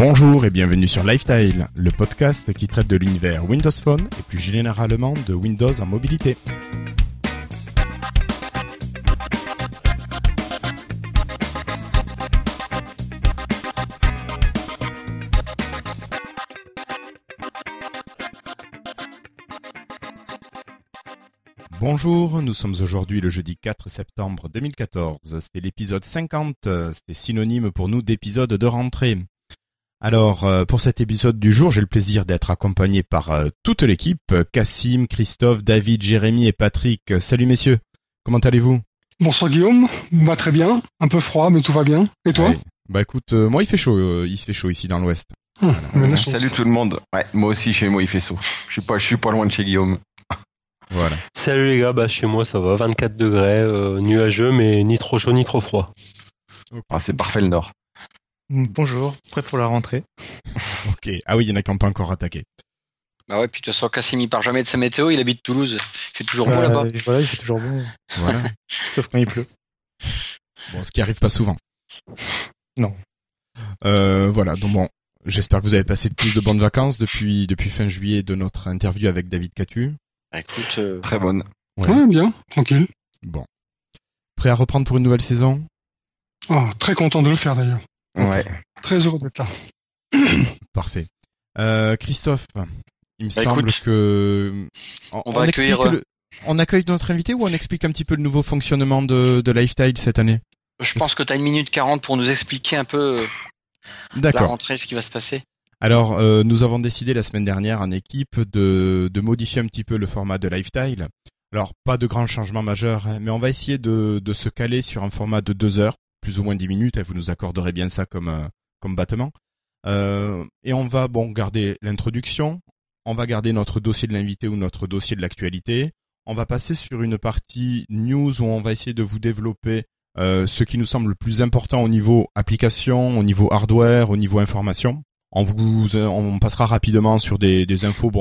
Bonjour et bienvenue sur Lifestyle, le podcast qui traite de l'univers Windows Phone et plus généralement de Windows en mobilité. Bonjour, nous sommes aujourd'hui le jeudi 4 septembre 2014, c'était l'épisode 50, c'était synonyme pour nous d'épisode de rentrée. Alors, pour cet épisode du jour, j'ai le plaisir d'être accompagné par toute l'équipe, Cassim, Christophe, David, Jérémy et Patrick. Salut messieurs, comment allez-vous ? Bonsoir Guillaume, va très bien, un peu froid mais tout va bien. Et toi ? Ouais. Bah écoute, moi il fait chaud ici dans l'ouest. Salut tout le monde. Ouais, moi aussi chez moi il fait chaud. Je suis pas loin de chez Guillaume. Voilà. Salut les gars, chez moi ça va, 24 degrés, nuageux mais ni trop chaud ni trop froid. Okay. Ah, c'est parfait le nord. Bonjour, prêt pour la rentrée. Ok, ah oui, il y en a qui n'ont pas encore attaqué. Bah ouais, puis de toute façon, Cassim il part jamais de sa météo, il habite Toulouse. Il fait toujours beau là-bas. Voilà, il fait toujours beau. Voilà. Sauf quand il pleut. Bon, ce qui arrive pas souvent. Non. Voilà, donc bon, j'espère que vous avez passé tous de bonnes vacances depuis fin juillet de notre interview avec David Catu. Bah, écoute, très bonne. Ouais, bien, tranquille. Bon. Prêt à reprendre pour une nouvelle saison ? Oh, très content de le faire d'ailleurs. Ouais. Très heureux d'être là. Parfait. Christophe, il me Bah, semble écoute, que... on va accueillir... On accueille notre invité ou on explique un petit peu le nouveau fonctionnement de Lifestyle cette année ? Je pense que tu as 1 minute 40 pour nous expliquer un peu la rentrée, ce qui va se passer. Alors, nous avons décidé la semaine dernière en équipe de modifier un petit peu le format de Lifestyle. Alors, pas de grands changements majeurs, hein, mais on va essayer de se caler sur un format de 2 heures, plus ou moins 10 minutes, et vous nous accorderez bien ça comme battement. Et on va garder l'introduction, on va garder notre dossier de l'invité ou notre dossier de l'actualité. On va passer sur une partie news où on va essayer de vous développer ce qui nous semble le plus important au niveau application, au niveau hardware, au niveau information. On passera rapidement sur des infos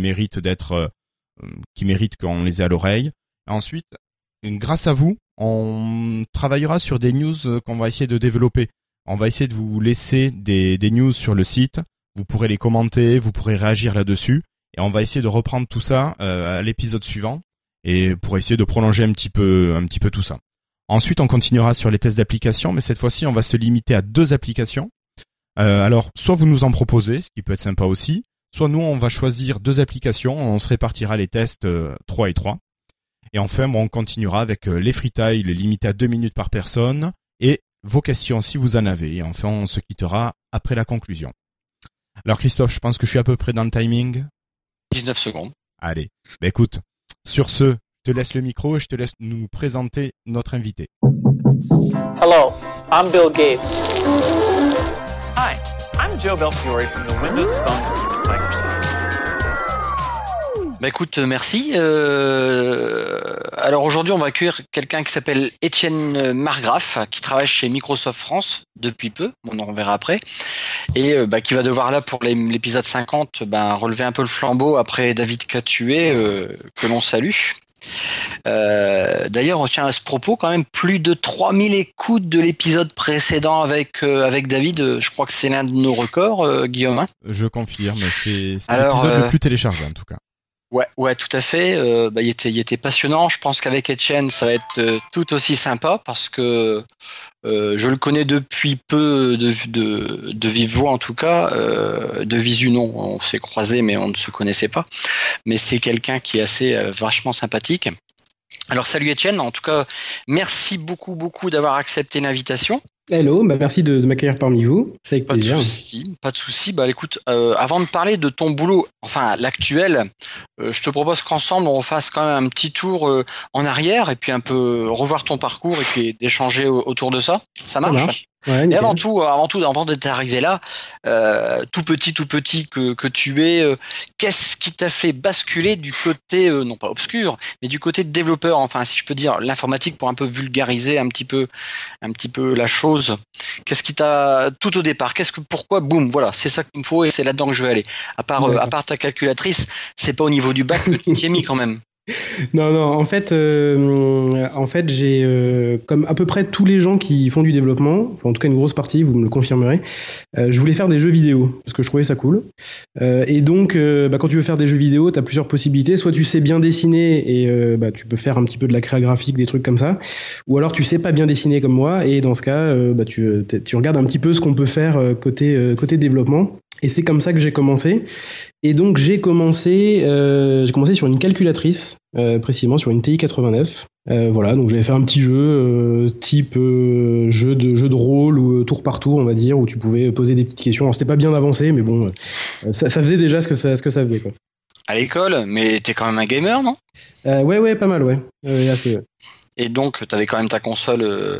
qui méritent qu'on les ait à l'oreille. Et ensuite, grâce à vous, on travaillera sur des news qu'on va essayer de développer. On va essayer de vous laisser des news sur le site. Vous pourrez les commenter, vous pourrez réagir là-dessus. Et on va essayer de reprendre tout ça à l'épisode suivant et pour essayer de prolonger un petit peu tout ça. Ensuite, on continuera sur les tests d'application, mais cette fois-ci, on va se limiter à 2 applications. Alors, soit vous nous en proposez, ce qui peut être sympa aussi, soit nous, on va choisir 2 applications, on se répartira les tests 3 et 3. Et enfin, on continuera avec les freetiles limités à 2 minutes par personne et vos questions si vous en avez. Et enfin, on se quittera après la conclusion. Alors Christophe, je pense que je suis à peu près dans le timing. 19 secondes. Allez, écoute, sur ce, je te laisse le micro et je te laisse nous présenter notre invité. Hello, I'm Bill Gates. Hi, I'm Joe Belfiore from the Windows Phone team at Microsoft. Bah écoute, merci. Alors aujourd'hui, on va accueillir quelqu'un qui s'appelle Étienne Margraff, qui travaille chez Microsoft France depuis peu, on en verra après, et qui va devoir là pour l'épisode 50 relever un peu le flambeau après David Catué, que l'on salue. D'ailleurs, on tient à ce propos quand même plus de 3000 écoutes de l'épisode précédent avec David. Je crois que c'est l'un de nos records, Guillaume. Hein, je confirme, c'est l'épisode le plus téléchargé en tout cas. Ouais, tout à fait. Il était passionnant. Je pense qu'avec Etienne, ça va être tout aussi sympa parce que je le connais depuis peu de vive voix en tout cas. De visu non, on s'est croisés mais on ne se connaissait pas. Mais c'est quelqu'un qui est assez vachement sympathique. Alors salut Etienne, en tout cas merci beaucoup d'avoir accepté l'invitation. Hello, merci de m'accueillir parmi vous. Avec plaisir. Pas de souci. Écoute, avant de parler de ton boulot, enfin l'actuel, je te propose qu'ensemble on fasse quand même un petit tour en arrière et puis un peu revoir ton parcours et puis d'échanger autour de ça. Ça marche. Ouais, et avant d'être arrivé là, tout petit que tu es, qu'est-ce qui t'a fait basculer du côté non pas obscur, mais du côté de développeur, enfin si je peux dire l'informatique pour un peu vulgariser un petit peu la chose. Qu'est-ce qui t'a tout au départ, pourquoi boum, voilà, c'est ça qu'il me faut et c'est là-dedans que je vais aller. À part ta calculatrice, c'est pas au niveau du bac que tu t'y es mis quand même. Non, en fait, j'ai comme à peu près tous les gens qui font du développement, enfin, en tout cas une grosse partie, vous me le confirmerez, je voulais faire des jeux vidéo parce que je trouvais ça cool. Et donc, quand tu veux faire des jeux vidéo, tu as plusieurs possibilités. Soit tu sais bien dessiner et tu peux faire un petit peu de la créa graphique, des trucs comme ça, ou alors tu sais pas bien dessiner comme moi. Et dans ce cas, tu regardes un petit peu ce qu'on peut faire côté développement. Et c'est comme ça que j'ai commencé. Et donc j'ai commencé sur une calculatrice, précisément sur une TI 89. Voilà, donc j'avais fait un petit jeu type jeu de rôle ou tour par tour, on va dire, où tu pouvais poser des petites questions. Alors c'était pas bien avancé, mais bon, ça faisait déjà ce que ça faisait, quoi. À l'école, mais t'es quand même un gamer, non? Ouais, pas mal, ouais. Assez, ouais. Et donc, t'avais quand même ta console.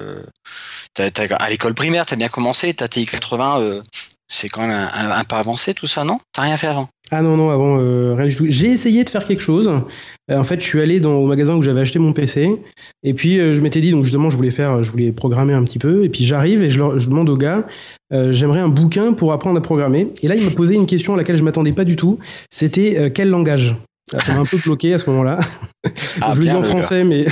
À l'école primaire, t'as bien commencé. Ta TI 80, c'est quand même un pas avancé, tout ça, non? T'as rien fait avant? Ah non, avant, rien du tout. J'ai essayé de faire quelque chose. En fait, je suis allé au magasin où j'avais acheté mon PC. Et puis, je m'étais dit, donc justement, je voulais programmer un petit peu. Et puis, j'arrive et je demande au gars, j'aimerais un bouquin pour apprendre à programmer. Et là, il m'a posé une question à laquelle je m'attendais pas du tout. C'était quel langage? Ça m'a un peu bloqué à ce moment-là. Je le dis en français, mais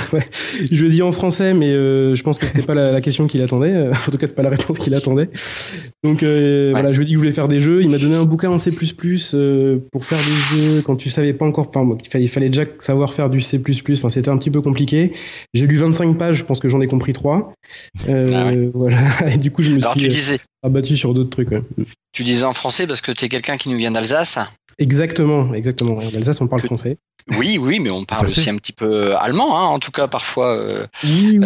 je pense que c'était pas la question qu'il attendait. En tout cas, c'est pas la réponse qu'il attendait. Donc voilà, je lui ai dit que je voulais faire des jeux. Il m'a donné un bouquin en C++ pour faire des jeux quand tu savais pas encore. Il fallait déjà savoir faire du C++. Enfin, c'était un petit peu compliqué. J'ai lu 25 pages. Je pense que j'en ai compris 3. Voilà. Et du coup, je me suis abattu sur d'autres trucs. Ouais. Tu disais en français parce que tu es quelqu'un qui nous vient d'Alsace. Exactement. En Alsace, on parle français. Oui, mais on parle aussi un petit peu allemand, hein, en tout cas parfois. Oui,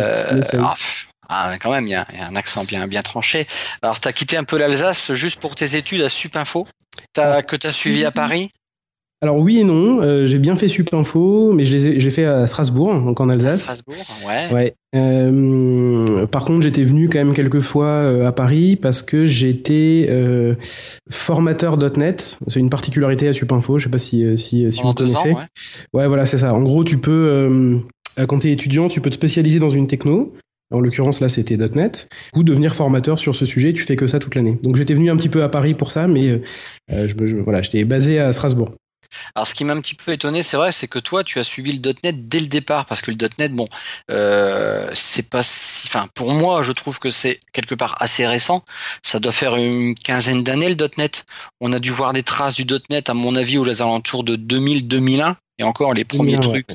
quand même, il y a un accent bien tranché. Alors, tu as quitté un peu l'Alsace juste pour tes études à Supinfo, que tu as suivi à Paris? Alors oui et non, j'ai bien fait Supinfo, mais j'ai fait à Strasbourg, donc en Alsace. Strasbourg, ouais. Par contre, j'étais venu quand même quelques fois à Paris parce que j'étais formateur .NET. C'est une particularité à Supinfo, je sais pas si vous connaissez. Ouais, voilà, c'est ça. En gros, tu peux, quand tu es étudiant, tu peux te spécialiser dans une techno. En l'occurrence, là, c'était .NET. Ou devenir formateur sur ce sujet, tu fais que ça toute l'année. Donc j'étais venu un petit peu à Paris pour ça, mais j'étais basé à Strasbourg. Alors, ce qui m'a un petit peu étonné, c'est vrai, c'est que toi, tu as suivi le .NET dès le départ, parce que le .NET, c'est pas si, enfin, pour moi, je trouve que c'est quelque part assez récent. Ça doit faire une quinzaine d'années, le .NET. On a dû voir des traces du .NET, à mon avis, aux alentours de 2000-2001. Et encore, les premiers trucs,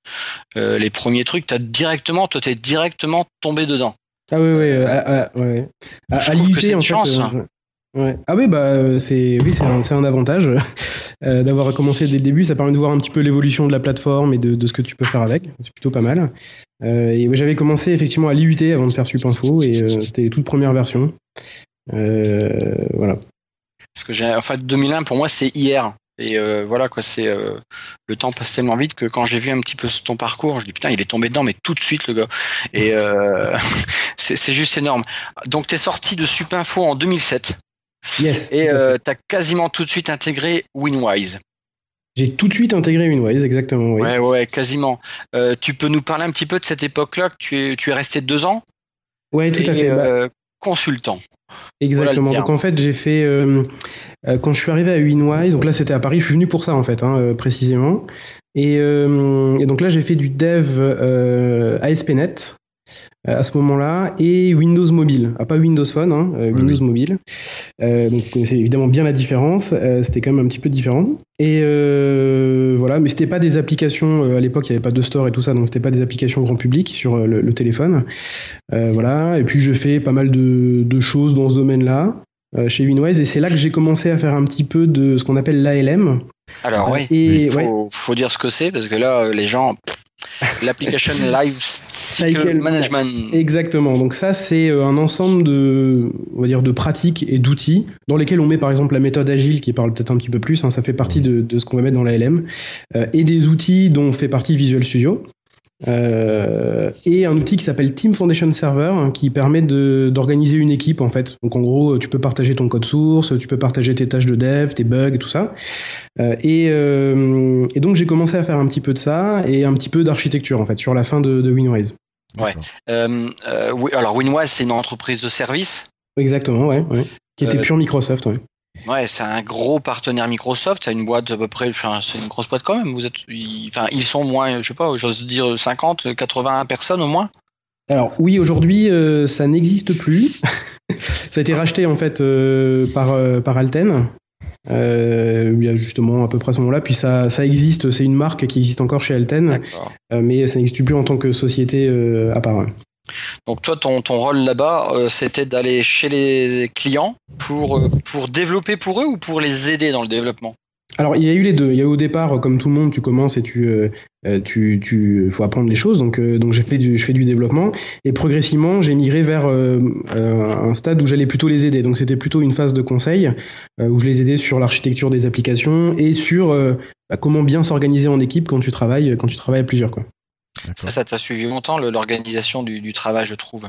t'es directement tombé dedans. Ah oui. Je trouve que c'est une chance. Ouais. Ah oui, c'est un avantage d'avoir commencé dès le début. Ça permet de voir un petit peu l'évolution de la plateforme et de ce que tu peux faire avec. C'est plutôt pas mal. Et j'avais commencé effectivement à l'IUT avant de faire Supinfo et c'était les toutes premières versions. Voilà. Parce que 2001 pour moi c'est hier. Et voilà quoi, c'est le temps passe tellement vite que quand j'ai vu un petit peu ton parcours, je dis putain, il est tombé dedans, mais tout de suite le gars. Et c'est juste énorme. Donc t'es sorti de Supinfo en 2007. Yes. Et t'as quasiment tout de suite intégré Winwise. J'ai tout de suite intégré Winwise, exactement. Oui. Ouais, quasiment. Tu peux nous parler un petit peu de cette époque-là que tu es resté 2 ans? Ouais, tout à fait. Consultant. Exactement. Voilà, donc en fait, j'ai fait quand je suis arrivé à Winwise, donc là c'était à Paris, je suis venu pour ça en fait, précisément. Et donc là j'ai fait du dev ASP.NET à ce moment-là et Windows Mobile, pas Windows Phone, Windows Mobile. Donc vous connaissez évidemment bien la différence. C'était quand même un petit peu différent. Et voilà, mais c'était pas des applications. À l'époque, il n'y avait pas de store et tout ça, donc c'était pas des applications grand public sur le téléphone. Voilà. Et puis j'ai fait pas mal de choses dans ce domaine-là chez Winwise, et c'est là que j'ai commencé à faire un petit peu de ce qu'on appelle l'ALM. Alors il faut dire ce que c'est parce que là les gens. L'application Life Cycle Management. Exactement. Donc ça, c'est un ensemble de pratiques et d'outils dans lesquels on met par exemple la méthode agile qui parle peut-être un petit peu plus. Ça fait partie de ce qu'on va mettre dans la LM et des outils dont fait partie Visual Studio. Et un outil qui s'appelle Team Foundation Server qui permet d'organiser une équipe en fait. Donc en gros, tu peux partager ton code source, tu peux partager tes tâches de dev, tes bugs et tout ça. Et donc j'ai commencé à faire un petit peu de ça et un petit peu d'architecture en fait sur la fin de Winwise. Ouais. Alors Winwise, c'est une entreprise de service. Exactement, ouais. Qui était pure Microsoft, ouais. Ouais, c'est un gros partenaire Microsoft. C'est une boîte à peu près. Enfin, c'est une grosse boîte quand même. Ils sont moins, je sais pas, j'ose dire 50, 80 personnes au moins. Alors oui, aujourd'hui, ça n'existe plus. Ça a été racheté en fait par Alten. Il y a justement à peu près à ce moment-là. Puis ça existe, c'est une marque qui existe encore chez Alten, mais ça n'existe plus en tant que société à part. Donc toi, ton rôle là-bas, c'était d'aller chez les clients pour développer pour eux ou pour les aider dans le développement? Alors il y a eu les deux. Il y a au départ, comme tout le monde, tu commences et faut apprendre les choses. Donc je fais du développement et progressivement j'ai migré vers un stade où j'allais plutôt les aider. Donc c'était plutôt une phase de conseil où je les aidais sur l'architecture des applications et sur comment bien s'organiser en équipe quand tu travailles à plusieurs, quoi. Ça t'a suivi longtemps, l'organisation du travail, je trouve.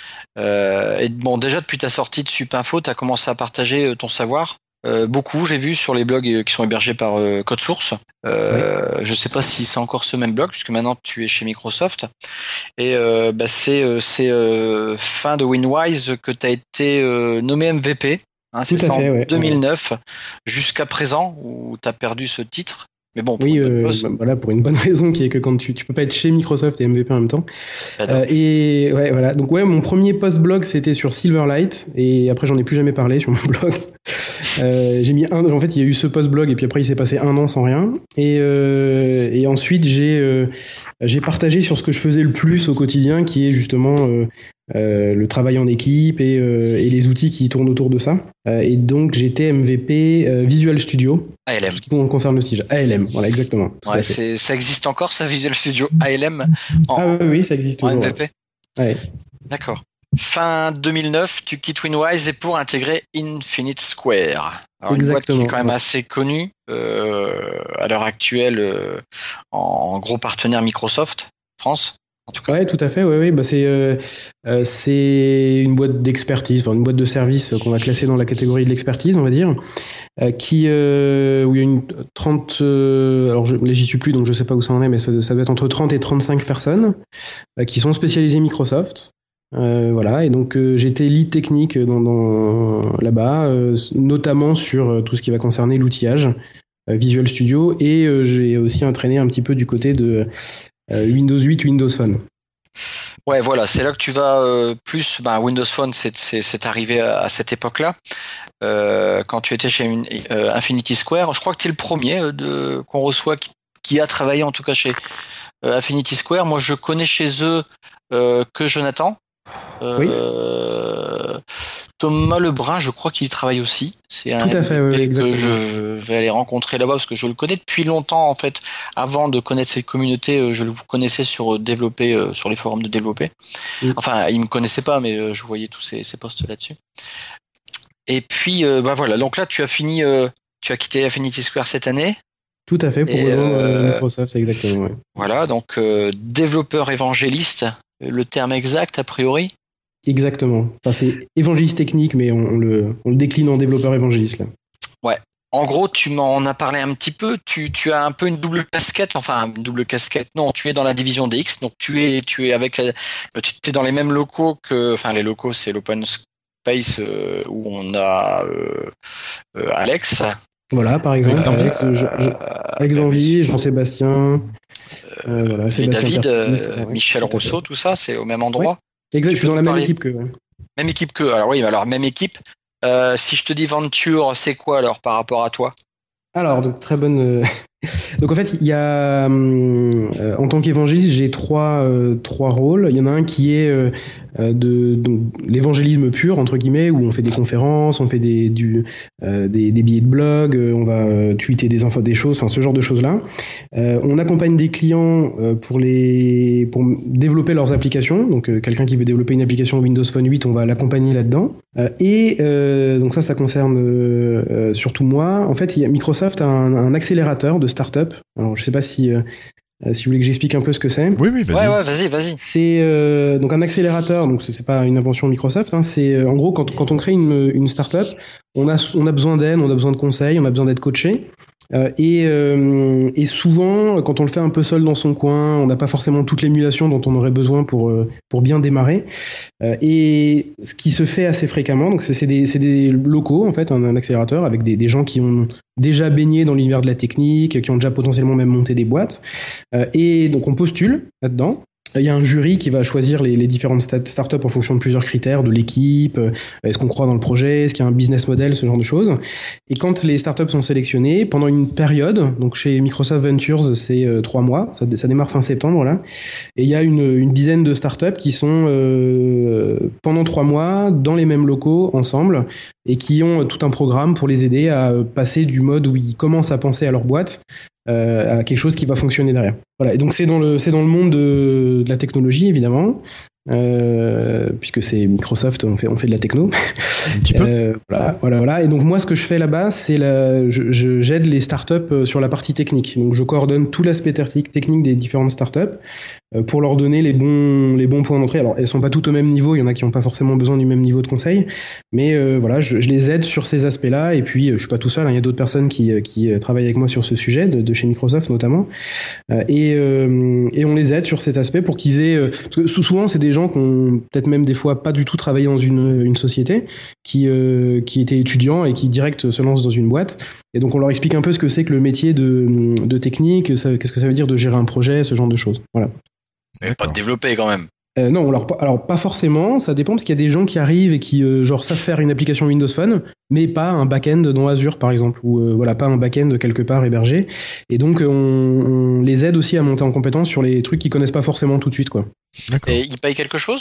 Et bon, déjà depuis ta sortie de Supinfo, tu as commencé à partager ton savoir. Beaucoup, j'ai vu sur les blogs qui sont hébergés par CodeSource. Je sais pas si c'est encore ce même blog, puisque maintenant tu es chez Microsoft. Et c'est fin de Winwise que tu as été nommé MVP. C'est ça en 2009 jusqu'à présent où tu as perdu ce titre. Mais bon, pour pour une bonne raison qui est que quand tu peux pas être chez Microsoft et MVP en même temps. Et ouais, voilà. Donc mon premier post-blog c'était sur Silverlight et après j'en ai plus jamais parlé sur mon blog. J'ai mis en fait il y a eu ce post-blog et puis après il s'est passé 1 an sans rien et ensuite j'ai partagé sur ce que je faisais le plus au quotidien qui est justement le travail en équipe et les outils qui tournent autour de ça. Et donc j'étais MVP Visual Studio. ALM. Ce qui concerne le SIG. ALM, voilà exactement. Ouais, ça existe encore ça, Visual Studio ALM oui, ça existe toujours. MVP. Ouais. D'accord. Fin 2009, tu quittes Winwise et pour intégrer Infinite Square. Alors, une boîte qui est quand même assez connue à l'heure actuelle en gros partenaire Microsoft France. En tout cas. Ouais, tout à fait. Ouais. Bah, c'est une boîte d'expertise, une boîte de service qu'on va classer dans la catégorie de l'expertise, on va dire, où il y a une 30. Alors j'y suis plus, donc je sais pas où ça en est, mais ça doit être entre 30 et 35 personnes qui sont spécialisées Microsoft. Voilà, et donc j'étais lead technique là-bas, notamment sur tout ce qui va concerner l'outillage Visual Studio, et j'ai aussi entraîné un petit peu du côté de Windows 8, Windows Phone. Ouais, voilà, c'est là que tu vas plus. Windows Phone, c'est arrivé à cette époque-là, quand tu étais chez Infinity Square. Je crois que tu es le premier qu'on reçoit qui a travaillé en tout cas chez Infinity Square. Moi, je connais chez eux que Jonathan. Oui. Thomas Lebrun, je crois qu'il y travaille aussi. C'est un tout à fait, oui, que je vais aller rencontrer là-bas parce que je le connais depuis longtemps en fait. Avant de connaître cette communauté, je le connaissais sur développer sur les forums de développer. Oui. Enfin, il me connaissait pas, mais je voyais tous ces posts là-dessus. Et puis voilà. Donc là, tu as fini, tu as quitté Infinity Square cette année. Tout à fait, pour rejoindre Microsoft, c'est exactement. Ouais. Voilà, donc développeur évangéliste, le terme exact a priori. Exactement. Enfin, c'est évangéliste technique, mais on le décline en développeur évangéliste là. Ouais. En gros, tu m'en as parlé un petit peu. Tu as un peu une double casquette. Enfin, une double casquette. Non, tu es dans la division DX. Donc tu es avec tu es dans les mêmes locaux que. Enfin, les locaux, c'est l'open space où on a Alex. Voilà, par exemple, Alex Envie, Jean-Sébastien, voilà, David, Michel Rousseau, tout ça, c'est au même endroit. Ouais. Exact, je suis dans la même équipe qu'eux. Même équipe qu'eux. Alors oui, alors même équipe. Si je te dis Venture, c'est quoi alors par rapport à toi? Alors, donc très bonne. Donc en fait, il y a en tant qu'évangéliste, j'ai trois rôles. Il y en a un qui est donc l'évangélisme pur entre guillemets, où on fait des conférences, on fait des billets de blog, on va tweeter des infos, des choses, enfin ce genre de choses là. On accompagne des clients pour développer leurs applications. Donc quelqu'un qui veut développer une application Windows Phone 8, on va l'accompagner là-dedans. Donc ça concerne surtout moi. En fait, Microsoft a un accélérateur de start-up. Alors, je sais pas si vous voulez que j'explique un peu ce que c'est. Oui, vas-y. Ouais, vas-y. C'est donc un accélérateur. Donc c'est pas une invention Microsoft. Hein, c'est en gros quand on crée une start-up, on a besoin d'aide, on a besoin de conseils, on a besoin d'être coaché. Et souvent, quand on le fait un peu seul dans son coin, on n'a pas forcément toute l'émulation dont on aurait besoin pour bien démarrer. Et ce qui se fait assez fréquemment, donc c'est des locaux, en fait, un accélérateur avec des gens qui ont déjà baigné dans l'univers de la technique, qui ont déjà potentiellement même monté des boîtes. Et donc on postule là-dedans. Il y a un jury qui va choisir les différentes startups en fonction de plusieurs critères, de l'équipe, est-ce qu'on croit dans le projet, est-ce qu'il y a un business model, ce genre de choses. Et quand les startups sont sélectionnées, pendant une période, donc chez Microsoft Ventures, c'est 3 mois, ça démarre fin septembre là, et il y a une dizaine de startups qui sont pendant 3 mois dans les mêmes locaux ensemble et qui ont tout un programme pour les aider à passer du mode où ils commencent à penser à leur boîte à quelque chose qui va fonctionner derrière. Voilà. Et donc c'est dans le monde de la technologie évidemment, puisque c'est Microsoft, on fait de la techno. Un petit peu. Voilà. Et donc moi ce que je fais là-bas, c'est j'aide les startups sur la partie technique. Donc je coordonne tout l'aspect technique des différentes startups pour leur donner les bons points d'entrée. Alors elles sont pas toutes au même niveau, il y en a qui n'ont pas forcément besoin du même niveau de conseil, mais voilà, je les aide sur ces aspects-là. Et puis je suis pas tout seul, hein, il y a d'autres personnes qui travaillent avec moi sur ce sujet, de chez Microsoft notamment, et on les aide sur cet aspect pour qu'ils aient, parce que souvent c'est des gens qui ont peut-être même des fois pas du tout travaillé dans une société, qui étaient étudiants et qui direct se lancent dans une boîte. Et donc on leur explique un peu ce que c'est que le métier de technique, qu'est-ce que ça veut dire de gérer un projet, ce genre de choses. Voilà. Mais pas de développer quand même. Non, alors pas forcément, ça dépend, parce qu'il y a des gens qui arrivent et qui savent faire une application Windows Phone, mais pas un back-end dans Azure par exemple, ou pas un back-end quelque part hébergé. Et donc on les aide aussi à monter en compétence sur les trucs qu'ils connaissent pas forcément tout de suite, quoi. D'accord. Et ils payent quelque chose ?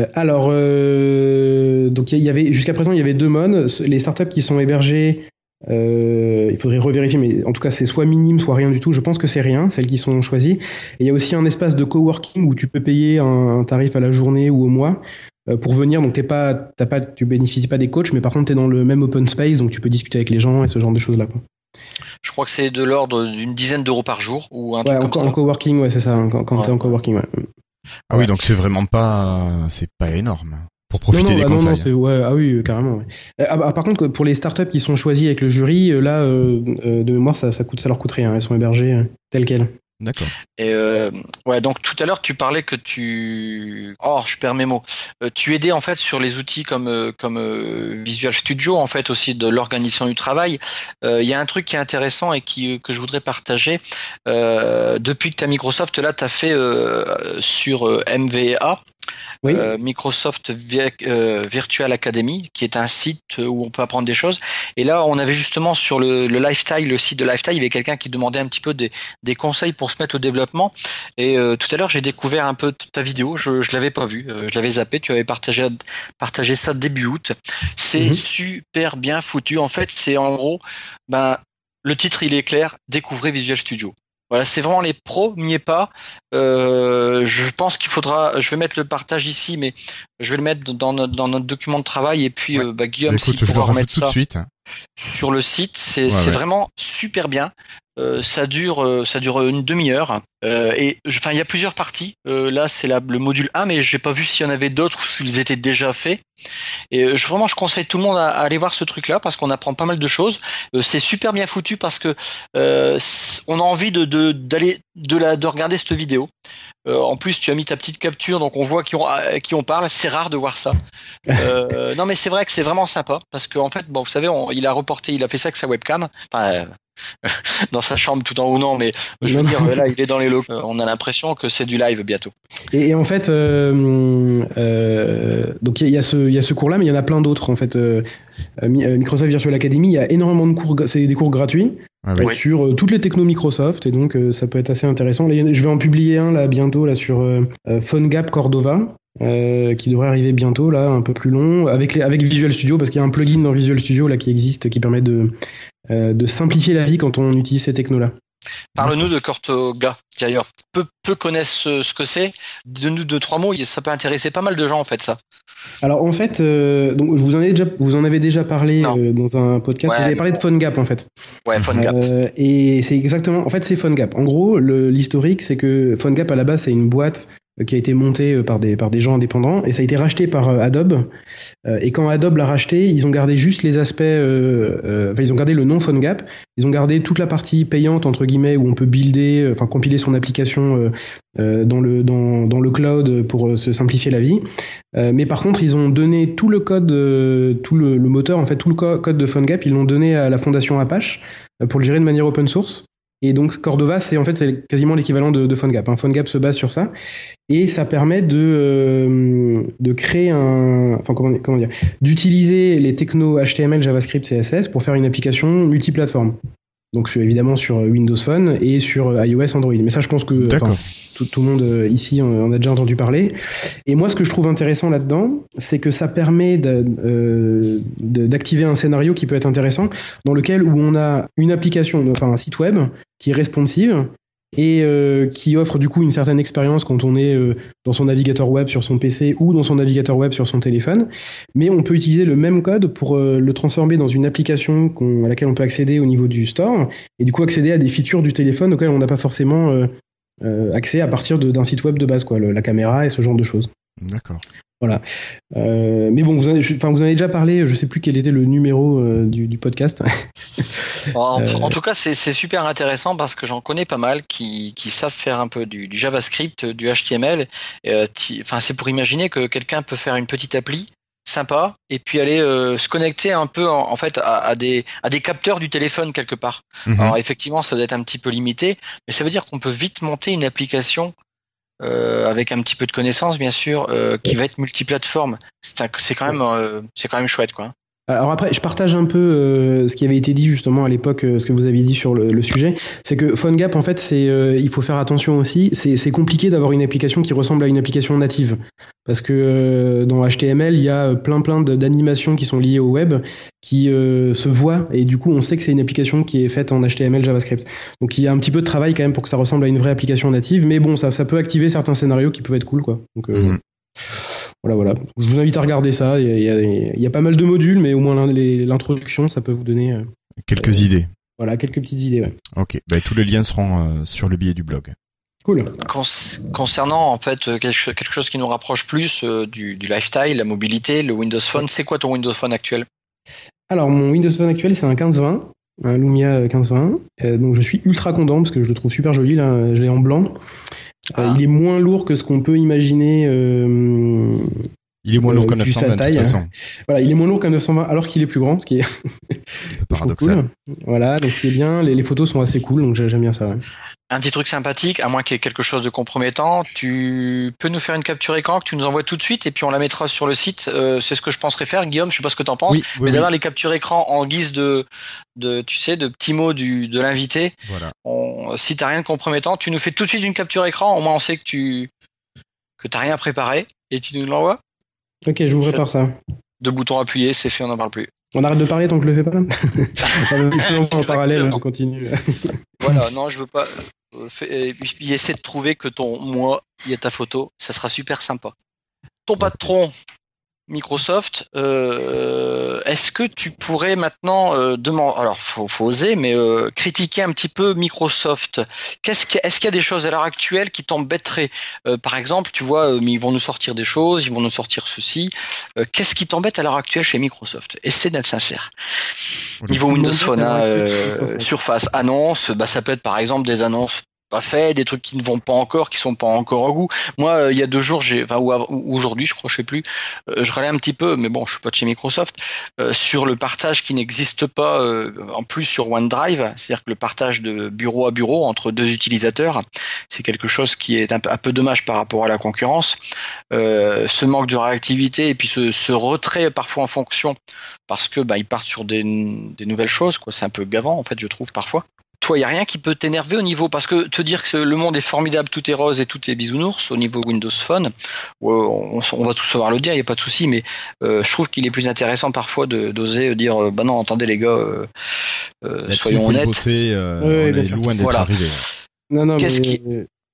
Donc jusqu'à présent il y avait 2 modes. Les startups qui sont hébergées, il faudrait revérifier, mais en tout cas c'est soit minime soit rien du tout. Je pense que c'est rien, celles qui sont choisies. Et il y a aussi un espace de coworking où tu peux payer un tarif à la journée ou au mois pour venir. Donc tu bénéficies pas des coachs, mais par contre t'es dans le même open space, donc tu peux discuter avec les gens et ce genre de choses là, quoi. Je crois que c'est de l'ordre d'une dizaine d'euros par jour ou un truc comme ça. En coworking, ouais, c'est ça. Quand t'es en coworking, ouais. Ah oui, donc c'est vraiment pas énorme. Pour profiter des conseils. Ah oui, carrément. Ouais. Par contre, pour les startups qui sont choisies avec le jury, là, de mémoire, ça leur coûte rien. Elles sont hébergées telles quelles. D'accord. Et donc tout à l'heure tu parlais que je perds mes mots. Tu aidais en fait sur les outils comme Visual Studio, en fait aussi de l'organisation du travail. Il y a un truc qui est intéressant et que je voudrais partager. Depuis que tu as Microsoft, là tu as fait sur MVA. Oui. Microsoft Virtual Academy, qui est un site où on peut apprendre des choses. Et là, on avait justement sur le Lifetime, le site de Lifetime, il y avait quelqu'un qui demandait un petit peu des conseils pour se mettre au développement. Et tout à l'heure, j'ai découvert un peu ta vidéo. Je l'avais pas vue, je l'avais zappé. Tu avais partagé ça début août. C'est super bien foutu. En fait, c'est en gros, le titre il est clair. Découvrez Visual Studio. Voilà, c'est vraiment les premiers pas. Je pense qu'il faudra. Je vais mettre le partage ici, mais je vais le mettre dans notre document de travail. Et puis, Guillaume, écoute, si je pourra remettre tout ça de suite sur le site, c'est vraiment super bien. Ça dure une demi-heure. Il y a plusieurs parties. Là, c'est le module 1, mais j'ai pas vu s'il y en avait d'autres ou s'ils étaient déjà faits. Et je conseille tout le monde à aller voir ce truc-là parce qu'on apprend pas mal de choses. C'est super bien foutu parce que on a envie de regarder cette vidéo. En plus, tu as mis ta petite capture, donc on voit qui on parle. C'est rare de voir ça. Non, mais c'est vrai que c'est vraiment sympa parce qu'en fait, vous savez, il a fait ça avec sa webcam. Dans sa chambre tout en haut, non, mais je veux dire, là, il est dans les locaux. On a l'impression que c'est du live bientôt. Et en fait, donc il y a ce cours-là, mais il y en a plein d'autres. En fait, Microsoft Virtual Academy, il y a énormément de cours, c'est des cours gratuits sur toutes les technos Microsoft, et donc ça peut être assez intéressant. Là, je vais en publier un là bientôt là sur PhoneGap Cordova. Qui devrait arriver bientôt là, un peu plus long avec Visual Studio, parce qu'il y a un plugin dans Visual Studio là qui existe qui permet de simplifier la vie quand on utilise ces technos là. Parle-nous de Cordova, qui d'ailleurs peu connaissent ce que c'est. Donne-nous 2-3 mots, ça peut intéresser pas mal de gens en fait ça. Alors en fait, donc vous en avez déjà parlé dans un podcast. Vous avez parlé de PhoneGap en fait. Ouais, PhoneGap. Et c'est exactement, en fait c'est PhoneGap. En gros, l'historique c'est que PhoneGap à la base c'est une boîte qui a été monté par des gens indépendants, et ça a été racheté par Adobe. Et quand Adobe l'a racheté, ils ont gardé juste les aspects, ils ont gardé le nom PhoneGap, ils ont gardé toute la partie payante entre guillemets où on peut builder, compiler son application dans le cloud pour se simplifier la vie. Mais par contre, ils ont donné tout le code, tout le moteur, en fait, tout le code de PhoneGap, ils l'ont donné à la fondation Apache pour le gérer de manière open source. Et donc Cordova, c'est quasiment l'équivalent de PhoneGap. PhoneGap se base sur ça, et ça permet de créer d'utiliser les technos HTML, JavaScript, CSS pour faire une application multiplateforme. Donc évidemment sur Windows Phone et sur iOS, Android. Mais ça, je pense que tout le monde ici en a déjà entendu parler. Et moi, ce que je trouve intéressant là-dedans, c'est que ça permet d'activer un scénario qui peut être intéressant, dans lequel où on a une application, un site web qui est responsive et qui offre du coup une certaine expérience quand on est dans son navigateur web sur son PC ou dans son navigateur web sur son téléphone. Mais on peut utiliser le même code pour le transformer dans une application à laquelle on peut accéder au niveau du store, et du coup accéder à des features du téléphone auxquelles on n'a pas forcément accès à partir d'un site web de base, la caméra et ce genre de choses. D'accord. Voilà. Mais bon, vous en avez déjà parlé, je sais plus quel était le numéro du podcast. En tout cas, c'est super intéressant parce que j'en connais pas mal qui savent faire un peu du JavaScript, du HTML. C'est pour imaginer que quelqu'un peut faire une petite appli sympa et puis aller se connecter un peu en fait à des capteurs du téléphone quelque part. Alors effectivement, ça doit être un petit peu limité, mais ça veut dire qu'on peut vite monter une application avec un petit peu de connaissances bien sûr, qui va être multiplateforme. C'est quand même chouette, quoi. Alors après, je partage un peu ce qui avait été dit justement à l'époque, ce que vous aviez dit sur le sujet, c'est que PhoneGap, en fait, il faut faire attention aussi, c'est compliqué d'avoir une application qui ressemble à une application native, parce que dans HTML, il y a plein d'animations qui sont liées au web, qui se voient, et du coup, on sait que c'est une application qui est faite en HTML, JavaScript. Donc il y a un petit peu de travail quand même pour que ça ressemble à une vraie application native, mais bon, ça peut activer certains scénarios qui peuvent être cool, quoi. Donc voilà. Je vous invite à regarder ça. Il y a pas mal de modules, mais au moins l'introduction, ça peut vous donner quelques idées. Voilà, quelques petites idées. Ouais. Ok, tous les liens seront sur le billet du blog. Cool. Concernant en fait quelque chose qui nous rapproche plus du lifestyle, la mobilité, le Windows Phone, c'est quoi ton Windows Phone actuel? Alors mon Windows Phone actuel, c'est un 1520, un Lumia 1520. Donc je suis ultra content parce que je le trouve super joli là. Je l'ai en blanc. Il est moins lourd que ce qu'on peut imaginer. Il est moins lourd qu'un 920 de toute façon. Voilà, il est moins lourd qu'un 920 alors qu'il est plus grand, ce qui est paradoxal. Cool. Voilà, donc ce qui est bien, les photos sont assez cool, donc j'aime bien ça. Ouais. Un petit truc sympathique, à moins qu'il y ait quelque chose de compromettant, tu peux nous faire une capture écran que tu nous envoies tout de suite et puis on la mettra sur le site. C'est ce que je penserais faire, Guillaume. Je sais pas ce que t'en penses, mais d'avoir les captures écran en guise de petits mots de l'invité. Voilà. Si t'as rien de compromettant, tu nous fais tout de suite une capture écran. Au moins on sait que t'as rien préparé et tu nous l'envoies. Ok, je vous prépare ça. 2 boutons appuyés, c'est fait, on n'en parle plus. On arrête de parler tant que je le fais pas. En parallèle, on continue. Voilà, non, je veux pas. Essaie de prouver que il y a ta photo, ça sera super sympa. Ton patron, Microsoft, est-ce que tu pourrais maintenant demander, alors faut oser, mais critiquer un petit peu Microsoft. Est-ce qu'il y a des choses à l'heure actuelle qui t'embêteraient? Par exemple, tu vois, ils vont nous sortir des choses, ils vont nous sortir ceci. Qu'est-ce qui t'embête à l'heure actuelle chez Microsoft? Essaie d'être sincère. Niveau Windows Phone, Surface, annonces, ça peut être par exemple des annonces pas fait, des trucs qui ne vont pas encore, qui sont pas encore au goût. Moi, il y a 2 jours, ou aujourd'hui, je crois, je sais plus, je râlais un petit peu, mais bon, je suis pas de chez Microsoft, sur le partage qui n'existe pas en plus sur OneDrive, c'est-à-dire que le partage de bureau à bureau entre 2 utilisateurs, c'est quelque chose qui est un peu dommage par rapport à la concurrence. Ce manque de réactivité et puis ce retrait parfois en fonction, parce que ils partent sur des nouvelles choses, quoi. C'est un peu gavant, en fait, je trouve parfois. Toi, il n'y a rien qui peut t'énerver au niveau, parce que te dire que le monde est formidable, tout est rose et tout est bisounours au niveau Windows Phone, on va tous savoir le dire, il n'y a pas de souci, mais je trouve qu'il est plus intéressant parfois d'oser dire non, attendez les gars, soyons honnêtes. On est loin d'être arrivé. Non,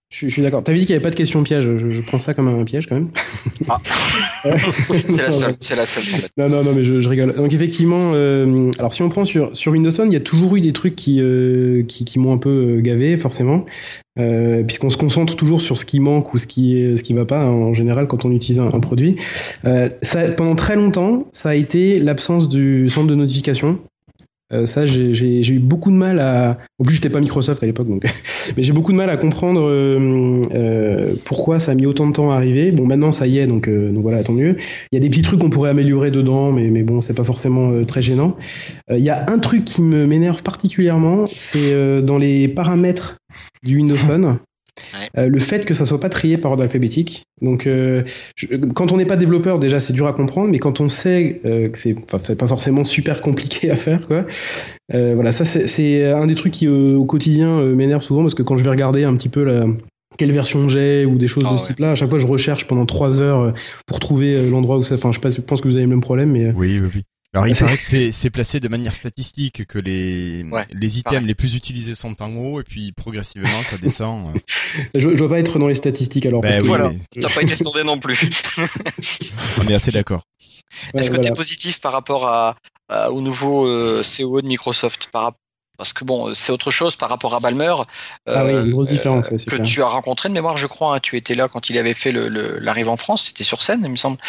Je suis d'accord. T'avais dit qu'il n'y avait pas de question piège. Je prends ça comme un piège quand même. Ah. C'est la seule. Non, mais je rigole. Donc effectivement, alors si on prend sur Windows Phone, il y a toujours eu des trucs qui m'ont un peu gavé, forcément, puisqu'on se concentre toujours sur ce qui manque ou ce qui va pas, en général, quand on utilise un produit. Pendant très longtemps, ça a été l'absence du centre de notification. Ça, j'ai eu beaucoup de mal à... En plus, j'étais pas Microsoft à l'époque, donc... mais j'ai beaucoup de mal à comprendre pourquoi ça a mis autant de temps à arriver. Bon, maintenant, ça y est, donc voilà, tant mieux. Il y a des petits trucs qu'on pourrait améliorer dedans, mais bon, c'est pas forcément très gênant. Il y a un truc qui m'énerve particulièrement, c'est dans les paramètres du Windows Phone. Le fait que ça soit pas trié par ordre alphabétique. Donc, quand on n'est pas développeur, déjà, c'est dur à comprendre, mais quand on sait que c'est pas forcément super compliqué à faire, quoi. Voilà, ça, c'est un des trucs qui, au quotidien, m'énerve souvent, parce que quand je vais regarder un petit peu quelle version j'ai ou des choses de ce type-là, à chaque fois, je recherche pendant 3 heures pour trouver l'endroit où ça. Enfin, je pense que vous avez le même problème, mais. Oui. Alors il paraît que c'est placé de manière statistique, que les items les plus utilisés sont en haut et puis progressivement ça descend. Je dois pas être dans les statistiques alors. Parce que voilà, ça n'a pas été sondé non plus. On est assez d'accord. Est-ce que tu es positif par rapport au nouveau COO de Microsoft parce que bon, c'est autre chose par rapport à Ballmer. Oui, une grosse différence. Que clair. Tu as rencontré de mémoire, je crois. Tu étais là quand il avait fait l'arrivée en France. Tu étais sur scène, il me semble.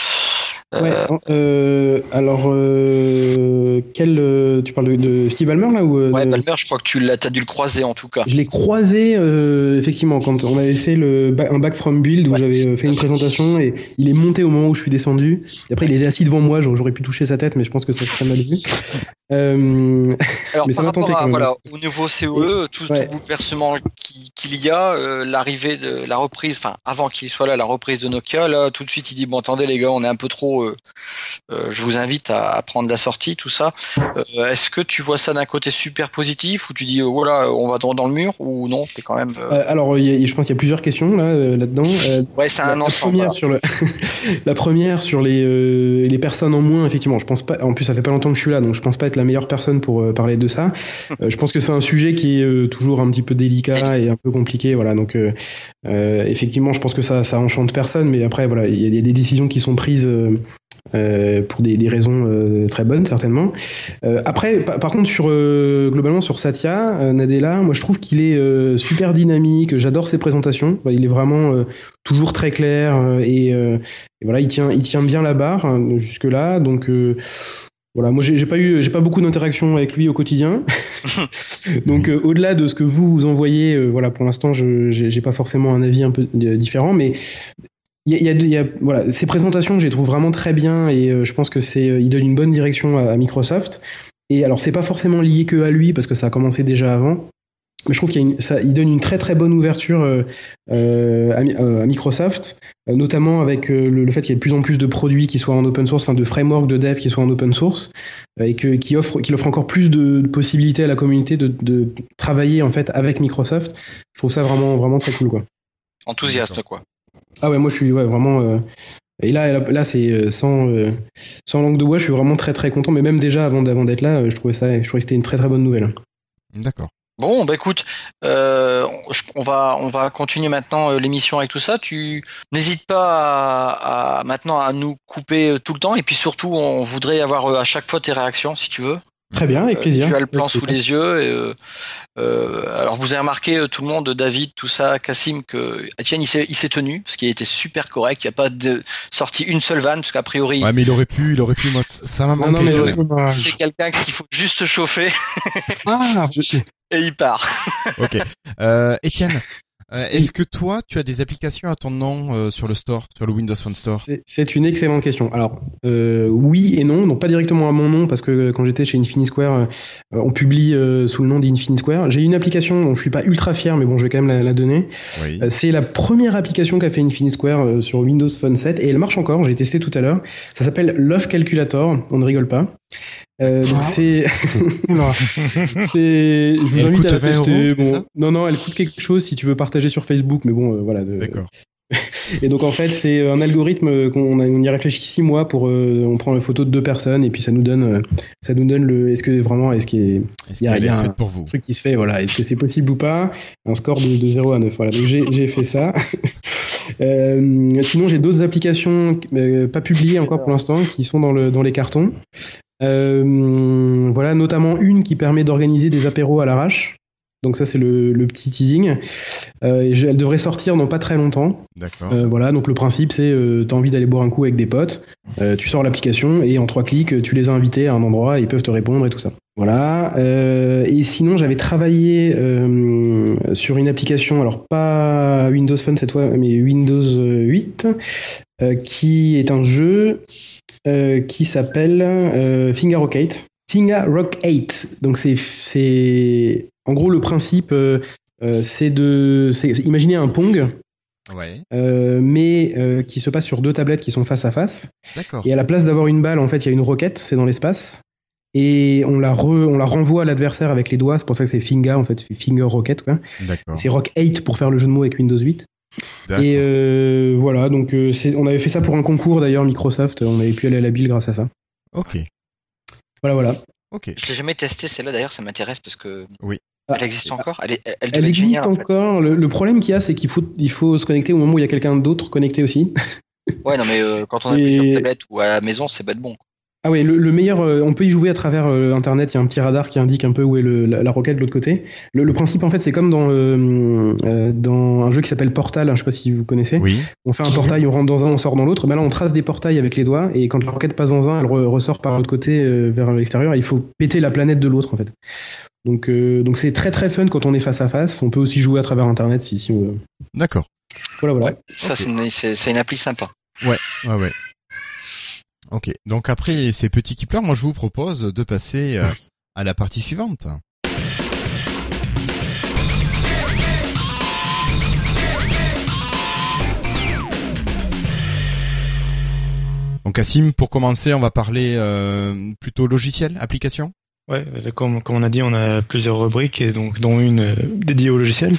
Alors, tu parles de Steve Ballmer là ou Ouais, Ballmer, je crois que t'as dû le croiser en tout cas. Je l'ai croisé effectivement quand on avait fait un back from build où j'avais fait une présentation et il est monté au moment où je suis descendu. Et après, il était assis devant moi. J'aurais pu toucher sa tête, mais je pense que ça serait mal vu. Alors, mais par rapport au nouveau COE, tout bouleversement qu'il y a, l'arrivée de la reprise, enfin avant qu'il soit là, la reprise de Nokia, là tout de suite il dit bon attendez les gars, on est un peu trop, je vous invite à prendre la sortie, tout ça. Est-ce que tu vois ça d'un côté super positif ou tu dis voilà on va dans le mur ou non, c'est quand même. Alors je pense qu'il y a plusieurs questions là-dedans. C'est un ensemble. La première sur les personnes en moins, effectivement, je pense pas. En plus ça fait pas longtemps que je suis là, donc je pense pas être la meilleure personne pour parler de ça. Je pense que c'est un sujet qui est toujours un petit peu délicat et un peu compliqué, voilà. Donc effectivement, je pense que ça enchante personne, mais après voilà, il y a des décisions qui sont prises pour des raisons très bonnes certainement. Après, par contre, globalement sur Satya Nadella, moi je trouve qu'il est super dynamique. J'adore ses présentations. Il est vraiment toujours très clair et voilà, il tient bien la barre jusque là. Donc voilà, moi j'ai pas beaucoup d'interaction avec lui au quotidien. Donc au-delà de ce que vous envoyez, voilà, pour l'instant j'ai pas forcément un avis un peu différent, mais il y a voilà, ces présentations je les trouve vraiment très bien et je pense que il donne une bonne direction à Microsoft. Et alors c'est pas forcément lié que à lui parce que ça a commencé déjà avant. Mais je trouve qu'il donne une très très bonne ouverture à Microsoft, notamment avec le fait qu'il y ait de plus en plus de produits qui soient en open source, enfin de frameworks de dev qui soient en open source, et qu'il offre encore plus de possibilités à la communauté de travailler en fait avec Microsoft. Je trouve ça vraiment vraiment très cool, quoi. Enthousiaste, quoi. Ah ouais, moi je suis vraiment. Et là c'est sans langue de bois, je suis vraiment très très content. Mais même déjà avant d'être là, je trouvais que c'était une très très bonne nouvelle. D'accord. Bon, bah écoute, on va continuer maintenant l'émission avec tout ça. Tu n'hésites pas maintenant à nous couper tout le temps, et puis surtout, on voudrait avoir à chaque fois tes réactions, si tu veux. Très bien, avec plaisir. Tu as le plan sous les yeux. Et, alors, vous avez remarqué, tout le monde, David, tout ça, Cassim, que Etienne, il s'est tenu, parce qu'il était super correct. Il n'y a pas sorti une seule vanne, parce qu'a priori. Ouais, mais il aurait pu, moi, ça m'a manqué. Non, c'est quelqu'un qu'il faut juste chauffer. Ah, et il part. Ok. Etienne, est-ce que toi, tu as des applications à ton nom sur le store, sur le Windows Phone Store? C'est une excellente question. Alors, oui et non. Donc, pas directement à mon nom, parce que quand j'étais chez Infinisquare, on publie sous le nom d'Infinisquare. J'ai une application dont je suis pas ultra fier, mais bon, je vais quand même la donner. Oui. C'est la première application qu'a fait Infinisquare sur Windows Phone 7, et elle marche encore. J'ai testé tout à l'heure. Ça s'appelle Love Calculator. On ne rigole pas. Donc je vous invite à la tester. Bon, non, elle coûte quelque chose si tu veux partager sur Facebook, mais bon, voilà. D'accord. Et donc en fait, c'est un algorithme on y réfléchit 6 mois pour on prend une photo de 2 personnes et puis ça nous donne le est-ce qu'il y a un pour vous. truc qui se fait, voilà, est-ce que c'est possible ou pas, un score de 0 à 9. Voilà, donc j'ai fait ça. Sinon j'ai d'autres applications pas publiées encore pour l'instant qui sont dans les cartons. Voilà, notamment une qui permet d'organiser des apéros à l'arrache. Donc ça c'est le petit teasing. Elle devrait sortir dans pas très longtemps. D'accord. Voilà, donc le principe c'est t'as envie d'aller boire un coup avec des potes, tu sors l'application et en 3 clics tu les as invités à un endroit et ils peuvent te répondre et tout ça. Voilà. Et sinon j'avais travaillé sur une application, alors pas Windows Phone cette fois, mais Windows 8, qui est un jeu qui s'appelle Finger Rock 8. Finger Rock 8. Donc c'est en gros le principe c'est imaginer un Pong. Ouais. Mais qui se passe sur 2 tablettes qui sont face à face. D'accord. Et à la place d'avoir une balle, en fait, il y a une roquette, c'est dans l'espace. Et on la renvoie à l'adversaire avec les doigts. C'est pour ça que c'est Finger, en fait, Finger Rocket, quoi. D'accord. C'est Rock 8 pour faire le jeu de mots avec Windows 8. D'accord. Et voilà, donc on avait fait ça pour un concours d'ailleurs, Microsoft. On avait pu aller à la bille grâce à ça. Ok. Voilà. Ok. Je l'ai jamais testé celle-là d'ailleurs, ça m'intéresse parce que. Oui. Elle existe encore. Elle Elle existe encore. En fait. Le problème qu'il y a, c'est qu'il faut se connecter au moment où il y a quelqu'un d'autre connecté aussi. Ouais, non, mais quand on a plusieurs tablettes ou à la maison, c'est pas de bon. Ah oui, le meilleur, on peut y jouer à travers Internet. Il y a un petit radar qui indique un peu où est la roquette de l'autre côté. Le principe, en fait, c'est comme dans un jeu qui s'appelle Portal. Je sais pas si vous connaissez. Oui. On fait un portail, on rentre dans un, on sort dans l'autre. Ben là, on trace des portails avec les doigts et quand la roquette passe dans un, elle ressort par l'autre côté vers l'extérieur. Et il faut péter la planète de l'autre, en fait. Donc c'est très très fun quand on est face à face. On peut aussi jouer à travers Internet si on veut. D'accord. Voilà. Ouais, ça, okay. C'est une appli sympa. Ouais. Ok, donc après ces petits kiplers, moi je vous propose de passer à la partie suivante. Donc Cassim, pour commencer, on va parler plutôt logiciel, application. Ouais, comme on a dit, on a plusieurs rubriques et donc dont une dédiée au logiciel.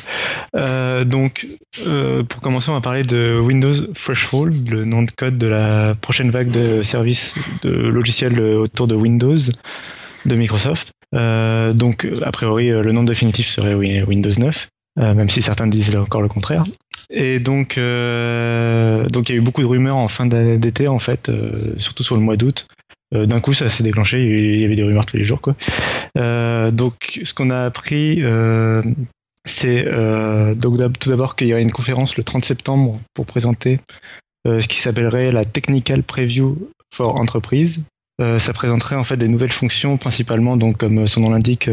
Pour commencer, on va parler de Windows Threshold, le nom de code de la prochaine vague de services de logiciels autour de Windows de Microsoft. Donc, a priori, le nom définitif serait Windows 9, même si certains disent encore le contraire. Et donc, il y a eu beaucoup de rumeurs en fin d'été, en fait, surtout sur le mois d'août. D'un coup, ça s'est déclenché, il y avait des rumeurs tous les jours, quoi. Donc, ce qu'on a appris, c'est tout d'abord qu'il y aurait une conférence le 30 septembre pour présenter ce qui s'appellerait la Technical Preview for Enterprise. Ça présenterait en fait des nouvelles fonctions, principalement, donc comme son nom l'indique,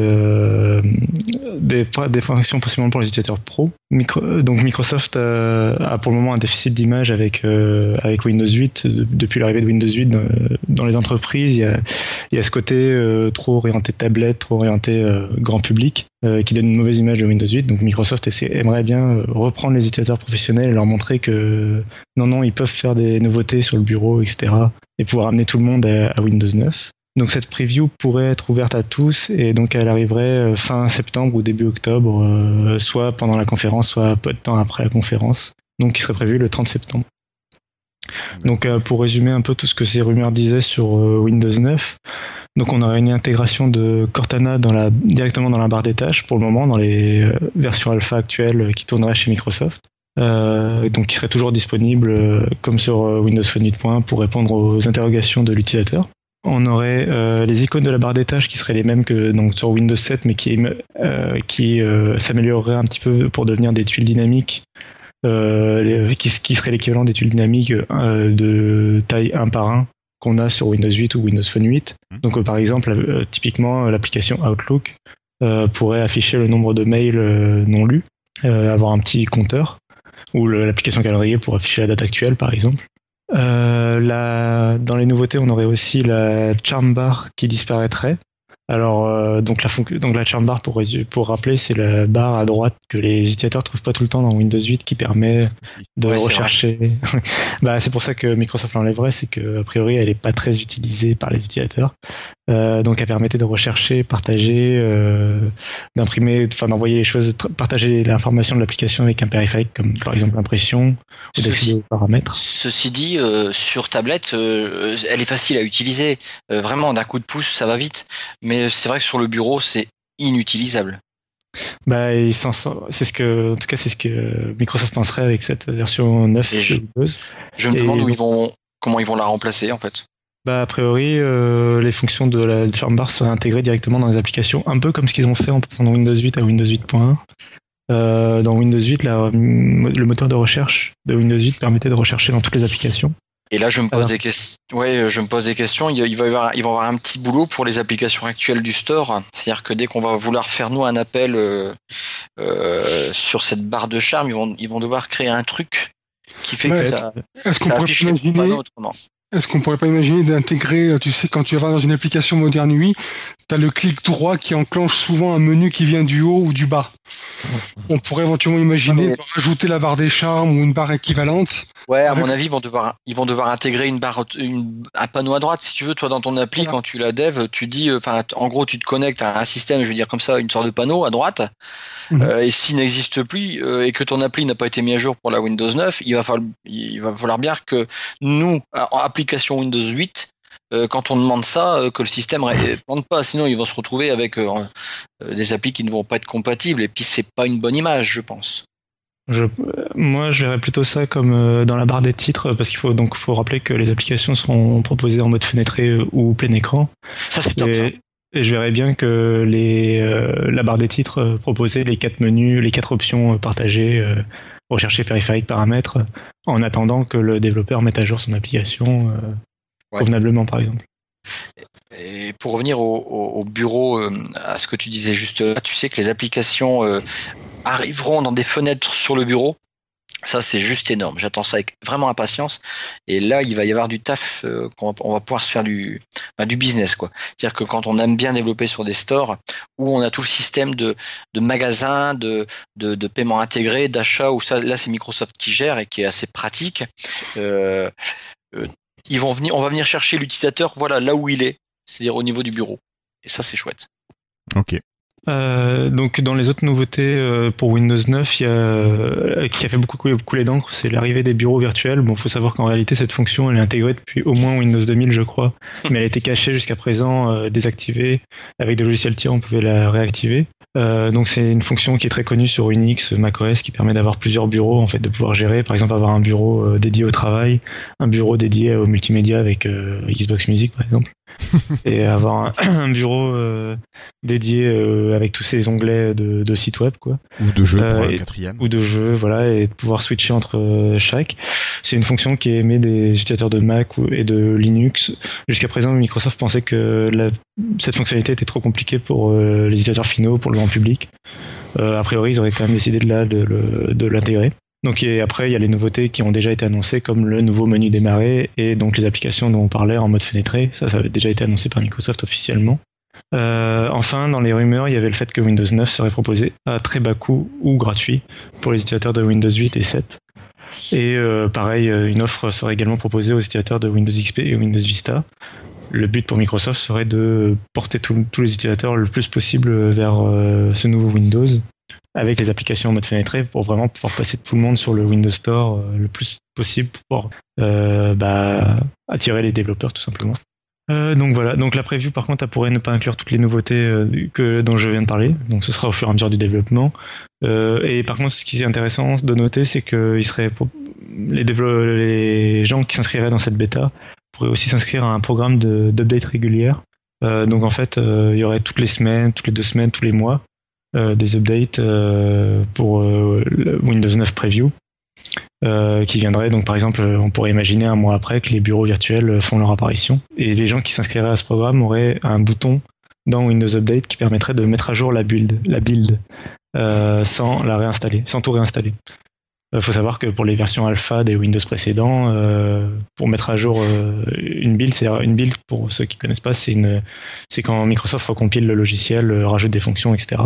des fonctions principalement pour les utilisateurs pro. Donc Microsoft a pour le moment un déficit d'image avec Windows 8 depuis l'arrivée de Windows 8 dans les entreprises. Il y a ce côté trop orienté tablette, trop orienté grand public qui donne une mauvaise image de Windows 8. Donc Microsoft aimerait bien reprendre les utilisateurs professionnels et leur montrer que non, ils peuvent faire des nouveautés sur le bureau, etc. et pouvoir amener tout le monde à Windows 9. Donc cette preview pourrait être ouverte à tous et donc elle arriverait fin septembre ou début octobre, soit pendant la conférence, soit peu de temps après la conférence, donc qui serait prévu le 30 septembre. Donc pour résumer un peu tout ce que ces rumeurs disaient sur Windows 9, donc on aurait une intégration de Cortana directement dans la barre des tâches pour le moment dans les versions alpha actuelles qui tourneraient chez Microsoft. Donc qui serait toujours disponible comme sur Windows Phone 8.1 pour répondre aux interrogations de l'utilisateur. On aurait les icônes de la barre des tâches qui seraient les mêmes que donc sur Windows 7 mais qui s'amélioreraient un petit peu pour devenir des tuiles dynamiques qui seraient l'équivalent des tuiles dynamiques de taille 1 par 1 qu'on a sur Windows 8 ou Windows Phone 8. Donc par exemple typiquement l'application Outlook pourrait afficher le nombre de mails non lus, avoir un petit compteur, ou l'application calendrier pour afficher la date actuelle par exemple. Dans les nouveautés, on aurait aussi la charm bar qui disparaîtrait. Alors, donc la churn bar, pour rappeler, c'est la barre à droite que les utilisateurs trouvent pas tout le temps dans Windows 8 qui permet de rechercher. C'est pour ça que Microsoft l'enlèverait, c'est que a priori elle est pas très utilisée par les utilisateurs. Donc elle permettait de rechercher, partager, d'imprimer, d'envoyer les choses, partager l'information de l'application avec un périphérique comme par exemple l'impression ou d'accéder aux paramètres. Ceci dit, sur tablette, elle est facile à utiliser. Vraiment, d'un coup de pouce, ça va vite. Mais c'est vrai que sur le bureau, c'est inutilisable. C'est ce que Microsoft penserait avec cette version 9 de Windows. Je me demande comment ils vont la remplacer en fait. A priori, les fonctions de la churn bar seraient intégrées directement dans les applications, un peu comme ce qu'ils ont fait en passant de Windows 8 à Windows 8.1. Dans Windows 8, le moteur de recherche de Windows 8 permettait de rechercher dans toutes les applications. Et là, je me pose des questions. Ouais, je me pose des questions. Il va y avoir un petit boulot pour les applications actuelles du store. C'est-à-dire que dès qu'on va vouloir faire nous un appel sur cette barre de charme, ils vont devoir créer un truc qui fait que ça affiche les panneaux autrement. Est-ce qu'on pourrait pas imaginer d'intégrer, tu sais, quand tu vas dans une application moderne UI, tu as le clic droit qui enclenche souvent un menu qui vient du haut ou du bas. On pourrait éventuellement imaginer de rajouter la barre des charmes ou une barre équivalente. Ouais, à mon avis, ils vont devoir intégrer un panneau à droite. Si tu veux, toi, dans ton appli, quand tu la dev, tu dis, en gros, tu te connectes à un système, je veux dire comme ça, une sorte de panneau à droite. Et s'il n'existe plus et que ton appli n'a pas été mis à jour pour la Windows 9, il va falloir bien que nous, application Windows 8, quand on demande ça, que le système ne réponde pas. Sinon, ils vont se retrouver avec des applis qui ne vont pas être compatibles. Et puis, c'est pas une bonne image, je pense. Moi, je verrais plutôt ça comme dans la barre des titres, parce qu'il faut rappeler que les applications seront proposées en mode fenêtré ou plein écran. Ça, c'est top. Et je verrais bien que la barre des titres proposait les 4 menus, les 4 options partagées, rechercher périphérique, paramètres, en attendant que le développeur mette à jour son application convenablement, par exemple. Et pour revenir au bureau, à ce que tu disais juste là, tu sais que les applications arriveront dans des fenêtres sur le bureau. Ça, c'est juste énorme. J'attends ça avec vraiment impatience. Et là, il va y avoir du taf, on va pouvoir se faire du business, quoi. C'est-à-dire que quand on aime bien développer sur des stores où on a tout le système de magasins, de paiement intégré, d'achat, où ça, là, c'est Microsoft qui gère et qui est assez pratique. On va venir chercher l'utilisateur, voilà, là où il est, c'est-à-dire au niveau du bureau. Et ça, c'est chouette. Ok. Donc dans les autres nouveautés pour Windows 9, qui a fait beaucoup couler d'encre, c'est l'arrivée des bureaux virtuels. Bon, faut savoir qu'en réalité cette fonction elle est intégrée depuis au moins Windows 2000, je crois, mais elle a été cachée jusqu'à présent, désactivée. Avec des logiciels tiers, on pouvait la réactiver. Donc c'est une fonction qui est très connue sur Unix, macOS, qui permet d'avoir plusieurs bureaux, en fait, de pouvoir gérer, par exemple avoir un bureau dédié au travail, un bureau dédié au multimédia avec Xbox Music par exemple. Et avoir un bureau dédié avec tous ces onglets de site web, quoi. Ou de jeux pour le quatrième. Ou de jeux, voilà, et de pouvoir switcher entre chaque. C'est une fonction qui est aimée des utilisateurs de Mac et de Linux. Jusqu'à présent, Microsoft pensait que cette fonctionnalité était trop compliquée pour les utilisateurs finaux, pour le grand public. A priori, ils auraient quand même décidé de l'intégrer. Donc après, il y a les nouveautés qui ont déjà été annoncées, comme le nouveau menu démarrer et donc les applications dont on parlait en mode fenêtré. Ça avait déjà été annoncé par Microsoft officiellement. Enfin, dans les rumeurs, il y avait le fait que Windows 9 serait proposé à très bas coût ou gratuit pour les utilisateurs de Windows 8 et 7. Et pareil, une offre serait également proposée aux utilisateurs de Windows XP et Windows Vista. Le but pour Microsoft serait de porter tous les utilisateurs le plus possible vers ce nouveau Windows, avec les applications en mode fenêtré, pour vraiment pouvoir passer tout le monde sur le Windows Store le plus possible pour pouvoir attirer les développeurs tout simplement. Donc voilà, donc la preview par contre elle pourrait ne pas inclure toutes les nouveautés dont je viens de parler, donc ce sera au fur et à mesure du développement. Et par contre ce qui est intéressant de noter, c'est que les gens qui s'inscriraient dans cette bêta pourraient aussi s'inscrire à un programme d'update régulière. Donc en fait il y aurait toutes les semaines, toutes les 2 semaines, tous les mois des updates pour le Windows 9 Preview qui viendrait, donc par exemple on pourrait imaginer un mois après que les bureaux virtuels font leur apparition, et les gens qui s'inscriraient à ce programme auraient un bouton dans Windows Update qui permettrait de mettre à jour la build sans la réinstaller, sans tout réinstaller. Faut savoir que pour les versions alpha des Windows précédents, pour mettre à jour une build, c'est une build pour ceux qui connaissent pas, c'est quand Microsoft recompile le logiciel, rajoute des fonctions, etc.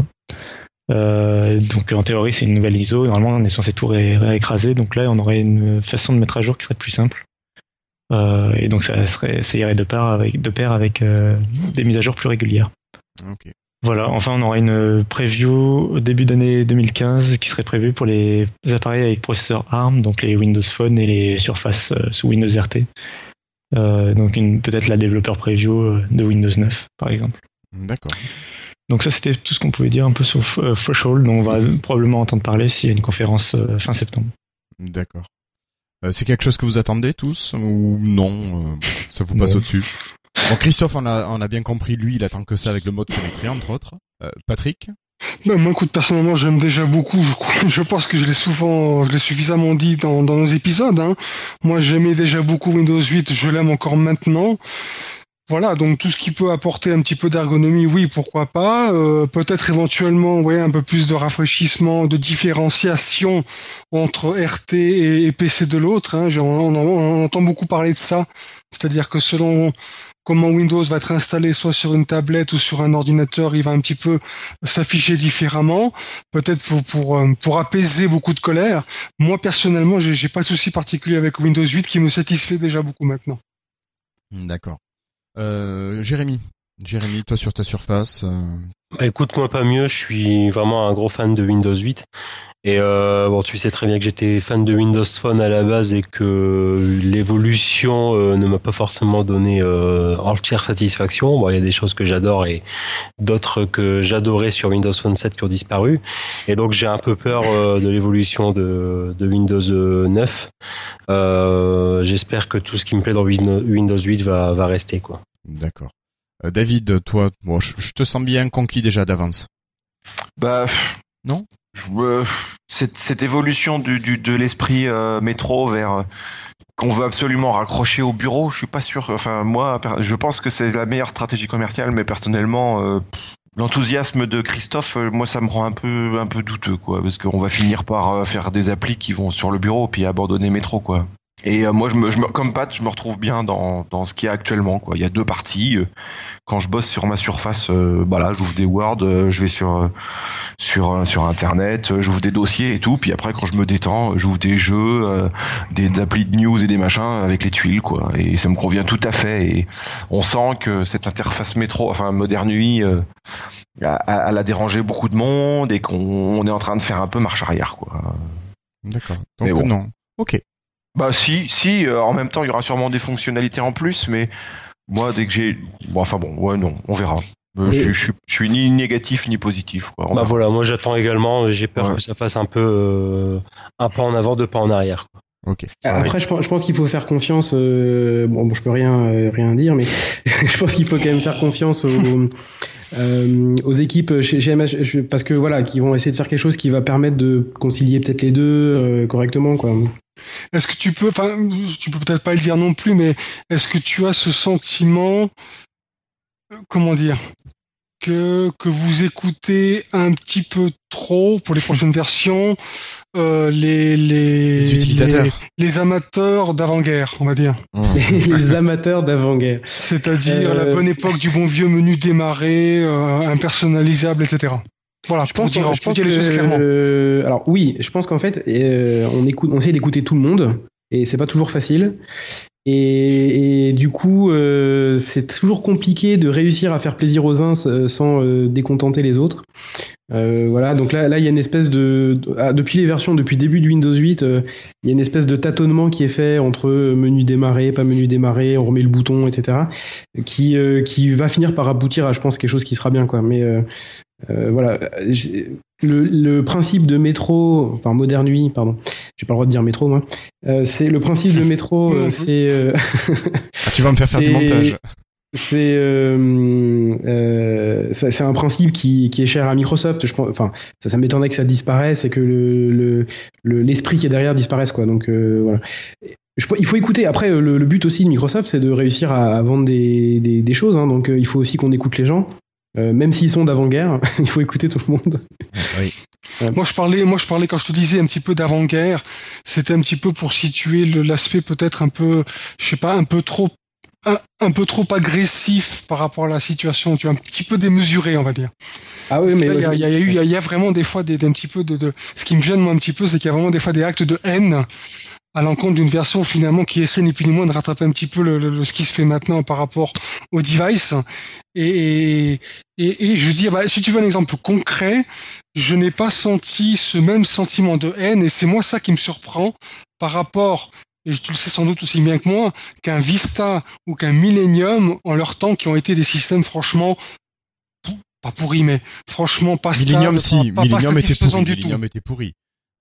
Donc en théorie c'est une nouvelle ISO. Normalement on est censé tout réécraser, donc là on aurait une façon de mettre à jour qui serait plus simple. Et donc ça irait de pair avec des mises à jour plus régulières. Ok. Voilà, enfin on aura une preview au début d'année 2015 qui serait prévue pour les appareils avec processeur ARM, donc les Windows Phone et les Surface sous Windows RT. Donc peut-être la développeur preview de Windows 9 par exemple. D'accord. Donc ça c'était tout ce qu'on pouvait dire un peu sur Threshold, dont on va probablement entendre parler s'il y a une conférence fin septembre. D'accord. C'est quelque chose que vous attendez tous ou non ça vous passe au-dessus? Bon, Christophe, on a bien compris, lui, il attend que ça avec le mode fenêtré, entre autres. Patrick? Moi, écoute, personnellement, j'aime déjà beaucoup. Je pense que je l'ai suffisamment dit dans nos épisodes. Hein. Moi, j'aimais déjà beaucoup Windows 8, je l'aime encore maintenant. Voilà, donc tout ce qui peut apporter un petit peu d'ergonomie, oui, pourquoi pas. Peut-être éventuellement, un peu plus de rafraîchissement, de différenciation entre RT et PC de l'autre. Hein. On entend beaucoup parler de ça. C'est-à-dire que selon comment Windows va être installé, soit sur une tablette ou sur un ordinateur, il va un petit peu s'afficher différemment. Peut-être pour apaiser beaucoup de colère. Moi, personnellement, j'ai pas de souci particulier avec Windows 8 qui me satisfait déjà beaucoup maintenant. D'accord. Jérémy, toi sur ta Surface. Écoute, moi pas mieux, je suis vraiment un gros fan de Windows 8. Et tu sais très bien que j'étais fan de Windows Phone à la base et que l'évolution ne m'a pas forcément donné entière satisfaction. Bon, il y a des choses que j'adore et d'autres que j'adorais sur Windows Phone 7 qui ont disparu. Et donc j'ai un peu peur de l'évolution de Windows 9. J'espère que tout ce qui me plaît dans Windows 8 va rester, quoi. D'accord. David, toi, bon, je te sens bien conquis déjà d'avance. Non? Cette évolution de l'esprit métro vers qu'on veut absolument raccrocher au bureau, je suis pas sûr. Enfin, moi, je pense que c'est la meilleure stratégie commerciale, mais personnellement, l'enthousiasme de Christophe, moi, ça me rend un peu douteux, quoi, parce qu'on va finir par faire des applis qui vont sur le bureau puis abandonner métro, quoi. Et moi, comme Pat, je me retrouve bien dans ce qu'il y a actuellement, quoi. Il y a deux parties. Quand je bosse sur ma Surface, j'ouvre des Word, je vais sur Internet, j'ouvre des dossiers et tout. Puis après, quand je me détends, j'ouvre des jeux, des applis de news et des machins avec les tuiles, quoi. Et ça me convient tout à fait. Et on sent que cette interface métro, enfin Modern UI, elle a dérangé beaucoup de monde et qu'on est en train de faire un peu marche arrière, quoi. D'accord. Donc bon. Non. Ok. Si, en même temps, il y aura sûrement des fonctionnalités en plus, mais moi, dès que j'ai... non, on verra. Je suis ni négatif ni positif, quoi. Voilà, moi j'attends également, j'ai peur que ça fasse un peu un pas en avant, deux pas en arrière, quoi. Ok. Après, je pense qu'il faut faire confiance. Je peux rien dire, mais je pense qu'il faut quand même faire confiance aux équipes chez MS, parce que qui vont essayer de faire quelque chose qui va permettre de concilier peut-être les deux correctement, quoi. Est-ce que tu peux peut-être pas le dire non plus, mais est-ce que tu as ce sentiment, comment dire, que vous écoutez un petit peu trop pour les prochaines versions les utilisateurs, les amateurs d'avant-guerre, on va dire. Les amateurs d'avant-guerre. C'est-à-dire la bonne époque du bon vieux menu démarré, impersonnalisable, etc. Voilà, je pense qu'il y a les choses clairement. Alors oui, je pense qu'en fait, on essaie d'écouter tout le monde et c'est pas toujours facile. Et du coup, c'est toujours compliqué de réussir à faire plaisir aux uns sans décontenter les autres. Donc là, il y a une espèce depuis les versions, depuis le début de Windows 8, il y a une espèce de tâtonnement qui est fait entre menu démarrer, pas menu démarrer, on remet le bouton, etc. qui va finir par aboutir à, je pense, quelque chose qui sera bien, quoi. Mais le principe de métro, enfin Modern UI, pardon, j'ai pas le droit de dire métro, moi. C'est le principe de métro, c'est. Tu vas me faire du montage. C'est un principe qui est cher à Microsoft. Je pense, enfin, ça m'étonnerait que ça disparaisse et que l'esprit qui est derrière disparaisse, quoi. Donc voilà. Il faut écouter. Après, le but aussi de Microsoft, c'est de réussir à vendre des choses. Hein, donc il faut aussi qu'on écoute les gens. Même s'ils sont d'avant-guerre, il faut écouter tout le monde. Oui. Moi je parlais quand je te disais un petit peu d'avant-guerre, c'était un petit peu pour situer l'aspect peut-être un peu, je sais pas, un peu trop agressif par rapport à la situation, tu vois, un petit peu démesuré, on va dire. Ah oui, mais il y a vraiment des fois d'un petit peu ce qui me gêne moi un petit peu, c'est qu'il y a vraiment des fois des actes de haine à l'encontre d'une version finalement qui essaie ni plus ni moins de rattraper un petit peu ce qui se fait maintenant par rapport au device. Et je veux dire, si tu veux un exemple concret, je n'ai pas senti ce même sentiment de haine, et c'est moi ça qui me surprend par rapport, et tu le sais sans doute aussi bien que moi, qu'un Vista ou qu'un Millennium en leur temps, qui ont été des systèmes franchement pas pourris, mais franchement pas Millennium, stables, pas satisfaisants du tout. Millennium était pourri.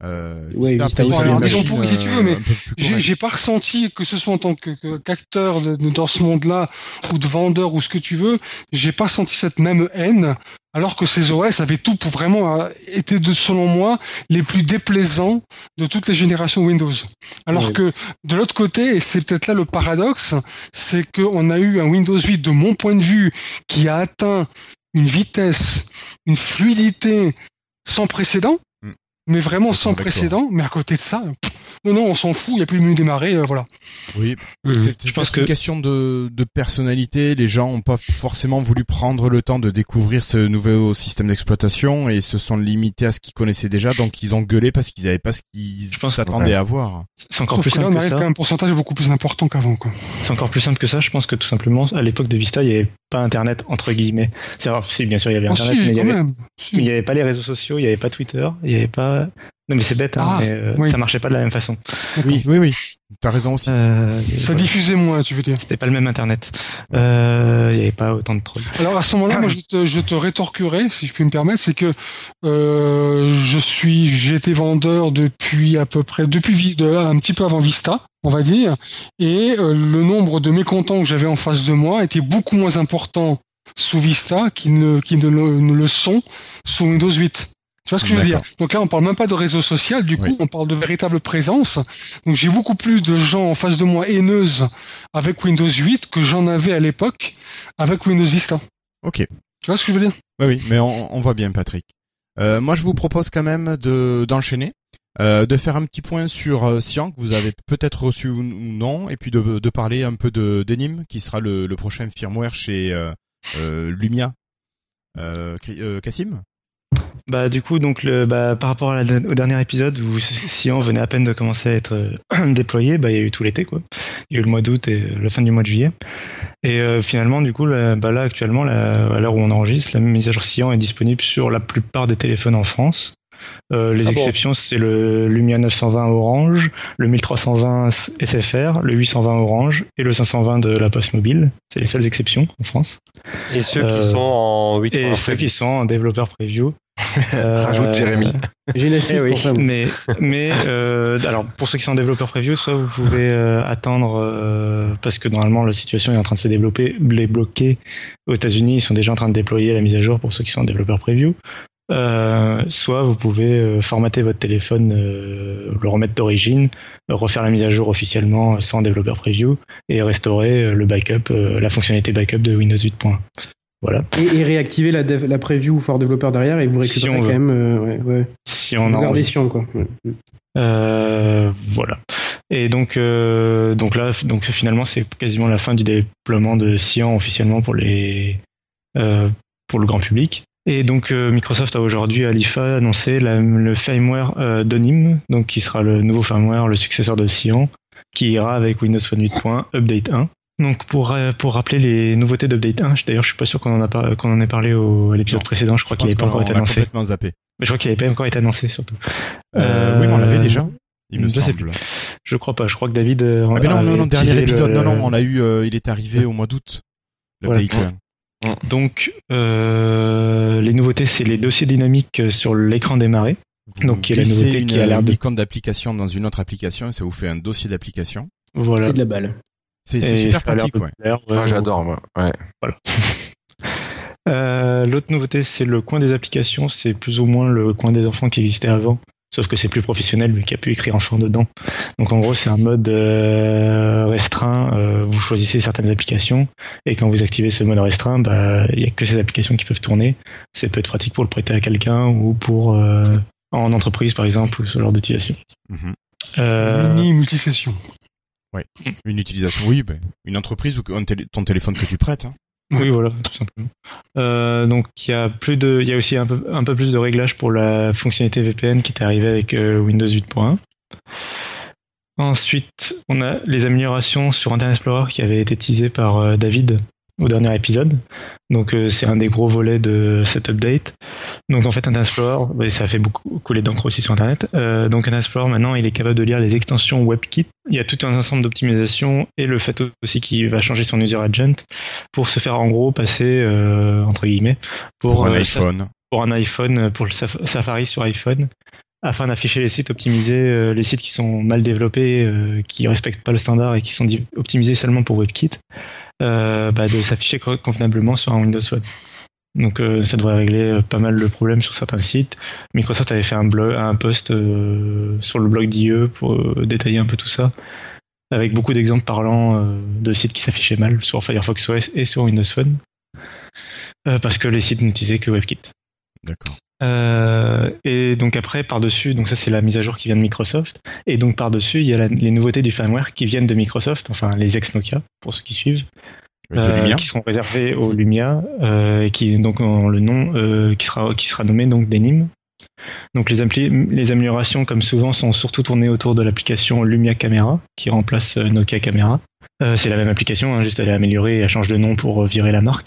Disons pourri si tu veux, mais j'ai pas ressenti, que ce soit en tant qu'acteur dans ce monde-là, ou de vendeur, ou ce que tu veux, j'ai pas senti cette même haine, alors que ces OS avaient tout pour vraiment été, selon moi, les plus déplaisants de toutes les générations Windows. Alors que, de l'autre côté, et c'est peut-être là le paradoxe, c'est qu'on a eu un Windows 8, de mon point de vue, qui a atteint une vitesse, une fluidité sans précédent, mais vraiment sans précédent, mais à côté de ça, non, on s'en fout, il n'y a plus de menu démarrer, voilà. Oui, je pense que une question de personnalité, les gens n'ont pas forcément voulu prendre le temps de découvrir ce nouveau système d'exploitation et se sont limités à ce qu'ils connaissaient déjà, donc ils ont gueulé parce qu'ils n'avaient pas ce qu'ils s'attendaient à voir. C'est encore plus simple on arrive qu'à un pourcentage beaucoup plus important qu'avant, quoi. C'est encore plus simple que ça, je pense que tout simplement, à l'époque de Vista, il n'y avait pas Internet, entre guillemets. Si, bien sûr, il y avait Internet, mais il n'y avait pas les réseaux sociaux, il n'y avait pas Twitter, il n'y avait pas... Non mais c'est bête, mais ça marchait pas de la même façon. Oui, t'as raison aussi. Ça diffusait moins, tu veux dire. C'était pas le même Internet. Il y avait pas autant de trolls. Alors à ce moment-là, moi je te rétorquerai, si je puis me permettre, c'est que j'ai été vendeur depuis un petit peu avant Vista, on va dire, et le nombre de mécontents que j'avais en face de moi était beaucoup moins important sous Vista qu'ils ne le sont sous Windows 8. Tu vois ce que je veux dire? Donc là, on parle même pas de réseau social, du coup, on parle de véritable présence. Donc j'ai beaucoup plus de gens en face de moi haineuses avec Windows 8 que j'en avais à l'époque avec Windows Vista. Ok. Tu vois ce que je veux dire? Oui, mais on voit bien, Patrick. Moi, je vous propose quand même d'enchaîner, de faire un petit point sur Cyan, que vous avez peut-être reçu ou non, et puis de parler un peu d'Enim, qui sera le prochain firmware chez Lumia. Cassim? Bah du coup donc par rapport au dernier épisode où Cyan venait à peine de commencer à être déployé, il y a eu tout l'été quoi. Il y a eu le mois d'août et la fin du mois de juillet. Et finalement du coup là actuellement à l'heure où on enregistre, la mise à jour Cyan est disponible sur la plupart des téléphones en France. Les exceptions c'est le Lumia 920 Orange, le 1320 SFR, le 820 Orange et le 520 de la Poste Mobile. C'est les seules exceptions en France. Et ceux qui sont en 8. Et ceux qui sont en développeur preview. Rajoute Jérémy. J'ai une astuce pour ça. Mais alors pour ceux qui sont en développeur preview, soit vous pouvez attendre parce que normalement la situation est en train de se développer, les bloqués aux États-Unis, ils sont déjà en train de déployer la mise à jour pour ceux qui sont en développeur preview. Soit vous pouvez formater votre téléphone, le remettre d'origine, refaire la mise à jour officiellement sans développeur preview et restaurer le backup, la fonctionnalité backup de Windows 8.1. Voilà. Et réactiver la preview for développeur derrière et vous récupérez quand même. Si on vous gardez Cyan quoi. Voilà. Et donc finalement c'est quasiment la fin du déploiement de Cyan officiellement pour le grand public. Et donc Microsoft a aujourd'hui à l'IFA annoncé le firmware d'Onim, donc qui sera le nouveau firmware, le successeur de Cyan, qui ira avec Windows Phone 8.1 Update 1. Donc pour rappeler les nouveautés d'Update 1, d'ailleurs je suis pas sûr qu'on en ait parlé à l'épisode précédent, je crois qu'il n'avait pas encore été annoncé. Complètement zappé. Mais je crois qu'il n'avait pas encore été annoncé surtout. Oui, mais on l'avait déjà. Il me semble. Je crois pas. Je crois que David. non, dernier épisode. Non, on l'a eu. Il est arrivé au mois d'août. L'Update 1. Donc les nouveautés, c'est les dossiers dynamiques sur l'écran démarré. Donc qui est la nouveauté qui a l'air de. Une icône d'application dans une autre application et ça vous fait un dossier d'application. Voilà. C'est de la balle. C'est super pratique, ouais. J'adore, moi. Ouais. Voilà. L'autre nouveauté, c'est le coin des applications. C'est plus ou moins le coin des enfants qui existait avant, Sauf que c'est plus professionnel vu qu'il y a pu écrire enfant dedans. Donc en gros, c'est un mode restreint. Vous choisissez certaines applications et quand vous activez ce mode restreint, il y a que ces applications qui peuvent tourner. Ça peut être pratique pour le prêter à quelqu'un ou pour en entreprise par exemple ou ce genre d'utilisation. Mini multifonction. Ouais. Une utilisation, oui, une entreprise ou ton téléphone que tu prêtes. Hein. Oui, voilà, tout simplement. Donc il y a aussi un peu plus de réglages pour la fonctionnalité VPN qui est arrivée avec Windows 8.1. Ensuite, on a les améliorations sur Internet Explorer qui avaient été teasées par David au dernier épisode. Donc c'est un des gros volets de cette update. Donc en fait Internet Explorer, ça a fait beaucoup couler d'encre aussi sur Internet. Donc Internet Explorer maintenant il est capable de lire les extensions WebKit. Il y a tout un ensemble d'optimisations et le fait aussi qu'il va changer son user agent pour se faire en gros passer entre guillemets pour un iPhone. Pour un iPhone, pour le Safari sur iPhone, afin d'afficher les sites optimisés, les sites qui sont mal développés, qui respectent pas le standard et qui sont optimisés seulement pour WebKit. De s'afficher convenablement sur un Windows Phone. Donc ça devrait régler pas mal le problème sur certains sites. Microsoft avait fait un post sur le blog d'IE pour détailler un peu tout ça, avec beaucoup d'exemples parlants de sites qui s'affichaient mal sur Firefox OS et sur Windows Phone, parce que les sites n'utilisaient que WebKit. D'accord. Et donc après, par-dessus, donc ça c'est la mise à jour qui vient de Microsoft, et donc par-dessus, il y a les nouveautés du firmware qui viennent de Microsoft, enfin les ex-Nokia, pour ceux qui suivent, qui seront réservés au Lumia, et qui donc ont le nom qui sera nommé donc Denim. Donc les améliorations, comme souvent, sont surtout tournées autour de l'application Lumia Camera, qui remplace Nokia Camera. C'est la même application, juste elle est améliorée et elle change de nom pour virer la marque.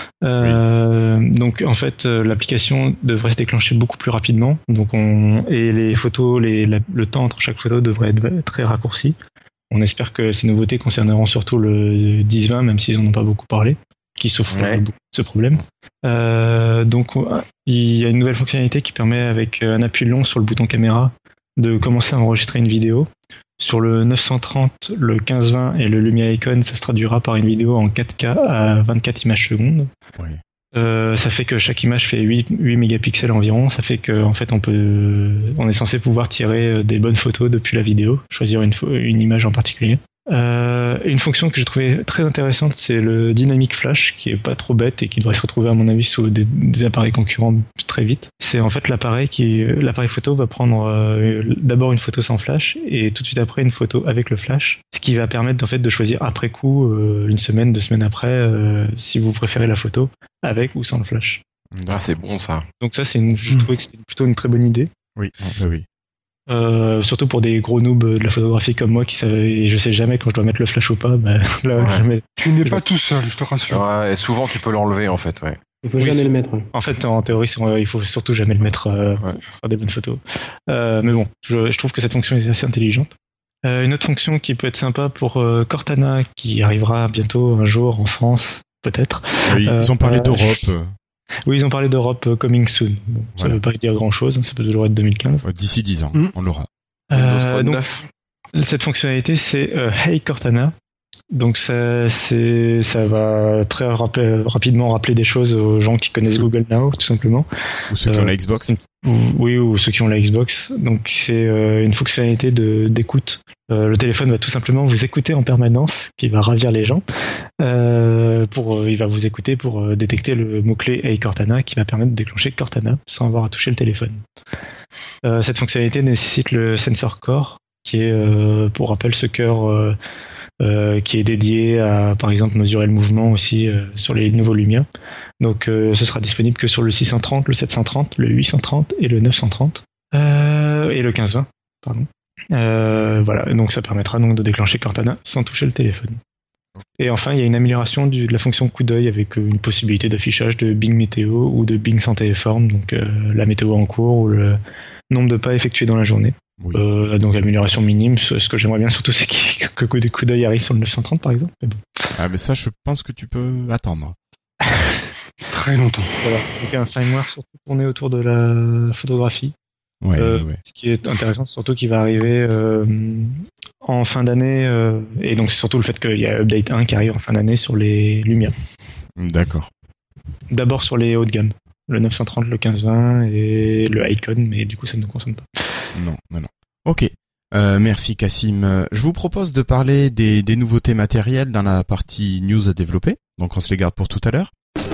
Donc en fait, l'application devrait se déclencher beaucoup plus rapidement. Donc et les photos, le temps entre chaque photo devrait être très raccourci. On espère que ces nouveautés concerneront surtout le 10-20, même s'ils n'en ont pas beaucoup parlé, qui souffrent beaucoup de ce problème. Donc il y a une nouvelle fonctionnalité qui permet, avec un appui long sur le bouton caméra, de commencer à enregistrer une vidéo. Sur le 930, le 1520 et le Lumia Icon, ça se traduira par une vidéo en 4K à 24 images secondes. Ça fait que chaque image fait 8 mégapixels environ. Ça fait que en fait on est censé pouvoir tirer des bonnes photos depuis la vidéo, choisir une image en particulier. Une fonction que j'ai trouvée très intéressante, c'est le Dynamic Flash, qui est pas trop bête et qui devrait se retrouver à mon avis sous des appareils concurrents très vite. C'est en fait l'appareil photo va prendre d'abord une photo sans flash et tout de suite après une photo avec le flash, ce qui va permettre en fait de choisir après coup, une semaine, 2 semaines après, si vous préférez la photo avec ou sans le flash. Ah, c'est bon ça. Donc ça, je trouvais que c'était plutôt une très bonne idée. Oui. Surtout pour des gros noobs de la photographie comme moi je sais jamais quand je dois mettre le flash ou pas. Tu n'es pas tout seul, je te rassure. Ouais, et souvent tu peux l'enlever en fait. Ouais. Il faut jamais le mettre. En fait, en théorie, il faut surtout jamais le mettre pour faire des bonnes photos. Mais bon, je trouve que cette fonction est assez intelligente. Une autre fonction qui peut être sympa pour Cortana, qui arrivera bientôt un jour en France, peut-être. Ils ont parlé d'Europe. Oui, ils ont parlé d'Europe coming soon. Bon, ça ne veut pas dire grand-chose, ça peut toujours être 2015. D'ici 10 ans, on l'aura. Donc, cette fonctionnalité, c'est Hey Cortana. Donc ça va très rapidement rappeler des choses aux gens qui connaissent Google Now, tout simplement. Ou ceux qui ont la Xbox. Ou ceux qui ont la Xbox. Donc c'est une fonctionnalité d'écoute. Le téléphone va tout simplement vous écouter en permanence, qui va ravir les gens. Il va vous écouter pour détecter le mot-clé Hey Cortana, qui va permettre de déclencher Cortana sans avoir à toucher le téléphone. Cette fonctionnalité nécessite le Sensor Core, qui est, pour rappel, ce cœur qui est dédié à, par exemple, mesurer le mouvement aussi sur les nouveaux Lumia. Donc ce sera disponible que sur le 630, le 730, le 830 et le 930 et le 1520, pardon. Voilà, donc ça permettra donc de déclencher Cortana sans toucher le téléphone. Et enfin, il y a une amélioration de la fonction coup d'œil avec une possibilité d'affichage de Bing Météo ou de Bing Santé et Forme, donc la météo en cours ou le nombre de pas effectués dans la journée. Oui. Donc amélioration minime. Ce que j'aimerais bien surtout, c'est que des coups d'œil arrivent sur le 930 par exemple. Mais bon. Ah mais ça, je pense que tu peux attendre. Très longtemps. Voilà. Donc un firmware surtout tourné autour de la photographie. Ouais. Ce qui est intéressant, surtout qu'il va arriver en fin d'année, et donc c'est surtout le fait qu'il y a Update 1 qui arrive en fin d'année sur les Lumia. D'accord. D'abord sur les hauts de gamme, le 930, le 1520 et le Icon, mais du coup ça ne nous concerne pas. Non. Ok. Merci Cassim. Je vous propose de parler des nouveautés matérielles dans la partie news à développer. Donc on se les garde pour tout à l'heure.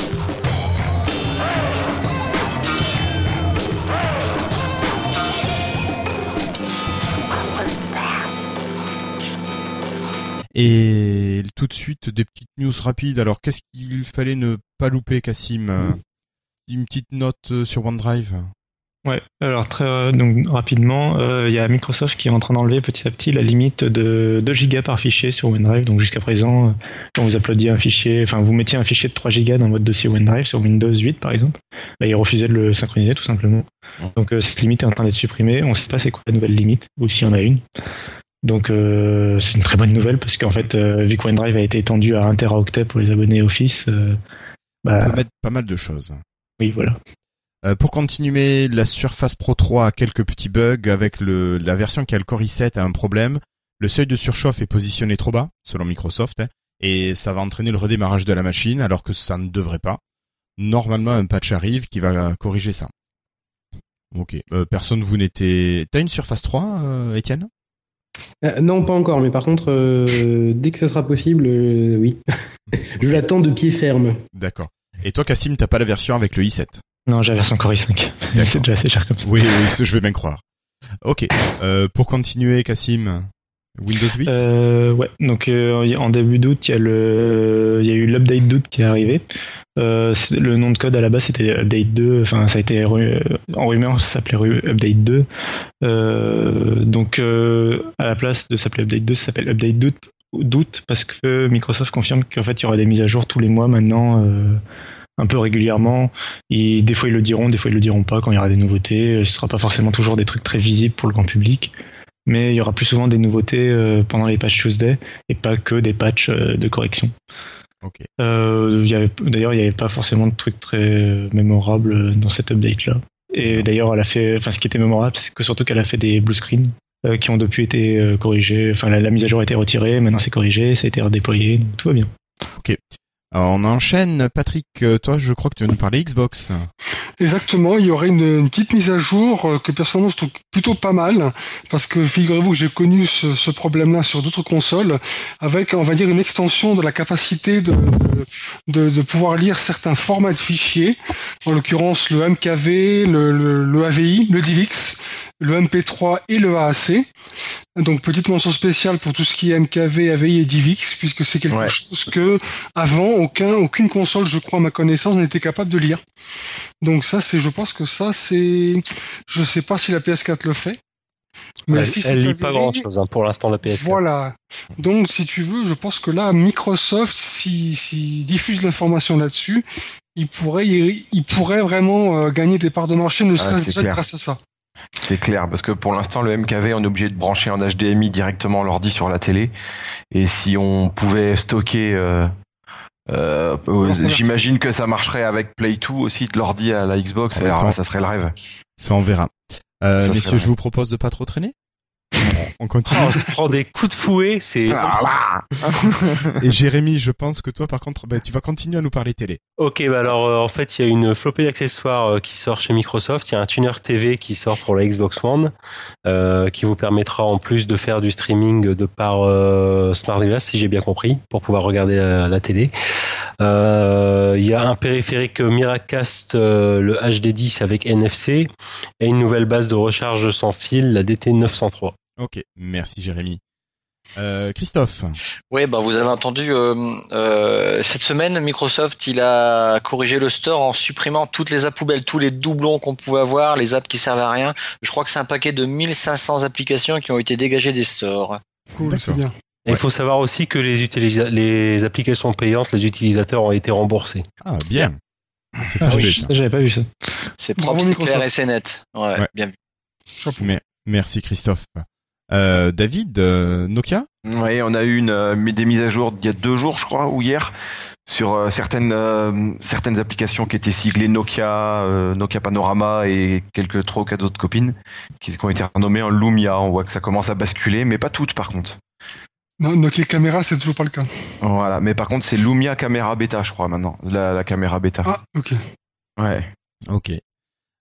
Et tout de suite, des petites news rapides. Alors, qu'est-ce qu'il fallait ne pas louper, Cassim? Une petite note sur OneDrive. Ouais, alors donc rapidement, il y a Microsoft qui est en train d'enlever petit à petit la limite de 2 gigas par fichier sur OneDrive. Donc jusqu'à présent, quand vous uploadiez un fichier, enfin vous mettiez un fichier de 3 gigas dans votre dossier OneDrive sur Windows 8 par exemple, là il refusait de le synchroniser tout simplement. Donc cette limite est en train d'être supprimée. On ne sait pas c'est quoi la nouvelle limite, ou s'il y en a une. Donc c'est une très bonne nouvelle parce qu'en fait, vu que OneDrive a été étendu à 1 teraoctet pour les abonnés Office, on peut mettre pas mal de choses. Oui, voilà. Pour continuer, la Surface Pro 3 a quelques petits bugs avec la version qui a le Core i7 a un problème. Le seuil de surchauffe est positionné trop bas, selon Microsoft, et ça va entraîner le redémarrage de la machine alors que ça ne devrait pas. Normalement, un patch arrive qui va corriger ça. Ok. Personne vous n'était... T'as une Surface 3, Étienne? Non, pas encore, mais par contre, dès que ça sera possible, oui. Je l'attends de pied ferme. D'accord. Et toi, Cassim, t'as pas la version avec le i7? Non, j'ai la version Core i5. C'est déjà assez cher comme ça. Oui, je vais bien croire. Ok. Pour continuer, Cassim, Windows 8? Ouais. Donc en début d'août, il y a eu l'update d'août qui est arrivé. Le nom de code à la base c'était Update 2. Enfin, ça a été en rumeur, ça s'appelait Update 2. Donc à la place de s'appeler Update 2, ça s'appelle Update d'août parce que Microsoft confirme qu'en fait il y aura des mises à jour tous les mois maintenant. Un peu régulièrement. Des fois ils le diront, des fois ils le diront pas quand il y aura des nouveautés. Ce sera pas forcément toujours des trucs très visibles pour le grand public, mais il y aura plus souvent des nouveautés pendant les patch Tuesday et pas que des patchs de correction. Okay. D'ailleurs, il n'y avait pas forcément de trucs très mémorables dans cette update-là. Et d'ailleurs, ce qui était mémorable, c'est que surtout qu'elle a fait des blue screens qui ont depuis été corrigés. Enfin, la mise à jour a été retirée, maintenant c'est corrigé, ça a été redéployé, donc tout va bien. Ok. Alors, on enchaîne. Patrick, toi, je crois que tu vas nous parler Xbox. Exactement, il y aurait une petite mise à jour que personnellement je trouve plutôt pas mal, parce que figurez-vous que j'ai connu ce problème-là sur d'autres consoles, avec, on va dire, une extension de la capacité de pouvoir lire certains formats de fichiers, en l'occurrence le MKV, le AVI, le DivX, le MP3 et le AAC. Donc petite mention spéciale pour tout ce qui est MKV, AVI et DivX, puisque c'est quelque chose que avant aucune console, je crois à ma connaissance, n'était capable de lire. Donc ça, je pense que ça, je sais pas si la PS4 le fait. Mais elle lit pas grand chose pour l'instant la PS4. Voilà. Donc si tu veux, je pense que là, Microsoft, s'il diffuse l'information là-dessus, il pourrait vraiment gagner des parts de marché, ne serait-ce déjà grâce à ça. C'est clair, parce que pour l'instant, le MKV, on est obligé de brancher en HDMI directement l'ordi sur la télé. Et si on pouvait stocker... j'imagine que ça marcherait avec Play 2 aussi, de l'ordi à la Xbox, ça serait le rêve. Ça, on verra. Messieurs, je vous propose de pas trop traîner. On continue. On se prend des coups de fouet, c'est... Et Jérémy, je pense que toi, par contre, tu vas continuer à nous parler télé. Ok, alors en fait, il y a une flopée d'accessoires qui sort chez Microsoft. Il y a un tuner TV qui sort pour la Xbox One, qui vous permettra en plus de faire du streaming de par Smart Glass, si j'ai bien compris, pour pouvoir regarder la télé. Il y a un périphérique Miracast, le HD10 avec NFC, et une nouvelle base de recharge sans fil, la DT903. Ok, merci Jérémy. Christophe. Oui, vous avez entendu, cette semaine, Microsoft, il a corrigé le store en supprimant toutes les apps poubelles, tous les doublons qu'on pouvait avoir, les apps qui servent à rien. Je crois que c'est un paquet de 1500 applications qui ont été dégagées des stores. Cool, c'est bien. Et il faut savoir aussi que les applications payantes, les utilisateurs ont été remboursés. Ah, bien. C'est fabuleux, ça. J'avais pas vu ça. C'est propre, c'est clair et c'est net. Ouais. Bien vu. Merci Christophe. David, Nokia? Oui, on a eu des mises à jour il y a 2 jours, je crois, ou hier, sur certaines applications qui étaient siglées Nokia, Nokia Panorama et quelques 3 ou 4 autres copines qui ont été renommées en Lumia. On voit que ça commence à basculer, mais pas toutes par contre. Non, Nokia Caméra, c'est toujours pas le cas. Voilà, mais par contre c'est Lumia Caméra Beta, je crois maintenant, la caméra bêta. Ah, ok. Ouais. Ok.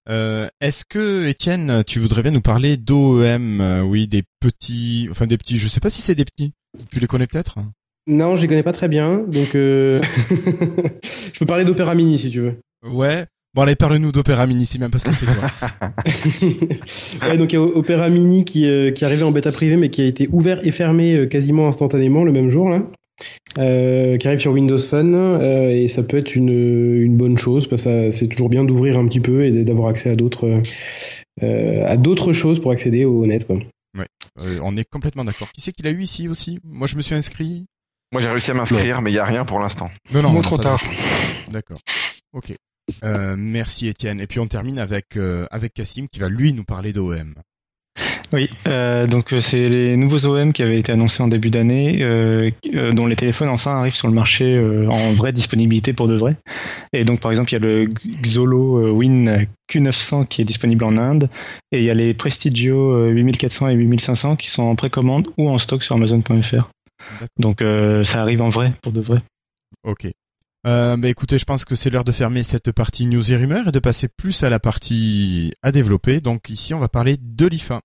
Est-ce que, Étienne, tu voudrais bien nous parler d'OEM, oui, des petits, je sais pas si c'est des petits. Tu les connais peut-être? Non, je les connais pas très bien, donc je peux parler d'Opera Mini si tu veux. Ouais. Bon, allez, parle-nous d'Opera Mini, si même parce que c'est toi. Ouais, donc il y a Opera Mini qui est arrivé en bêta privée, mais qui a été ouvert et fermé quasiment instantanément le même jour, là. Qui arrive sur Windows Phone, et ça peut être une bonne chose, parce que c'est toujours bien d'ouvrir un petit peu et d'avoir accès à d'autres choses pour accéder au net, quoi. Ouais, on est complètement d'accord. Qui c'est qui l'a eu ici aussi? Moi, je me suis inscrit. Moi, j'ai réussi à m'inscrire, mais il n'y a rien pour l'instant. Non, trop tard. D'accord. Ok. Merci Étienne. Et puis on termine avec Cassim qui va lui nous parler d'OEM. Oui, donc c'est les nouveaux OEM qui avaient été annoncés en début d'année, dont les téléphones enfin arrivent sur le marché en vraie disponibilité pour de vrai. Et donc par exemple il y a le Xolo Win Q900 qui est disponible en Inde, et il y a les Prestigio 8400 et 8500 qui sont en précommande ou en stock sur Amazon.fr. Donc ça arrive en vrai pour de vrai. Ok. Écoutez, je pense que c'est l'heure de fermer cette partie news et rumeurs et de passer plus à la partie à développer. Donc ici, on va parler de l'IFA.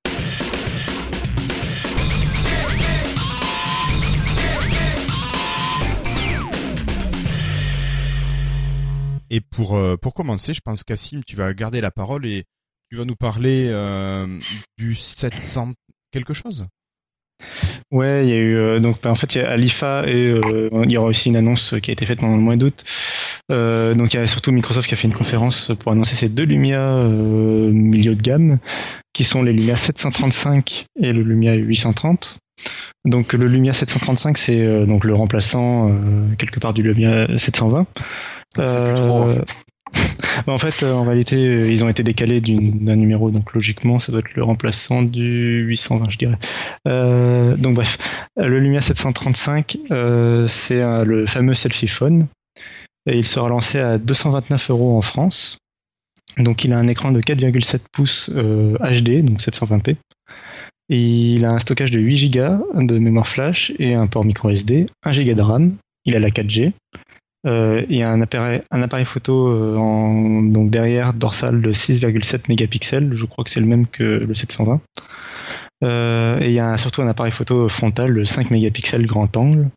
Et pour commencer, je pense Cassim, tu vas garder la parole et tu vas nous parler du 700 quelque chose. Ouais, il y a eu en fait il y a à l'IFA et il y aura aussi une annonce qui a été faite pendant le mois d'août. Donc il y a surtout Microsoft qui a fait une conférence pour annoncer ces deux Lumia milieu de gamme, qui sont les Lumia 735 et le Lumia 830. Donc le Lumia 735 c'est donc le remplaçant quelque part du Lumia 720. C'est plus trop. En fait, en réalité, ils ont été décalés d'un numéro, donc logiquement, ça doit être le remplaçant du 820, je dirais. Donc bref, le Lumia 735, c'est le fameux selfie phone, et il sera lancé à 229 € en France. Donc il a un écran de 4,7 pouces HD, donc 720p. Et il a un stockage de 8 Go de mémoire flash et un port micro SD, 1 Go de RAM. Il a la 4G. Il y a un appareil photo donc derrière dorsal de 6,7 mégapixels, je crois que c'est le même que le 720. Et il y a surtout un appareil photo frontal de 5 mégapixels grand angle.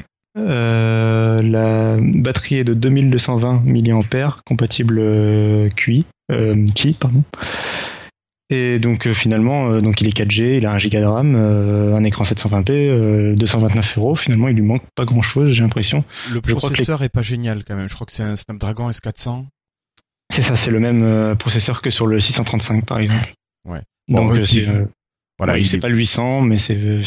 La batterie est de 2220 mAh, compatible QI, pardon. Et donc finalement, donc il est 4G, il a 1 Go de RAM, un écran 720p, 229 €. Finalement, il lui manque pas grand-chose, j'ai l'impression. Le processeur est pas génial quand même. Je crois que c'est un Snapdragon S400. C'est ça, c'est le même processeur que sur le 635 par exemple. Ouais. Donc voilà, c'est pas le 800, mais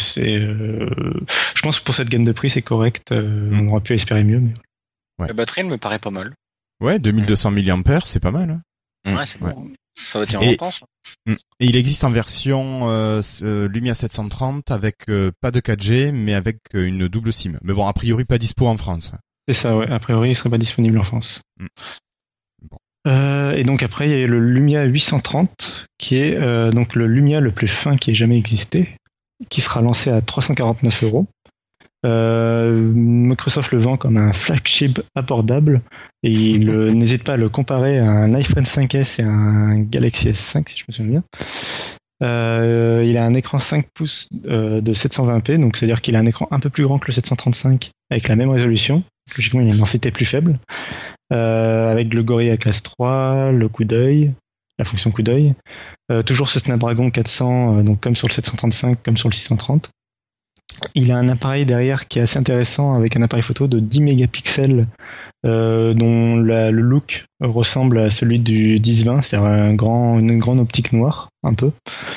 je pense que pour cette gamme de prix, c'est correct. On aurait pu espérer mieux. Mais... Ouais. La batterie, elle me paraît pas mal. Ouais, 2200 mAh, c'est pas mal. Hein. Ouais, c'est bon. Ouais. Ça va tenir longtemps, ça. Et il existe en version Lumia 730 avec pas de 4G, mais avec une double SIM. Mais bon, a priori, pas dispo en France. C'est ça, ouais. A priori, il serait pas disponible en France. Bon. Et donc après, il y a le Lumia 830, qui est donc le Lumia le plus fin qui ait jamais existé, qui sera lancé à 349 €. Microsoft le vend comme un flagship abordable et il n'hésite pas à le comparer à un iPhone 5S et un Galaxy S5 si je me souviens bien. Il a un écran 5 pouces de 720p, donc c'est-à-dire qu'il a un écran un peu plus grand que le 735 avec la même résolution. Logiquement, il a une densité plus faible, avec le Gorilla Glass 3, le coup d'œil, la fonction coup d'œil. Toujours ce Snapdragon 400, donc comme sur le 735, comme sur le 630. Il a un appareil derrière qui est assez intéressant avec un appareil photo de 10 mégapixels dont le look ressemble à celui du 10-20, c'est-à-dire une grande optique noire, un peu.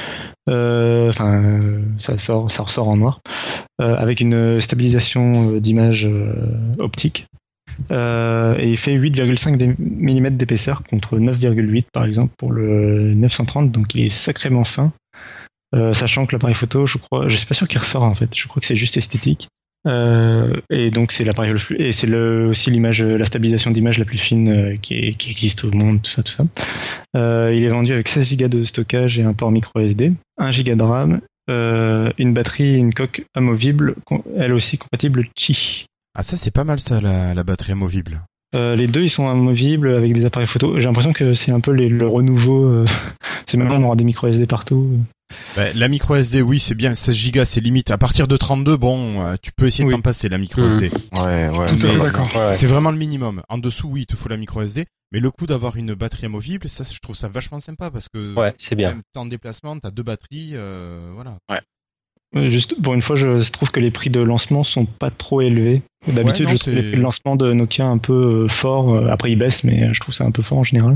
Ça ressort en noir, avec une stabilisation d'image optique. Et il fait 8,5 mm d'épaisseur contre 9,8 par exemple pour le 930, donc il est sacrément fin. Sachant que l'appareil photo, je suis pas sûr qu'il ressort en fait. Je crois que c'est juste esthétique. Et donc c'est l'appareil et c'est aussi l'image, la stabilisation d'image la plus fine qui existe au monde, tout ça. Il est vendu avec 16 Go de stockage et un port micro SD, 1 Go de RAM, une batterie, une coque amovible, elle aussi compatible Qi. Ah ça c'est pas mal ça, la batterie amovible. Les deux, ils sont amovibles avec des appareils photo. J'ai l'impression que c'est un peu le renouveau. C'est maintenant on aura des micro SD partout. La micro SD, oui, c'est bien. 16 Go, c'est limite. À partir de 32, bon, tu peux essayer de t'en passer la micro SD. Ouais. Tout à fait d'accord. Ouais. C'est vraiment le minimum. En dessous, oui, il te faut la micro SD. Mais le coup d'avoir une batterie amovible, ça, je trouve ça vachement sympa parce que Ouais, c'est bien. même en déplacement, t'as 2 batteries, voilà. Juste pour une fois, je trouve que les prix de lancement sont pas trop élevés. D'habitude, Ouais, non, je trouve les c'est- prix de lancement de Nokia un peu forts. Après, ils baissent, mais je trouve ça un peu fort en général.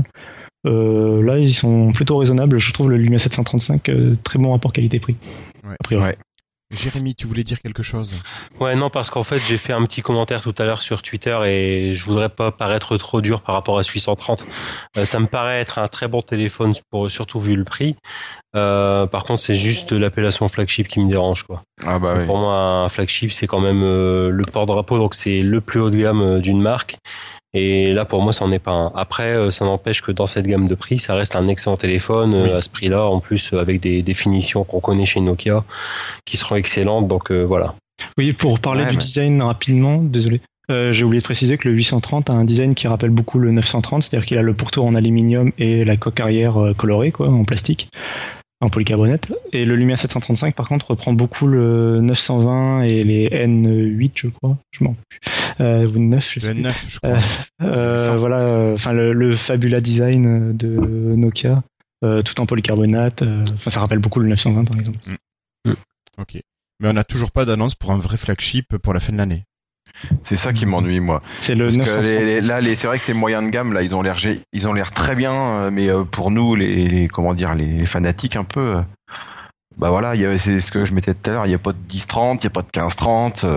Là, ils sont plutôt raisonnables. Je trouve le Lumia 735 très bon rapport qualité-prix. Ouais. A priori. Ouais. Jérémy, tu voulais dire quelque chose? Ouais, non, parce qu'en fait, j'ai fait un petit commentaire tout à l'heure sur Twitter et je voudrais pas paraître trop dur par rapport à ce 830. Ça me paraît être un très bon téléphone, surtout vu le prix. Par contre, c'est juste l'appellation flagship qui me dérange, quoi. Ah bah oui. Pour moi, un flagship, c'est quand même le porte-drapeau, donc c'est le plus haut de gamme d'une marque. Et là, pour moi, ça n'en est pas un. Après, ça n'empêche que dans cette gamme de prix, ça reste un excellent téléphone à ce prix-là, en plus avec des définitions qu'on connaît chez Nokia, qui seront excellentes. Donc voilà. Oui, pour parler du design rapidement, désolé. J'ai oublié de préciser que le 830 a un design qui rappelle beaucoup le 930, c'est-à-dire qu'il a le pourtour en aluminium et la coque arrière colorée, quoi, en plastique, en polycarbonate. Et le Lumia 735, par contre, reprend beaucoup le 920 et les N8, je crois. Je m'en rappelle plus. Ou 9, je sais Le plus. N9, je crois. Voilà, enfin le Fabula design de Nokia, tout en polycarbonate. Enfin, ça rappelle beaucoup le 920, par exemple. Ok. Mais on n'a toujours pas d'annonce pour un vrai flagship pour la fin de l'année. C'est ça qui m'ennuie, moi. C'est le Parce 930. que c'est vrai que ces moyens de gamme, là, ils ont l'air très bien, mais pour nous, les fanatiques un peu, bah voilà, c'est ce que je mettais tout à l'heure, il n'y a pas de 10-30, il n'y a pas de 15-30,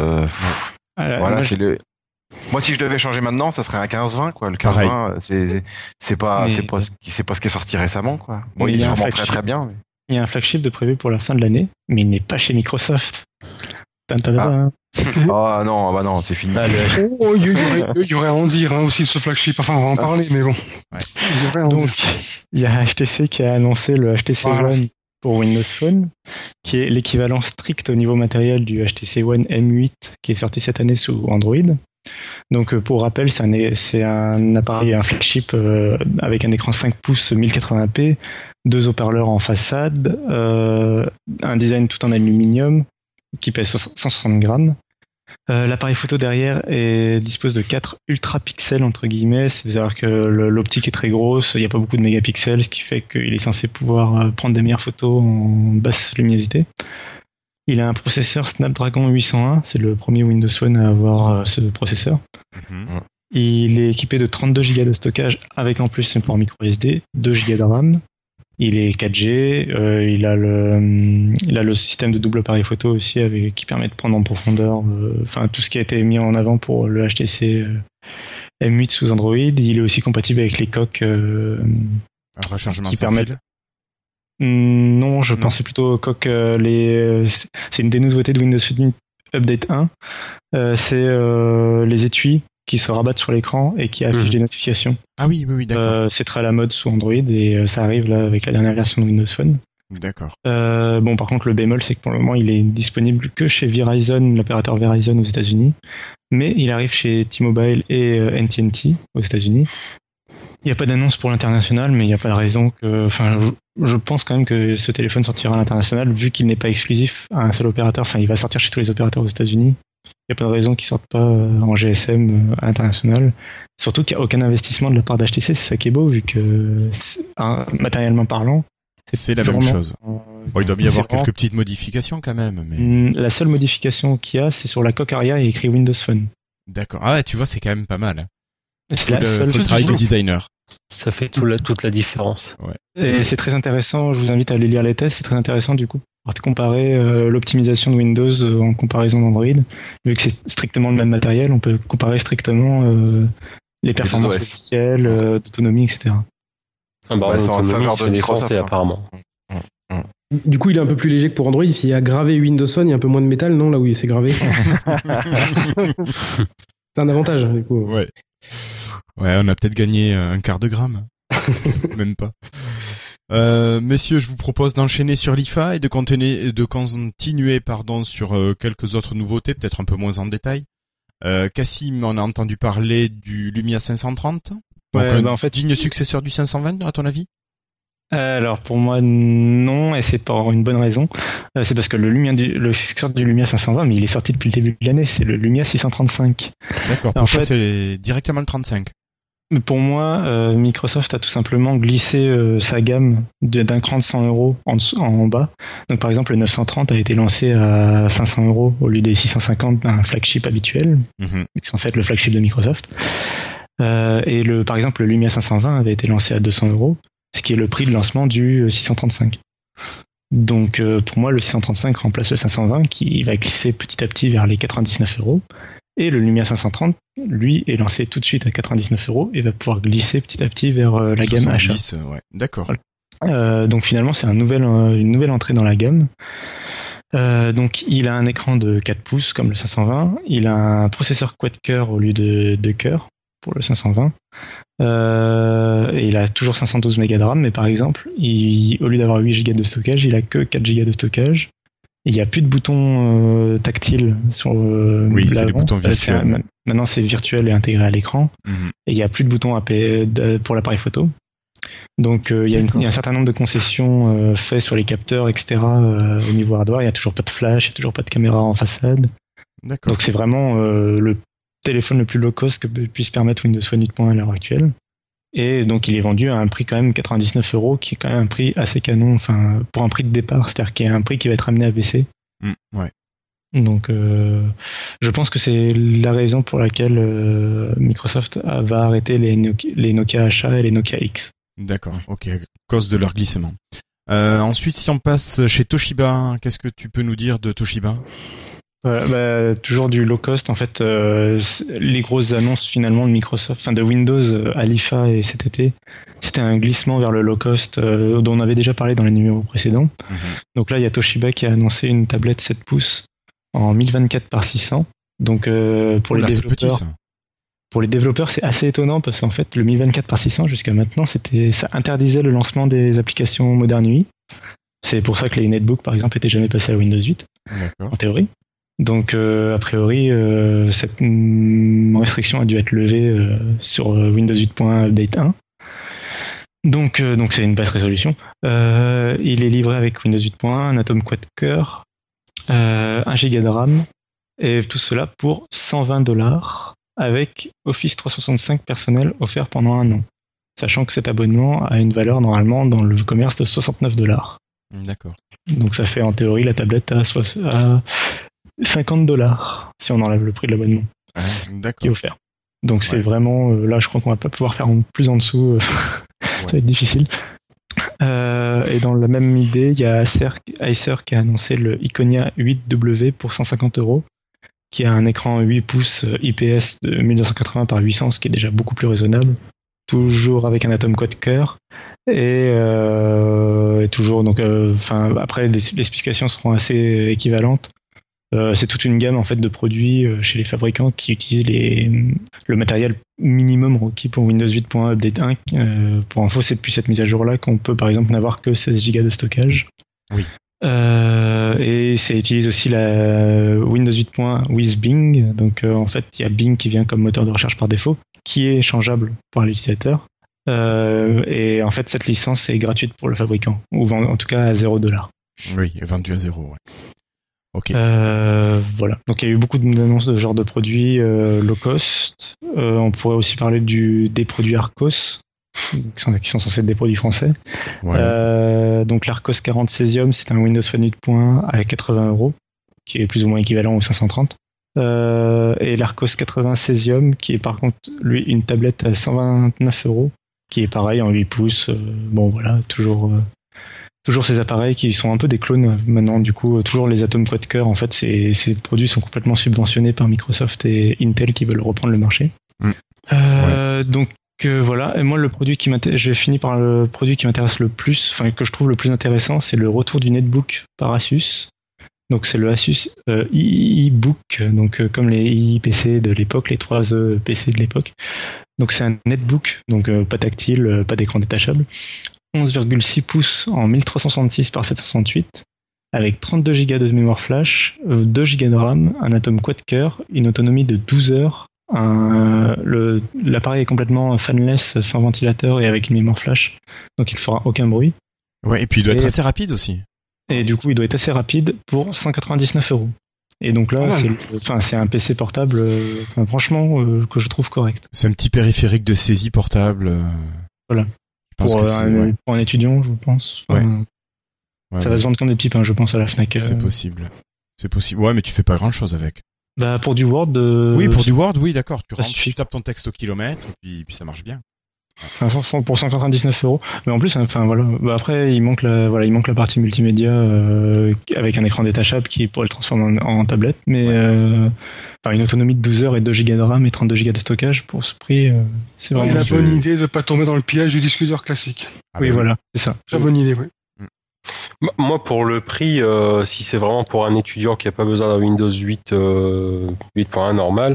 voilà, moi, si je devais changer maintenant, ça serait un 15-20, quoi. Le 15-20, c'est pas ce qui est sorti récemment, quoi. Bon, Mais il il y est a un vraiment flagship. très très bien. Mais... Il y a un flagship de prévu pour la fin de l'année, mais il n'est pas chez Microsoft. Tan-tan-tan. Ah non, bah non, c'est fini. Oh, il y aurait à en dire aussi de ce flagship. Enfin, on va en parler, mais bon. Ouais. Il y aurait à en Donc, dire. il y a HTC qui a annoncé le HTC Voilà. One pour Windows Phone, qui est l'équivalent strict au niveau matériel du HTC One M8 qui est sorti cette année sous Android. Donc, pour rappel, c'est un appareil, un flagship avec un écran 5 pouces 1080p, 2 haut-parleurs en façade, un design tout en aluminium qui pèse 160 grammes. L'appareil photo derrière dispose de 4 ultra pixels entre guillemets, c'est-à-dire que l'optique est très grosse, il n'y a pas beaucoup de mégapixels, ce qui fait qu'il est censé pouvoir prendre des meilleures photos en basse luminosité. Il a un processeur Snapdragon 801, c'est le premier Windows Phone à avoir ce processeur. Mhm. Il est équipé de 32 Go de stockage avec en plus un port micro SD, 2 Go de RAM. Il est 4G, il a le système de double appareil photo aussi qui permet de prendre en profondeur, enfin tout ce qui a été mis en avant pour le HTC M8 sous Android. Il est aussi compatible avec les coques Un rechargement qui sans permettent. fil. Non, je Non. pensais plutôt aux coques. C'est une des nouveautés de Windows Phone Update 1. C'est les étuis qui se rabattent sur l'écran et qui affichent des notifications. Ah oui, d'accord. C'est très à la mode sous Android et ça arrive là avec la dernière version de Windows Phone. D'accord. Bon, par contre, le bémol, c'est que pour le moment, il est disponible que chez Verizon, l'opérateur Verizon aux États-Unis, mais il arrive chez T-Mobile et AT&T aux États-Unis. Il n'y a pas d'annonce pour l'international, mais il n'y a pas de raison que. Enfin, je pense quand même que ce téléphone sortira à l'international, vu qu'il n'est pas exclusif à un seul opérateur. Enfin, il va sortir chez tous les opérateurs aux États-Unis. Il n'y a pas de raison qu'il ne sorte pas en GSM à l'international. Surtout qu'il n'y a aucun investissement de la part d'HTC, c'est ça qui est beau, vu que, matériellement parlant, C'est la même vraiment, chose. Bon, il doit bien y avoir c'est vraiment- quelques petites modifications quand même. Mais... La seule modification qu'il y a, c'est sur la coque arrière, il y a écrit Windows Phone. D'accord. Ah ouais, tu vois, c'est quand même pas mal. C'est Faut la seule. le travail du designer. Ça fait toute la différence. Et c'est très intéressant, je vous invite à aller lire les tests, c'est très intéressant du coup de comparer l'optimisation de Windows en comparaison d'Android. Vu que c'est strictement le même matériel, on peut comparer strictement les performances OS. logicielles, d'autonomie, etc. Ah bah, Ouais, c'est en l'autonomie faveur se de fait Microsoft, défoncer, hein. apparemment. Du coup, il est un peu plus léger que pour Android. S'il y a gravé Windows Phone, il y a un peu moins de métal, non, là où c'est gravé. C'est un avantage, du coup. Ouais. Ouais, on a peut-être gagné un quart de gramme. Même pas. Messieurs, je vous propose d'enchaîner sur l'IFA et de continuer sur quelques autres nouveautés, peut-être un peu moins en détail. Cassim, on a entendu parler du Lumia 530. Ouais, Donc, en fait, digne successeur du 520, à ton avis? alors pour moi non, et c'est pour une bonne raison. C'est parce que le successeur du Lumia 520, mais il est sorti depuis le début de l'année, c'est le Lumia 635. D'accord, pour ça c'est directement le 35. Mais pour moi, Microsoft a tout simplement glissé sa gamme d'un cran de 100 € en bas. Donc par exemple, le 930 a été lancé à 500 € au lieu des 650 d'un flagship habituel, qui est censé être le flagship de Microsoft. Et par exemple, le Lumia 520 avait été lancé à 200 €, ce qui est le prix de lancement du 635. Donc pour moi, le 635 remplace le 520 qui va glisser petit à petit vers les 99 €. Et le Lumia 530, lui, est lancé tout de suite à 99 € et va pouvoir glisser petit à petit vers la gamme achat. Ouais. D'accord. Donc finalement, c'est une nouvelle entrée dans la gamme. Donc il a un écran de 4 pouces comme le 520. Il a un processeur quad-core au lieu de 2 cœurs pour le 520. Et il a toujours 512 Mb de RAM, mais par exemple, au lieu d'avoir 8 Go de stockage, il a que 4 Go de stockage. Il n'y a plus de boutons tactiles sur oui, c'est les boutons virtuels. Maintenant, c'est virtuel et intégré à l'écran. Et il n'y a plus de boutons pour l'appareil photo. Donc, il y a un certain nombre de concessions faites sur les capteurs, etc. Au niveau hardware. Il n'y a toujours pas de flash, il n'y a toujours pas de caméra en façade. D'accord. Donc, c'est vraiment le téléphone le plus low cost que puisse permettre Windows Phone 8.1 à l'heure actuelle. Et donc il est vendu à un prix quand même 99 €, qui est quand même un prix assez canon, enfin pour un prix de départ, c'est-à-dire qu'il y a un prix qui va être amené à baisser. Ouais. Donc je pense que c'est la raison pour laquelle Microsoft va arrêter les Nokia Asha et les Nokia X. D'accord, ok, à cause de leur glissement. Ensuite, si on passe chez Toshiba, qu'est-ce que tu peux nous dire de Toshiba ? Toujours du low cost en fait. Les grosses annonces finalement de Microsoft, enfin de Windows à l'IFA et cet été, c'était un glissement vers le low cost dont on avait déjà parlé dans les numéros précédents. Donc là il y a Toshiba qui a annoncé une tablette 7 pouces en 1024x600. Donc pour les développeurs c'est assez étonnant parce qu'en fait le 1024x600 jusqu'à maintenant ça interdisait le lancement des applications Modern UI. C'est pour ça que les netbooks par exemple étaient jamais passés à Windows 8 en théorie. Donc a priori cette restriction a dû être levée sur Windows 8.1 Update 1. Donc c'est une basse résolution. Il est livré avec Windows 8.1, un Atom quad-core, 1 Go de RAM et tout cela pour $120 avec Office 365 personnel offert pendant 1 an. Sachant que cet abonnement a une valeur normalement dans le commerce de $69. D'accord. Donc ça fait en théorie la tablette à $50 si on enlève le prix de l'abonnement qui est offert. Donc c'est vraiment là je crois qu'on va pas pouvoir faire plus en dessous, ça va être difficile. Et dans la même idée, il y a Acer qui a annoncé le Iconia 8W pour 150 €, qui a un écran 8 pouces IPS de 1280 par 800, ce qui est déjà beaucoup plus raisonnable. Toujours avec un Atom quad-core et toujours donc après les spécifications seront assez équivalentes. C'est toute une gamme en fait de produits chez les fabricants qui utilisent le matériel minimum requis pour Windows 8.1 Update 1. Pour info, c'est depuis cette mise à jour là qu'on peut par exemple n'avoir que 16 Go de stockage. Oui. Et ça utilise aussi la Windows 8.1 with Bing. Donc en fait, il y a Bing qui vient comme moteur de recherche par défaut, qui est changeable pour l'utilisateur. Et en fait, cette licence est gratuite pour le fabricant, ou en tout cas à $0. Oui, vendu à 0. Ouais. Ok. Voilà. Donc il y a eu beaucoup d'annonces de ce genre de produits low cost. On pourrait aussi parler des produits Arcos, qui sont censés être des produits français. Ouais. Donc l'Arcos 40 Cesium, c'est un Windows Phone 8.1 à 80 €, qui est plus ou moins équivalent au 530. Et l'Arcos 80 Cesium, qui est par contre lui une tablette à 129 €, qui est pareil en 8 pouces. Bon voilà, toujours ces appareils qui sont un peu des clones maintenant, du coup toujours les Atom quad-core. En fait ces produits sont complètement subventionnés par Microsoft et Intel qui veulent reprendre le marché. Donc voilà, et moi j'ai fini par le produit qui m'intéresse le plus, enfin que je trouve le plus intéressant, c'est le retour du netbook par Asus. Donc c'est le Asus EEBook, donc comme les IIPC de l'époque, les 3 PC de l'époque. Donc c'est un netbook, donc pas tactile, pas d'écran détachable, 11,6 pouces en 1366 par 768, avec 32 Go de mémoire flash, 2 Go de RAM, un Atom quad-core, une autonomie de 12 heures. L'appareil est complètement fanless, sans ventilateur et avec une mémoire flash, donc il fera aucun bruit. Ouais, et puis il doit être assez rapide aussi. Et du coup, il doit être assez rapide pour 199 €. Et donc là, c'est un PC portable, franchement, que je trouve correct. C'est un petit périphérique de saisie portable. Voilà. Pour un étudiant, je pense. Ça va se vendre comme des petits pains, je pense, à la Fnac. C'est possible. C'est possible. Ouais, mais tu fais pas grand chose avec. Bah, pour du Word. Oui, pour du Word, oui, d'accord. Tu rentres, tu tapes ton texte au kilomètre, et puis ça marche bien. Enfin, pour 199 €. Mais en plus, voilà. Bah, après, il manque la partie multimédia avec un écran détachable qui pourrait le transformer en tablette. Mais une autonomie de 12 heures et 2 Go de RAM et 32 Go de stockage pour ce prix, c'est vraiment. la bonne idée de pas tomber dans le piège du disque dur classique. Oui, voilà, c'est ça. Très bonne idée, oui. Moi, pour le prix, si c'est vraiment pour un étudiant qui n'a pas besoin d'un Windows 8 8.1 normal,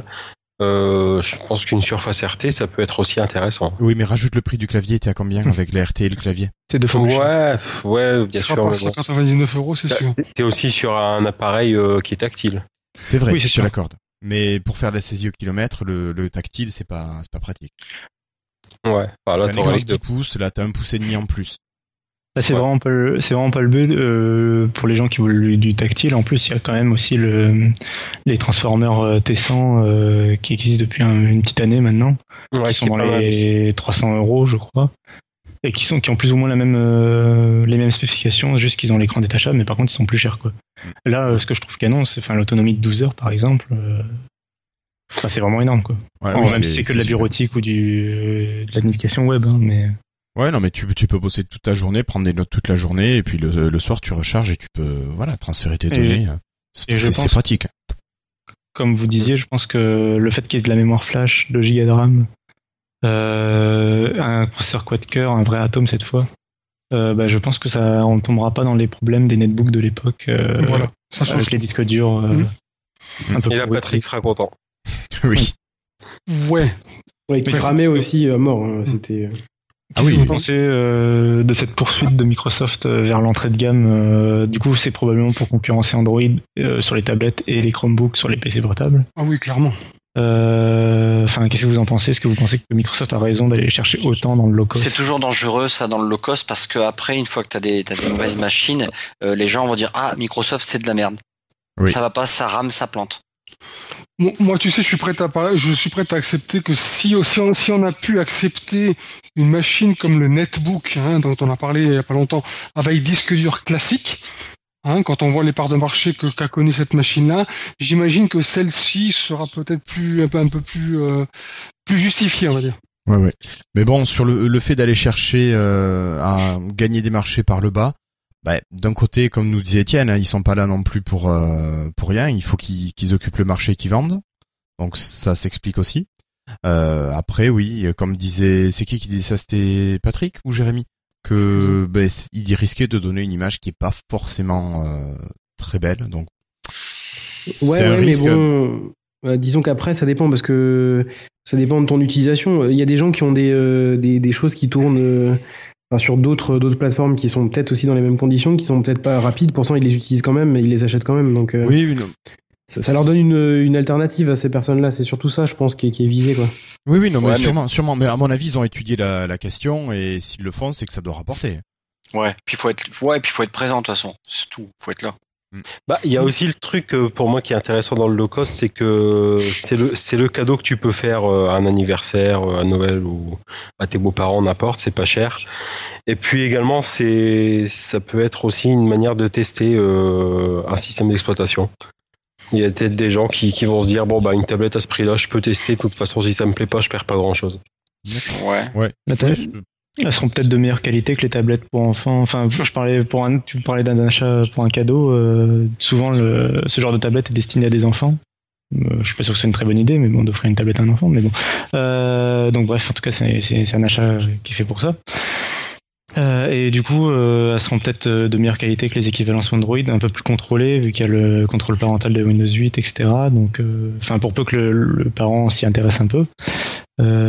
je pense qu'une Surface RT, ça peut être aussi intéressant. Oui, mais rajoute le prix du clavier, t'es à combien avec la RT et le clavier? C'est 2 fois plus cher. Ouais, bien sûr. Ça sera pas 199 €, c'est sûr. T'es aussi sur un appareil qui est tactile. C'est vrai, oui, je te l'accorde. Mais pour faire de la saisie au kilomètre, le tactile, c'est pas pratique. Ouais. Enfin, là, t'as un écran de 10 pouces, là, t'as 1,5 pouce en plus. Là, c'est vraiment pas le but pour les gens qui veulent du tactile. En plus, il y a quand même aussi les transformers T100 qui existent depuis une petite année maintenant, qui sont dans les 300 €, je crois, et qui ont plus ou moins les mêmes spécifications, juste qu'ils ont l'écran détachable, mais par contre, ils sont plus chers, quoi. Là, ce que je trouve canon, c'est l'autonomie de 12 heures, par exemple. C'est vraiment énorme, quoi. Ouais, même si c'est que de la bureautique ou de la navigation web, hein, mais. Ouais, non, mais tu peux bosser toute ta journée, prendre des notes toute la journée, et puis le soir tu recharges et tu peux, transférer tes données. C'est pratique. Comme vous disiez, je pense que le fait qu'il y ait de la mémoire flash, 2 Go de RAM, un processeur quad-core, un vrai Atom cette fois, je pense que on ne tombera pas dans les problèmes des netbooks de l'époque, avec les disques durs. Un peu et la Patrick sera content. Oui. Ouais. Qui ramait aussi à mort. C'était. Qu'est-ce que vous pensez de cette poursuite de Microsoft vers l'entrée de gamme? Du coup, c'est probablement pour concurrencer Android sur les tablettes et les Chromebooks sur les PC portables. Ah oui, clairement. Qu'est-ce que vous en pensez? Est-ce que vous pensez que Microsoft a raison d'aller chercher autant dans le low-cost? C'est toujours dangereux, ça, dans le low-cost, parce qu'après, une fois que t'as des mauvaises machines, les gens vont dire « Ah, Microsoft, c'est de la merde. Oui. Ça va pas, ça rame, ça plante. » Moi, tu sais, je suis prêt à accepter que si on a pu accepter une machine comme le netbook, dont on a parlé il y a pas longtemps, avec disque dur classique, quand on voit les parts de marché qu'a connu cette machine-là, j'imagine que celle-ci sera peut-être un peu plus justifiée, on va dire. Ouais. Mais bon, sur le fait d'aller chercher à gagner des marchés par le bas, d'un côté, comme nous disait Étienne, ils sont pas là non plus pour rien. Il faut qu'ils occupent le marché qu'ils vendent. Donc ça s'explique aussi. Après, oui, comme disait, c'est qui disait ça? C'était Patrick ou Jérémy? Que il risquait de donner une image qui est pas forcément très belle. Donc c'est un risque. Mais bon, disons qu'après ça dépend parce que ça dépend de ton utilisation. Il y a des gens qui ont des choses qui tournent. Sur d'autres plateformes qui sont peut-être aussi dans les mêmes conditions, qui sont peut-être pas rapides, pourtant ils les utilisent quand même, mais ils les achètent quand même. Donc oui, non. Ça leur donne une alternative à ces personnes-là. C'est surtout ça, je pense, qui est visé, quoi. Oui, non, mais sûrement. Mais à mon avis, ils ont étudié la question et s'ils le font, c'est que ça doit rapporter. Ouais. Puis faut être présent de toute façon. C'est tout. Faut être là. Il y a aussi le truc pour moi qui est intéressant dans le low cost, c'est que c'est le cadeau que tu peux faire à un anniversaire, à Noël ou à tes beaux-parents, n'importe, c'est pas cher. Et puis également, ça peut être aussi une manière de tester un système d'exploitation. Il y a peut-être des gens qui vont se dire une tablette à ce prix-là, je peux tester. De toute façon, si ça me plaît pas, je perds pas grand-chose. Ouais. Elles seront peut-être de meilleure qualité que les tablettes pour enfants. Enfin, tu parlais d'un achat pour un cadeau. Souvent, ce genre de tablette est destiné à des enfants. Je suis pas sûr que c'est une très bonne idée, mais bon, d'offrir une tablette à un enfant. Mais bon. Donc bref, en tout cas, c'est un achat qui est fait pour ça. Et du coup, elles seront peut-être de meilleure qualité que les équivalences Android, un peu plus contrôlées, vu qu'il y a le contrôle parental de Windows 8, etc. Donc, pour peu que le parent s'y intéresse un peu,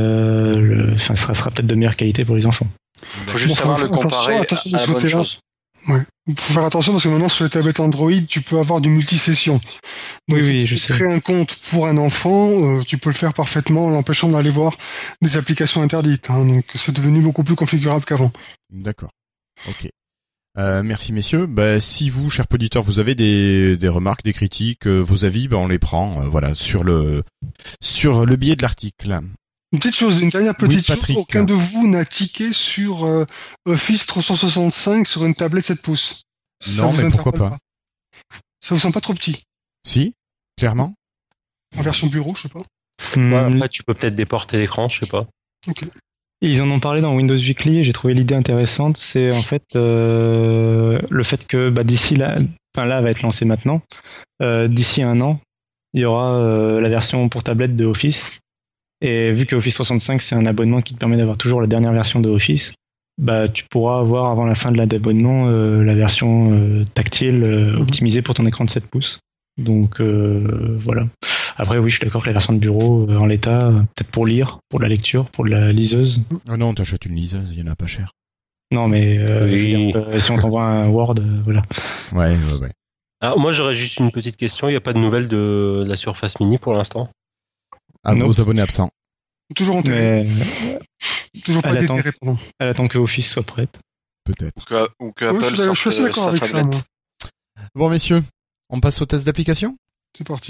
ça sera peut-être de meilleure qualité pour les enfants. Faut juste savoir le comparer à la bonne chose. Ouais. Il faut faire attention parce que maintenant sur les tablettes Android, tu peux avoir du multisession. Donc Oui, si je tu sais. crées un compte pour un enfant, tu peux le faire parfaitement en l'empêchant d'aller voir des applications interdites. Hein. Donc c'est devenu beaucoup plus configurable qu'avant. D'accord. Ok. Merci messieurs. Bah, si vous, chers auditeurs, vous avez des remarques, des critiques, vos avis, on les prend. Voilà, sur le biais de l'article. Une dernière petite Oui, Patrick. chose, aucun de vous n'a tiqué sur Office 365 sur une tablette 7 pouces. Non, mais pourquoi interpelle pas Ça vous semble pas trop petit? Si, clairement. En version bureau, je sais pas. Après, tu peux peut-être déporter l'écran, je sais pas. Ok. Ils en ont parlé dans Windows Weekly et j'ai trouvé l'idée intéressante. C'est en fait le fait que d'ici là, elle va être lancée maintenant. D'ici 1 an, il y aura la version pour tablette de Office. Et vu que Office 365 c'est un abonnement qui te permet d'avoir toujours la dernière version de Office, tu pourras avoir avant la fin de l'abonnement la version tactile optimisée pour ton écran de 7 pouces. Donc voilà. Après oui, je suis d'accord que la version de bureau en l'état, peut-être pour lire, pour la lecture, pour la liseuse. Oh non, t'achètes une liseuse, il y en a pas cher. Non mais Oui. je veux dire, si on t'envoie un Word, voilà. Ouais. Alors moi j'aurais juste une petite question, il n'y a pas de nouvelles de la Surface Mini pour l'instant? Nope. Aux abonnés absents. Toujours en télé. Mais Toujours pas elle attend. déterré, pardon. elle attend que Office soit prête. Peut-être. Ou que Ouais, Apple je suis assez sorte d'accord sa avec ça, tablette. moi. Bon messieurs, on passe au test d'application. C'est parti.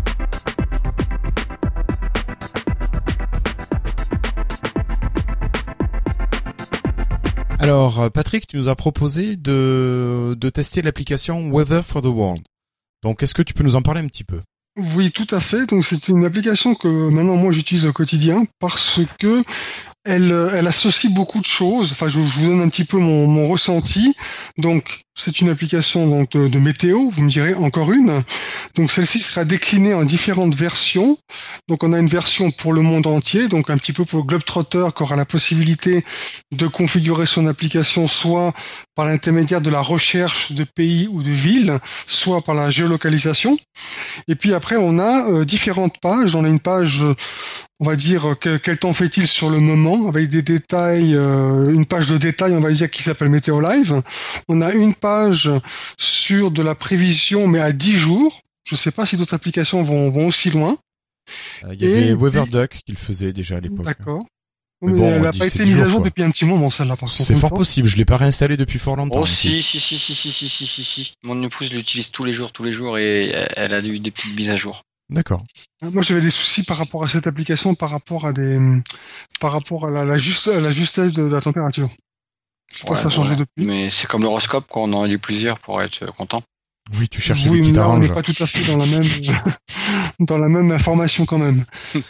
Alors Patrick, tu nous as proposé de tester l'application Weather for the World. Donc est-ce que tu peux nous en parler un petit peu? Oui, tout à fait. Donc c'est une application que maintenant moi j'utilise au quotidien parce que elle associe beaucoup de choses. Enfin, je vous donne un petit peu mon ressenti. Donc c'est une application donc de météo. Vous me direz encore une. Donc celle-ci sera déclinée en différentes versions. Donc on a une version pour le monde entier, donc un petit peu pour le globetrotter qui aura la possibilité de configurer son application soit par l'intermédiaire de la recherche de pays ou de villes, soit par la géolocalisation. Et puis après, on a différentes pages. On a une page, on va dire, quel temps fait-il sur le moment, avec des détails, une page de détails, on va dire, qui s'appelle Météo Live. On a une page sur de la prévision, mais à 10 jours. Je ne sais pas si d'autres applications vont aussi loin. Il y avait WeatherDuck qui le faisait déjà à l'époque. D'accord. Mais Mais bon, elle n'a on pas dit été c'est mise à toujours, jour quoi. depuis un petit moment, celle-là, par contre. C'est fort possible, je l'ai pas réinstallé depuis fort longtemps. Oh si. Mon épouse l'utilise tous les jours et elle a eu des petites mises à jour. D'accord. Moi, j'avais des soucis par rapport à cette application, par rapport à la justesse de la température. Je sais pas si ça a changé depuis. Mais c'est comme l'horoscope, quoi. On en a lu plusieurs pour être content. Oui, tu cherchais Oui, des mais petits là, on arranges. n'est pas tout à fait dans la même, dans la même information quand même.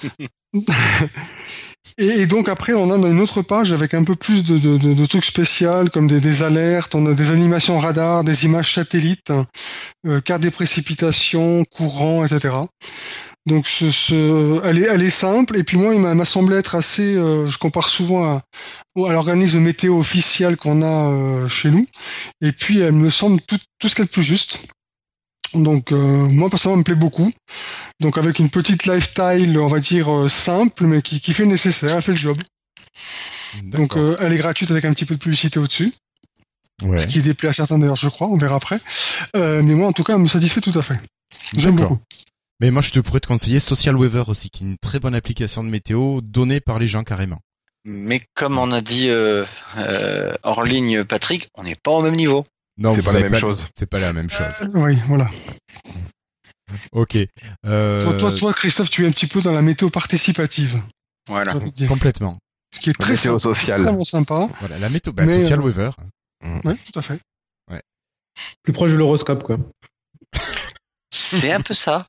Et donc après, on a une autre page avec un peu plus de trucs spéciaux, comme des alertes, on a des animations radar, des images satellites, carte des précipitations, courant, etc. Donc elle est simple, et puis moi, il m'a semblé être assez, je compare souvent à l'organisme météo officiel qu'on a chez nous, et puis elle me semble tout ce qu'il y a de plus juste. Donc moi personnellement elle me plaît beaucoup. Donc avec une petite lifestyle, on va dire simple, mais qui fait le nécessaire, elle fait le job. Donc elle est gratuite avec un petit peu de publicité au-dessus. Ouais. Ce qui déplaît à certains d'ailleurs, je crois, on verra après. Mais moi en tout cas, elle me satisfait tout à fait. J'aime D'accord. beaucoup. Mais moi, je te pourrais te conseiller Social Weather aussi, qui est une très bonne application de météo donnée par les gens carrément. Mais comme on a dit hors ligne, Patrick, on n'est pas au même niveau. Non, C'est vous pas la avez même chose. C'est pas la même chose. Oui, voilà. Ok. Toi, Christophe, tu es un petit peu dans la météo participative. Voilà. j'ai envie de dire. Complètement. Ce qui est très météo sympa, sociale. extrêmement sympa. Voilà, la météo, Mais, Social Weather. Oui, tout à fait. Plus proche de l'horoscope, quoi. C'est un peu ça.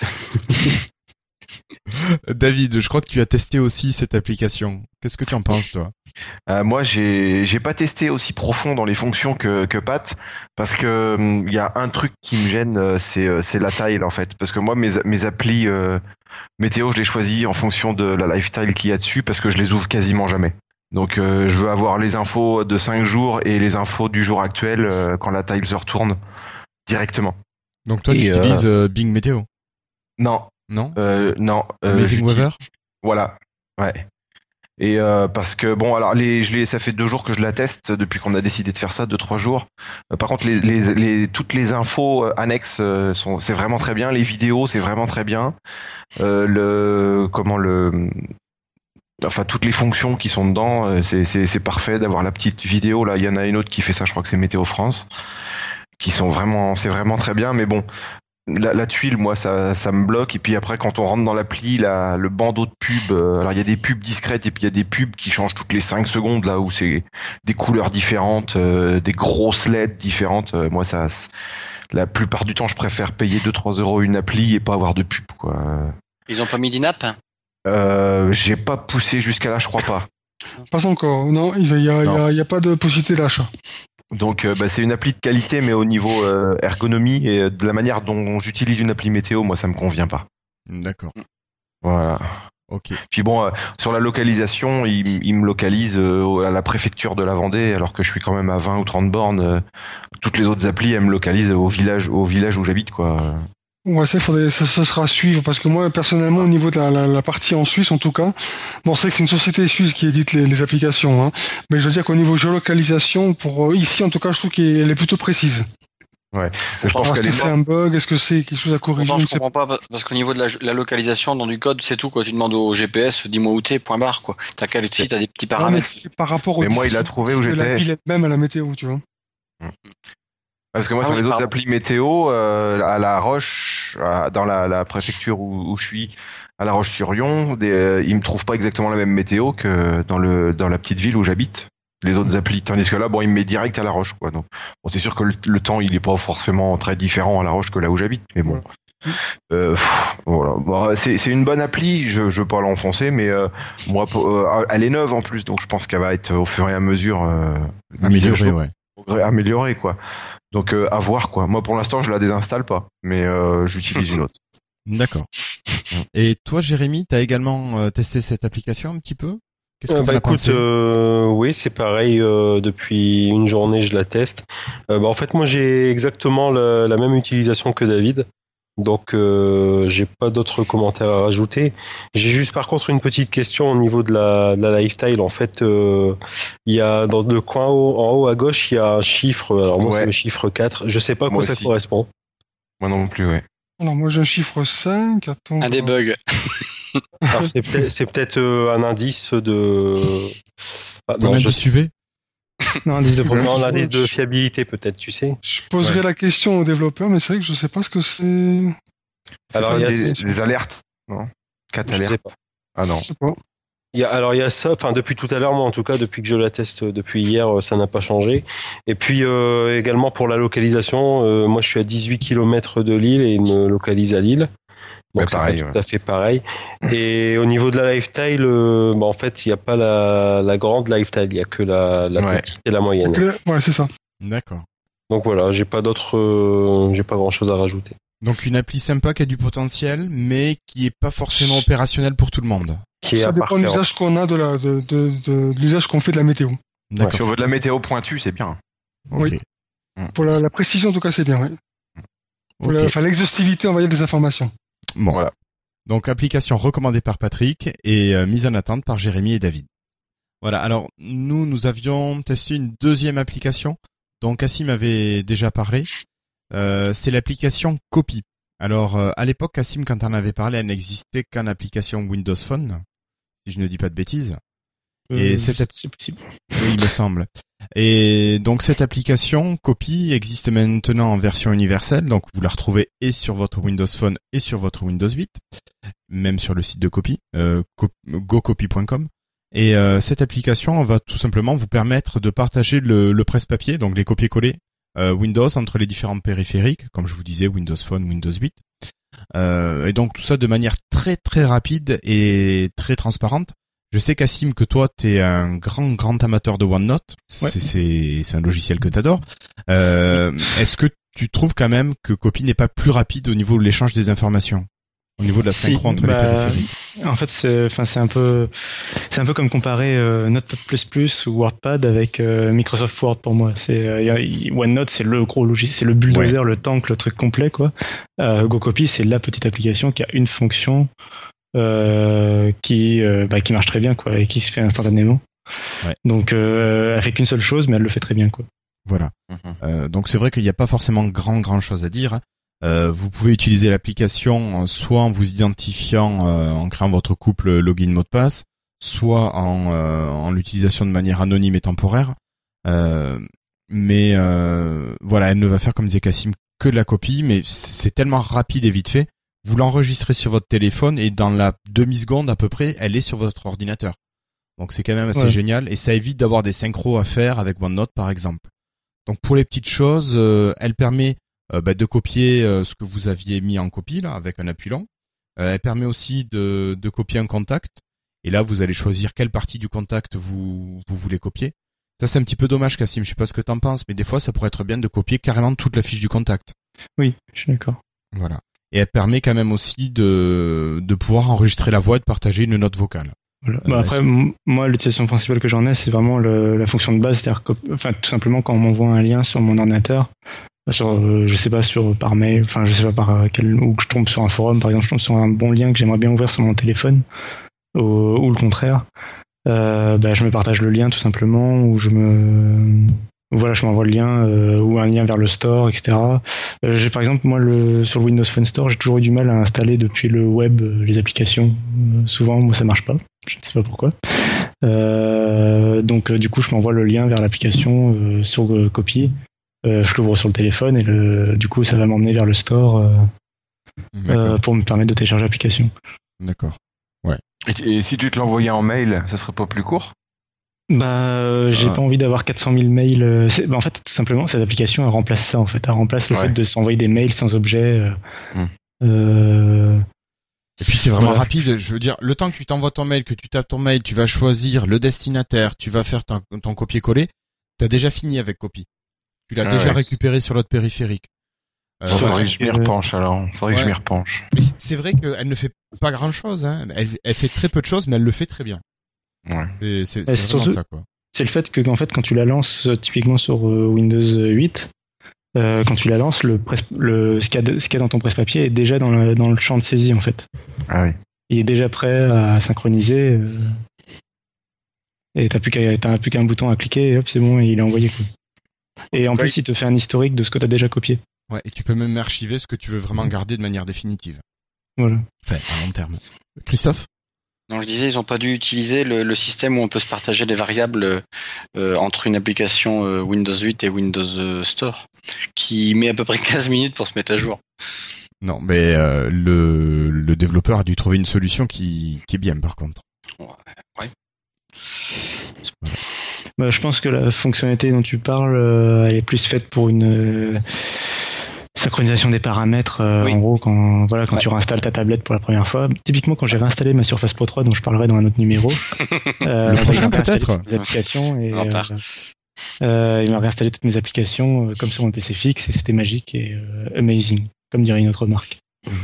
David, je crois que tu as testé aussi cette application. Qu'est-ce que tu en penses, toi? Moi, j'ai pas testé aussi profond dans les fonctions que Pat, parce que il y a un truc qui me gêne, c'est la taille en fait, parce que moi mes applis météo, je les choisis en fonction de la lifestyle qu'il y a dessus, parce que je les ouvre quasiment jamais. Donc je veux avoir les infos de 5 jours et les infos du jour actuel quand la tile se retourne directement. Donc toi, tu Et, utilises Bing Météo? Non, Non? non. Amazing Weather? Voilà, ouais. Et parce que bon, alors ça fait 2 jours que je la teste depuis qu'on a décidé de faire ça, 2-3 jours. Par contre, toutes les infos annexes c'est vraiment très bien. Les vidéos, c'est vraiment très bien. Enfin, toutes les fonctions qui sont dedans, c'est parfait d'avoir la petite vidéo. Là, il y en a une autre qui fait ça. Je crois que c'est Météo France, c'est vraiment très bien. Mais bon. La tuile, moi, ça me bloque. Et puis après, quand on rentre dans l'appli, le bandeau de pub, alors il y a des pubs discrètes et puis il y a des pubs qui changent toutes les 5 secondes, là où c'est des couleurs différentes, des grosses LED différentes. Moi, la plupart du temps, je préfère payer 2-3 euros une appli et pas avoir de pub, quoi. Ils ont pas mis d'in-app? J'ai pas poussé jusqu'à là, je crois pas. Pas encore, non, il y a pas de possibilité d'achat. Donc c'est une appli de qualité, mais au niveau ergonomie et de la manière dont j'utilise une appli météo, moi ça me convient pas. D'accord. Voilà. Ok. Puis bon, sur la localisation, il me localise à la préfecture de la Vendée, alors que je suis quand même à 20 ou 30 bornes. Toutes les autres applis, elles me localisent au village où j'habite, quoi. Ouais, ça sera à suivre, parce que moi, personnellement, au niveau de la partie en Suisse, en tout cas, bon, c'est que c'est une société suisse qui édite les applications, hein, mais je veux dire qu'au niveau géolocalisation, ici, en tout cas, je trouve qu'elle est plutôt précise. Ouais. Je pense est-ce que c'est un bug? Est-ce que c'est quelque chose à corriger? Je comprends pas, parce qu'au niveau de la localisation, dans du code, c'est tout, quoi. Tu demandes au GPS, dis-moi où t'es, point barre, quoi. T'as qu'à l'utiliser, t'as des petits paramètres. Non, mais c'est par rapport au. Mais moi, il a trouvé où j'étais. La ville même à la météo, tu vois. Parce que moi, sur les autres applis météo, à La Roche, dans la préfecture où je suis, à La Roche-sur-Yon, ils me trouvent pas exactement la même météo que dans la petite ville où j'habite. Les autres applis. Tandis que là, bon, il me met direct à La Roche, quoi. Donc, bon, c'est sûr que le temps, il est pas forcément très différent à La Roche que là où j'habite. Mais bon. Voilà. Bon, c'est une bonne appli, je veux pas l'enfoncer, mais moi, elle est neuve en plus, donc je pense qu'elle va être au fur et à mesure améliorée, quoi. Donc à voir, quoi. Moi pour l'instant je la désinstalle pas, mais j'utilise une autre. D'accord. Et toi Jérémy, t'as également testé cette application un petit peu? Qu'est-ce que t'en as pensé? Oui, c'est pareil. Depuis une journée, je la teste. En fait, moi, j'ai exactement la même utilisation que David. Donc, j'ai pas d'autres commentaires à rajouter. J'ai juste, par contre, une petite question au niveau de la lifestyle. En fait, il y a dans le coin en haut à gauche, il y a un chiffre. Alors moi, c'est le chiffre 4. Je sais pas à quoi ça correspond. Moi non plus, ouais. Alors moi, j'ai un chiffre 5. Attends. Un debug. Alors, c'est peut-être un indice de. Non, indice UV. Non, indice de progression. Non, l'indice de fiabilité, peut-être, tu sais. Je poserai la question aux développeurs, mais c'est vrai que je sais pas ce que c'est. Alors, il y a des alertes, non? 4 alertes. Ah non. Je sais pas. Il y a ça, enfin depuis tout à l'heure, moi en tout cas, depuis que je la teste depuis hier, ça n'a pas changé. Et puis également pour la localisation, moi je suis à 18 km de Lille et il me localise à Lille. Donc c'est pareil, tout à fait pareil. Et au niveau de la lifestyle, en fait, il n'y a pas la grande lifestyle, il n'y a que la petite et la moyenne. Ouais, c'est ça. D'accord. Donc voilà, j'ai pas grand chose à rajouter. Donc une appli sympa qui a du potentiel, mais qui est pas forcément opérationnelle pour tout le monde. Ça dépend de l'usage qu'on a de l'usage qu'on fait de la météo. D'accord. Si on veut de la météo pointue, c'est bien. Okay. Oui. Pour la précision, en tout cas, c'est bien. Oui. Pour l'exhaustivité, on va dire, des informations. Bon. Voilà. Donc application recommandée par Patrick et mise en attente par Jérémy et David. Voilà. Alors nous avions testé une deuxième application dont Cassim avait déjà parlé. C'est l'application Copy. Alors à l'époque, Cassim, quand on en avait parlé, elle n'existait qu'en application Windows Phone, si je ne dis pas de bêtises. Et c'est possible. Oui, il me semble. Et donc cette application Copy existe maintenant en version universelle, donc vous la retrouvez et sur votre Windows Phone et sur votre Windows 8, même sur le site de Copy, gocopy.com. Et cette application va tout simplement vous permettre de partager le presse-papier, donc les copier-coller Windows entre les différents périphériques, comme je vous disais, Windows Phone, Windows 8. Et donc tout ça de manière très très rapide et très transparente. Je sais, Cassim, que toi, t'es un grand amateur de OneNote. Ouais. C'est un logiciel que t'adores. Est-ce que tu trouves quand même que Copy n'est pas plus rapide au niveau de l'échange des informations, au niveau de la synchro entre les périphériques? En fait, c'est un peu comme comparer Notepad++ ou WordPad avec Microsoft Word pour moi. OneNote, c'est le gros logiciel, c'est le bulldozer, le tank, le truc complet, quoi. GoCopy, c'est la petite application qui a une fonction. qui marche très bien, quoi, et qui se fait instantanément. Ouais. Donc, elle fait qu'une seule chose, mais elle le fait très bien, quoi. Voilà. Donc c'est vrai qu'il n'y a pas forcément grand chose à dire. Vous pouvez utiliser l'application soit en vous identifiant, en créant votre couple login mot de passe, soit en l'utilisation de manière anonyme et temporaire. Mais voilà, elle ne va faire, comme disait Cassim, que de la copie, mais c'est tellement rapide et vite fait. Vous l'enregistrez sur votre téléphone et dans la demi-seconde à peu près, elle est sur votre ordinateur. Donc c'est quand même assez génial et ça évite d'avoir des synchros à faire avec OneNote par exemple. Donc pour les petites choses, elle permet de copier ce que vous aviez mis en copie là avec un appui long. Elle permet aussi de copier un contact et là vous allez choisir quelle partie du contact vous voulez copier. Ça c'est un petit peu dommage Cassim, je sais pas ce que t'en penses, mais des fois ça pourrait être bien de copier carrément toute la fiche du contact. Oui, je suis d'accord. Voilà. Et elle permet quand même aussi de pouvoir enregistrer la voix et de partager une note vocale. Voilà. Après, moi, l'utilisation principale que j'en ai, c'est vraiment la fonction de base, c'est-à-dire que, tout simplement quand on m'envoie un lien sur mon ordinateur, je sais pas, par mail, je sais pas par quel, ou que je tombe sur un forum, par exemple, je tombe sur un bon lien que j'aimerais bien ouvrir sur mon téléphone, ou le contraire, je me partage le lien tout simplement, ou je m'envoie le lien, ou un lien vers le store, etc. J'ai par exemple, moi, sur le Windows Phone Store, j'ai toujours eu du mal à installer depuis le web les applications. Souvent, moi, ça marche pas. Je ne sais pas pourquoi. Donc, du coup, je m'envoie le lien vers l'application sur copie. Je l'ouvre sur le téléphone et du coup, ça va m'emmener vers le store pour me permettre de télécharger l'application. D'accord. Ouais. Et si tu te l'envoyais en mail, ça serait pas plus court ? J'ai pas envie d'avoir 400 000 mails. En fait, tout simplement, cette application, elle remplace ça, en fait. Elle remplace le fait de s'envoyer des mails sans objet. Et puis c'est vraiment rapide, je veux dire, le temps que tu t'envoies ton mail, que tu tapes ton mail, tu vas choisir le destinataire, tu vas faire ton copier-coller, t'as déjà fini avec copie. Tu l'as déjà récupéré sur l'autre périphérique. Faudrait que je m'y repenche alors, que je m'y repenche. Mais c'est vrai qu'elle ne fait pas grand-chose, hein. Elle fait très peu de choses, mais elle le fait très bien. Ouais. C'est vraiment ça, quoi. C'est le fait que, en fait, quand tu la lances, typiquement sur Windows 8, quand tu la lances, ce qu'il y a dans ton presse-papier est déjà dans le champ de saisie, en fait. Ah oui. Il est déjà prêt à synchroniser, et t'as plus qu'un bouton à cliquer, et hop, c'est bon, il est envoyé, quoi. Et en plus, il te fait un historique de ce que t'as déjà copié. Ouais, et tu peux même archiver ce que tu veux vraiment garder de manière définitive. Voilà. Enfin, à long terme. Christophe ? Non, je disais, ils n'ont pas dû utiliser le système où on peut se partager des variables entre une application Windows 8 et Windows Store, qui met à peu près 15 minutes pour se mettre à jour. Non, mais le développeur a dû trouver une solution qui est bien, par contre. Ouais. Je pense que la fonctionnalité dont tu parles, elle est plus faite pour une synchronisation des paramètres. En gros, quand tu réinstalles ta tablette pour la première fois. Typiquement, quand j'ai réinstallé ma Surface Pro 3, dont je parlerai dans un autre numéro. Le prochain, peut-être. Les applications et il m'a réinstallé toutes mes applications comme sur mon PC fixe et c'était magique et amazing, comme dirait une autre marque.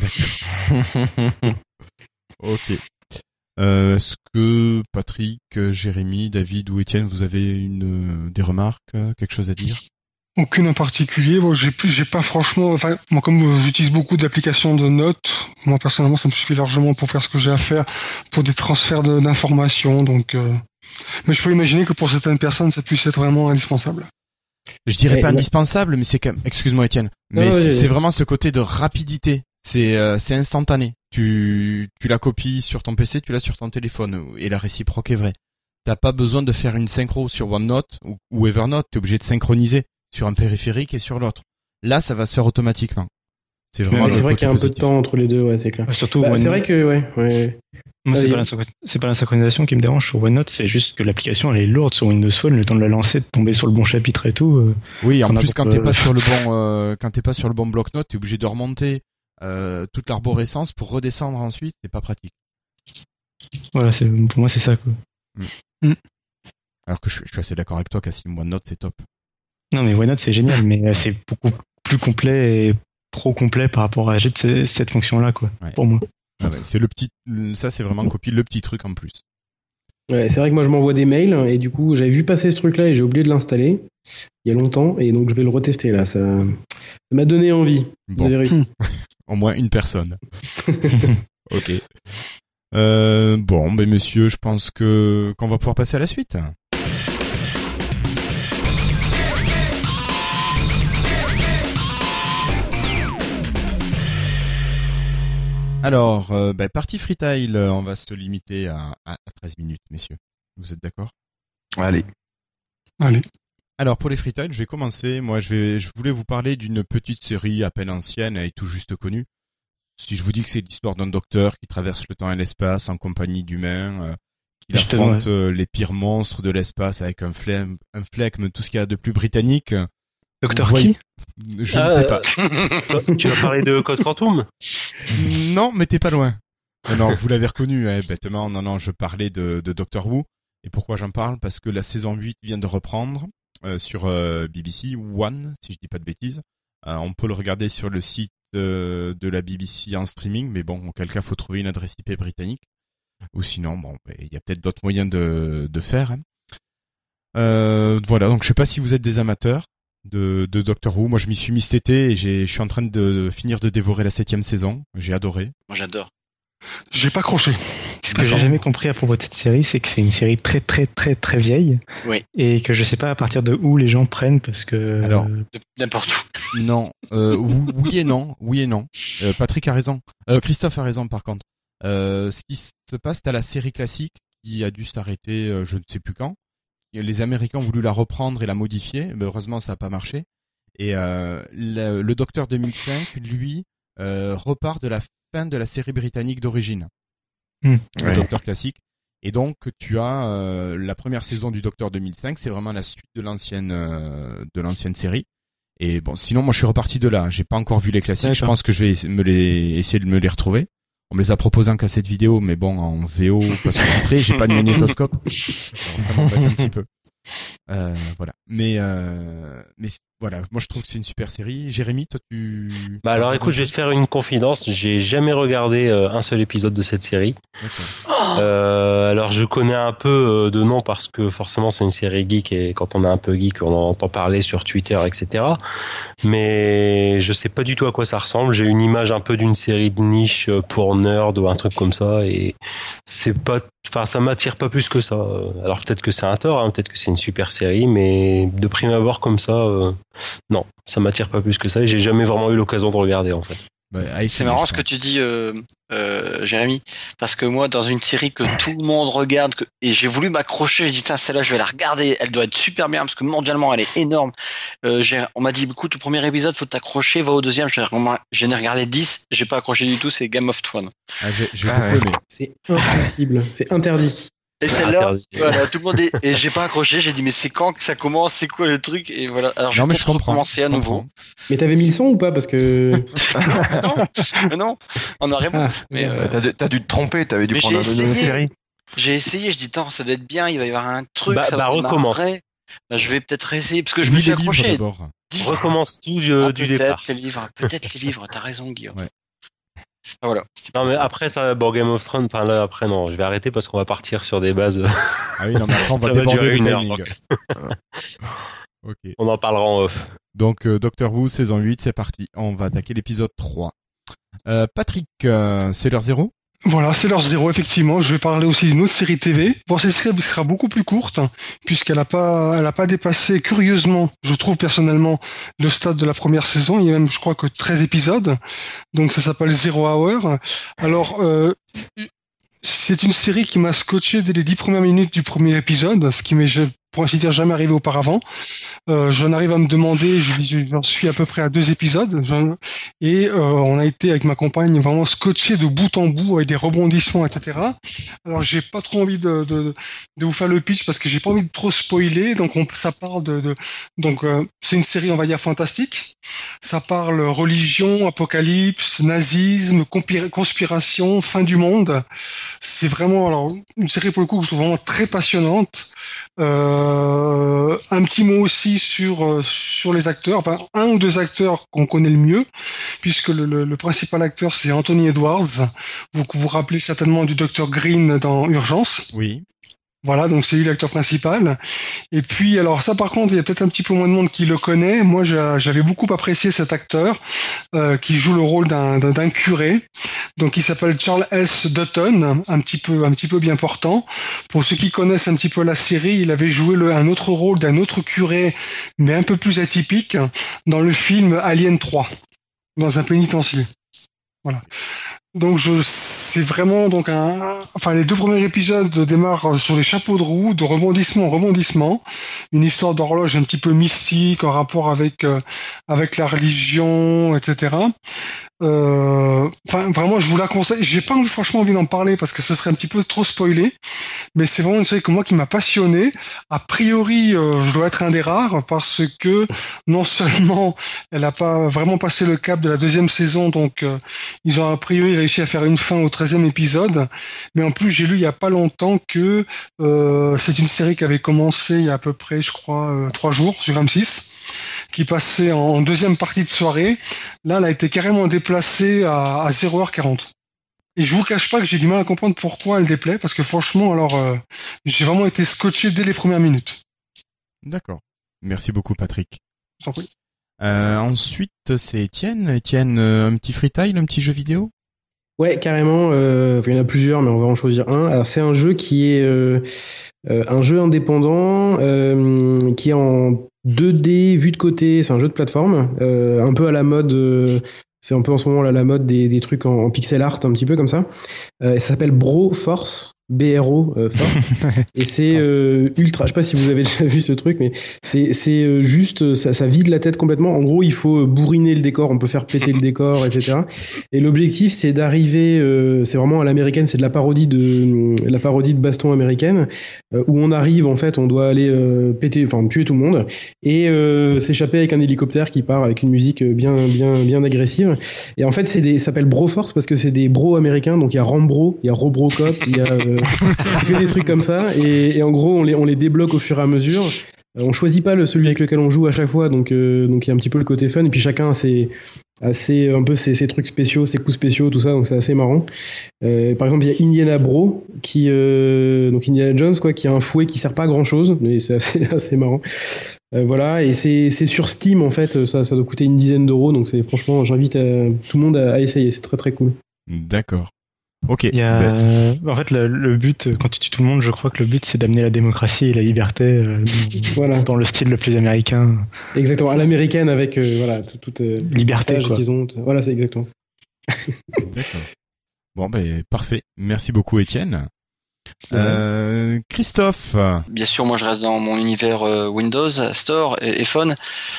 Ok. Est-ce que Patrick, Jérémy, David ou Étienne, vous avez des remarques, quelque chose à dire ? Aucune en particulier. Bon, j'ai pas franchement, moi, comme j'utilise beaucoup d'applications de notes, moi, personnellement, ça me suffit largement pour faire ce que j'ai à faire, pour des transferts d'informations, donc, mais je peux imaginer que pour certaines personnes, ça puisse être vraiment indispensable. Je dirais pas indispensable, mais c'est quand même, excuse-moi Étienne, mais c'est vraiment ce côté de rapidité. C'est instantané. Tu la copies sur ton PC, tu l'as sur ton téléphone, et la réciproque est vraie. T'as pas besoin de faire une synchro sur OneNote ou Evernote, t'es obligé de synchroniser sur un périphérique et sur l'autre. Là, ça va se faire automatiquement. C'est vraiment. C'est vrai qu'il y a un peu de temps entre les deux, c'est clair. Surtout, c'est vrai que moi, c'est pas la synchronisation qui me dérange sur OneNote, c'est juste que l'application elle est lourde sur Windows Phone, le temps de la lancer, de tomber sur le bon chapitre et tout. Oui, en plus quand t'es pas sur le bon bloc-notes, t'es obligé de remonter toute l'arborescence pour redescendre ensuite, c'est pas pratique. Voilà, pour moi c'est ça, quoi. Alors que je suis assez d'accord avec toi, Cassim, OneNote c'est top. Non mais OneNote c'est génial, mais c'est beaucoup plus complet et trop complet par rapport à cette fonction-là, quoi, pour moi. Ah ouais, ça c'est vraiment copier le petit truc en plus. Ouais, c'est vrai que moi je m'envoie des mails et du coup j'avais vu passer ce truc-là et j'ai oublié de l'installer il y a longtemps et donc je vais le retester là. Ça m'a donné envie. Bon. Vous avez réussi. Au moins une personne. Ok. Bon, ben messieurs, je pense qu'on va pouvoir passer à la suite. Alors, partie freestyle, on va se limiter à 13 minutes, messieurs. Vous êtes d'accord ? Allez. Alors, pour les freestyle, je vais commencer. Moi, je voulais vous parler d'une petite série à peine ancienne et tout juste connue. Si je vous dis que c'est l'histoire d'un docteur qui traverse le temps et l'espace en compagnie d'humains, qui affronte les pires monstres de l'espace avec un flegme, tout ce qu'il y a de plus britannique. Docteur qui ? Je ne sais pas. Tu vas parler de Code Quantum ? Non, mais t'es pas loin. Non, vous l'avez reconnu, bêtement. Non, je parlais de Doctor Who. Et pourquoi j'en parle ? Parce que la saison 8 vient de reprendre sur BBC One, si je dis pas de bêtises. On peut le regarder sur le site de la BBC en streaming, mais bon, en quel cas, faut trouver une adresse IP britannique. Ou sinon, il y a peut-être d'autres moyens de faire. Voilà, donc je sais pas si vous êtes des amateurs de Doctor Who. Moi, je m'y suis mis cet été et je suis en train de finir de dévorer la 7e saison. J'ai adoré. Moi, j'adore. J'ai pas accroché. Ce que j'ai jamais compris à propos de cette série, c'est que c'est une série très très très très vieille. Oui. Et que je sais pas à partir de où les gens prennent parce que. Alors. N'importe où. Non. Oui et non. Patrick a raison. Christophe a raison par contre. Ce qui se passe, t'as la série classique qui a dû s'arrêter, je ne sais plus quand. Les Américains ont voulu la reprendre et la modifier, mais heureusement ça n'a pas marché. Et le Docteur 2005, lui, repart de la fin de la série britannique d'origine, le Docteur classique. Et donc tu as la première saison du Docteur 2005, c'est vraiment la suite de l'ancienne série. Et bon, sinon moi je suis reparti de là. J'ai pas encore vu les classiques. Je pense que je vais essayer de me les retrouver. On me les a proposés en cassette vidéo, mais bon, en VO, pas sous-titré, j'ai pas de magnétoscope. Alors, ça m'embête un petit peu. Voilà. Mais voilà, moi je trouve que c'est une super série. Jérémy, toi tu... Alors écoute, je vais te faire une confidence. J'ai jamais regardé un seul épisode de cette série. Alors je connais un peu de nom parce que forcément c'est une série geek et quand on est un peu geek, on en entend parler sur Twitter, etc. Mais je sais pas du tout à quoi ça ressemble. J'ai une image un peu d'une série de niche pour nerd ou un truc comme ça et c'est pas... Enfin, ça m'attire pas plus que ça. Alors peut-être que c'est un tort, peut-être que c'est une super série, mais de prime abord comme ça, non, ça m'attire pas plus que ça et j'ai jamais vraiment eu l'occasion de regarder en fait. C'est marrant ce que tu dis, Jérémy, parce que moi, dans une série que tout le monde regarde, et j'ai voulu m'accrocher, j'ai dit, tiens, celle-là, je vais la regarder, elle doit être super bien, parce que mondialement, elle est énorme. On m'a dit, écoute, le premier épisode, faut t'accrocher, va au deuxième, j'en ai regardé 10, j'ai pas accroché du tout, c'est Game of Thrones. J'ai beaucoup aimé. C'est impossible, c'est interdit. Et celle-là, voilà, tout le monde et j'ai pas accroché, j'ai dit mais c'est quand que ça commence, c'est quoi le truc et voilà. Alors je vais recommencer à nouveau. Mais t'avais mis le son ou pas parce que non, on a rien. Mais t'as dû te tromper, t'avais dû prendre une série. J'ai essayé, je dis attends, ça doit être bien, il va y avoir un truc. Recommence. Je vais peut-être essayer parce que je me suis accroché. Recommence tout du départ. Peut-être les livres, t'as raison Guillaume. Ouais. Voilà. Non mais après ça, Game of Thrones, enfin là après non, je vais arrêter parce qu'on va partir sur des bases. Ah oui, non mais après on va déborder une heure. Okay. On en parlera en off. Donc Doctor Who saison 8, c'est parti. On va attaquer l'épisode 3. Patrick, c'est l'heure 0 ? Voilà, c'est l'heure 0, effectivement. Je vais parler aussi d'une autre série TV. Bon, cette série sera beaucoup plus courte, puisqu'elle a pas dépassé, curieusement, je trouve personnellement, le stade de la première saison. Il y a même, je crois, que 13 épisodes. Donc, ça s'appelle Zero Hour. Alors, c'est une série qui m'a scotché dès les 10 premières minutes du premier épisode, ce qui m'est, pour ainsi dire, jamais arrivé auparavant. J'en arrive à me demander, j'en suis à peu près à 2 épisodes, et on a été avec ma compagne vraiment scotché de bout en bout avec des rebondissements, etc. Alors j'ai pas trop envie de vous faire le pitch parce que j'ai pas envie de trop spoiler. Donc ça parle donc c'est une série on va dire fantastique. Ça parle religion, apocalypse, nazisme, conspiration, fin du monde. C'est vraiment alors une série pour le coup que je trouve vraiment très passionnante. Un petit mot aussi sur les acteurs, enfin 1 ou 2 acteurs qu'on connaît le mieux, puisque le principal acteur c'est Anthony Edwards. Vous vous rappelez certainement du Dr Green dans Urgence. Oui. Voilà, donc c'est lui l'acteur principal. Et puis, alors ça par contre, il y a peut-être un petit peu moins de monde qui le connaît. Moi, j'avais beaucoup apprécié cet acteur qui joue le rôle d'un curé. Donc, il s'appelle Charles S. Dutton, un petit peu bien portant. Pour ceux qui connaissent un petit peu la série, il avait joué un autre rôle d'un autre curé, mais un peu plus atypique, dans le film Alien 3, dans un pénitencier. Voilà. Donc c'est vraiment donc les 2 premiers épisodes démarrent sur les chapeaux de roue, de rebondissement en rebondissement, une histoire d'horloge un petit peu mystique en rapport avec la religion, etc. Vraiment, je vous la conseille. J'ai pas franchement envie d'en parler parce que ce serait un petit peu trop spoilé, mais c'est vraiment une série que moi qui m'a passionné. A priori, je dois être un des rares parce que non seulement elle a pas vraiment passé le cap de la 2e saison, donc ils ont a priori réussi à faire une fin au 13e épisode, mais en plus j'ai lu il y a pas longtemps que c'est une série qui avait commencé il y a à peu près, je crois, 3 jours sur M6, qui passait en 2e partie de soirée. Là, elle a été carrément déplacée à 0h40. Et je vous cache pas que j'ai du mal à comprendre pourquoi elle déplaît, parce que franchement, j'ai vraiment été scotché dès les premières minutes. D'accord. Merci beaucoup, Patrick. Je t'en prie. Ensuite, c'est Étienne. Étienne, un petit freestyle, un petit jeu vidéo? Ouais, carrément. Il y en a plusieurs, mais on va en choisir un. Alors, c'est un jeu qui est un jeu indépendant qui est en 2D vu de côté. C'est un jeu de plateforme, un peu à la mode. C'est un peu en ce moment là, la mode des trucs en pixel art, un petit peu comme ça. Ça s'appelle Broforce. BRO Force. Et c'est ultra. Je sais pas si vous avez déjà vu ce truc, mais c'est juste ça vide la tête complètement. En gros, il faut bourriner le décor, on peut faire péter le décor, etc. Et l'objectif, c'est d'arriver. C'est vraiment à l'américaine, c'est de la parodie de baston américaine, où on arrive en fait, on doit aller tuer tout le monde et s'échapper avec un hélicoptère qui part avec une musique bien agressive. Et en fait, ça s'appelle Broforce parce que c'est des bros américains. Donc il y a Rambro, il y a Robocop, il y a que des trucs comme ça, et en gros on les débloque au fur et à mesure. On choisit pas celui avec lequel on joue à chaque fois, donc il y a un petit peu le côté fun, et puis chacun a ses trucs spéciaux, ses coups spéciaux, tout ça, donc c'est assez marrant. Par exemple, il y a Indiana Bro donc Indiana Jones quoi, qui a un fouet qui sert pas à grand chose, mais c'est assez marrant. Voilà, et c'est sur Steam en fait, ça doit coûter une dizaine d'euros, donc franchement j'invite tout le monde à essayer, c'est très très cool. D'accord. Ok. Il y a, en fait, le but, quand tu tues tout le monde, je crois que le but, c'est d'amener la démocratie et la liberté voilà. Dans le style le plus américain. Exactement, à l'américaine avec toute liberté quoi. Qu'ils ont. Voilà, c'est exactement. D'accord. Bon, ben parfait. Merci beaucoup, Étienne. Christophe. Bien sûr, moi je reste dans mon univers Windows Store et Phone.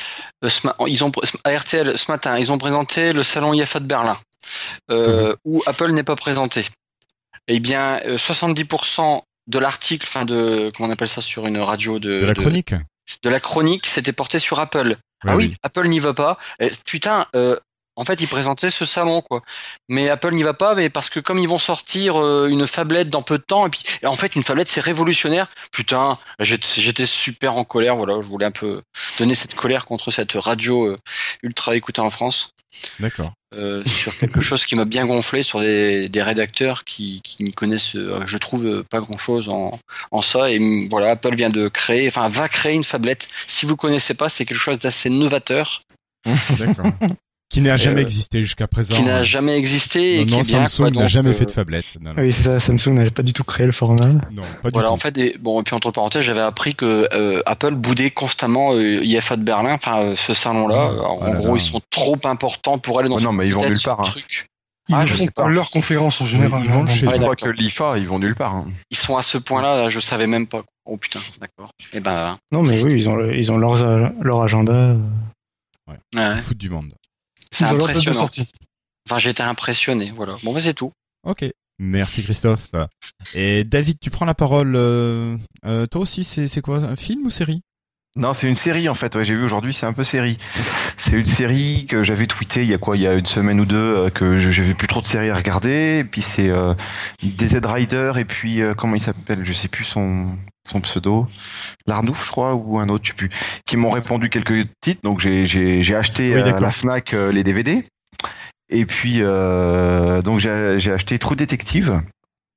À RTL ce matin, ils ont présenté le salon IFA de Berlin. Où Apple n'est pas présenté. Eh bien, 70% de l'article, comment on appelle ça sur une radio de la chronique. De la chronique, c'était porté sur Apple. Ouais, oui, Apple n'y va pas. Putain, en fait, ils présentaient ce salon, quoi. Mais Apple n'y va pas, mais parce que comme ils vont sortir une phablette dans peu de temps, et en fait, une phablette, c'est révolutionnaire. Putain, j'étais super en colère. Voilà, je voulais un peu donner cette colère contre cette radio ultra écoutée en France. D'accord. Sur quelque chose qui m'a bien gonflé, sur des rédacteurs qui n'y connaissent, je trouve, pas grand-chose en ça. Et voilà, Apple va créer une phablette. Si vous connaissez pas, c'est quelque chose d'assez novateur. D'accord. Qui n'a jamais existé jusqu'à présent. Qui n'a jamais existé et qui est bien. Samsung n'a jamais fait de phablette. Non. Oui, c'est ça. Samsung n'a pas du tout créé le format. Non, pas du tout. Voilà, en fait, et puis entre parenthèses, j'avais appris que Apple boudait constamment IFA de Berlin, ce salon-là. En gros, ils sont trop importants pour aller dans non, mais ils vont nulle part. Truc. Ils ne font pas leur conférence en général. Je crois que l'IFA, ils vont nulle part. Hein. Ils sont à ce point-là, je savais même pas. Oh putain, d'accord. Et ben. Non, mais oui, ils ont leur agenda. Ouais. Foot du monde. C'est impressionnant. J'ai été impressionné, voilà. Bon, c'est tout. Ok. Merci Christophe. Et David, tu prends la parole. Toi aussi, c'est quoi, un film ou série? Non, c'est une série en fait. Ouais, j'ai vu aujourd'hui, c'est un peu série. C'est une série que j'avais tweeté il y a une semaine ou deux, que j'avais plus trop de séries à regarder. Et puis c'est DZ Rider et puis comment il s'appelle, je sais plus son pseudo, Larnouf je crois, ou un autre, je sais plus, qui m'ont répondu quelques titres. Donc j'ai acheté à la Fnac les DVD. Et puis donc j'ai acheté True Detective,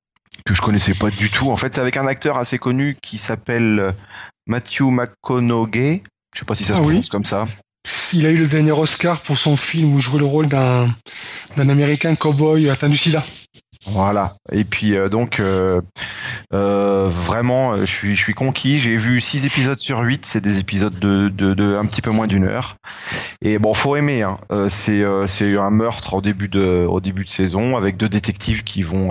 que je connaissais pas du tout. En fait, c'est avec un acteur assez connu qui s'appelle Matthew McConaughey. Je sais pas si ça se prononce comme ça. Il a eu le dernier Oscar pour son film où il jouait le rôle d'un Américain cowboy atteint du sida. Voilà. Et puis vraiment, je suis conquis. J'ai vu 6 épisodes sur 8. C'est des épisodes de un petit peu moins d'1 heure. Et bon, faut aimer. Hein. C'est un meurtre au début de saison avec 2 détectives qui vont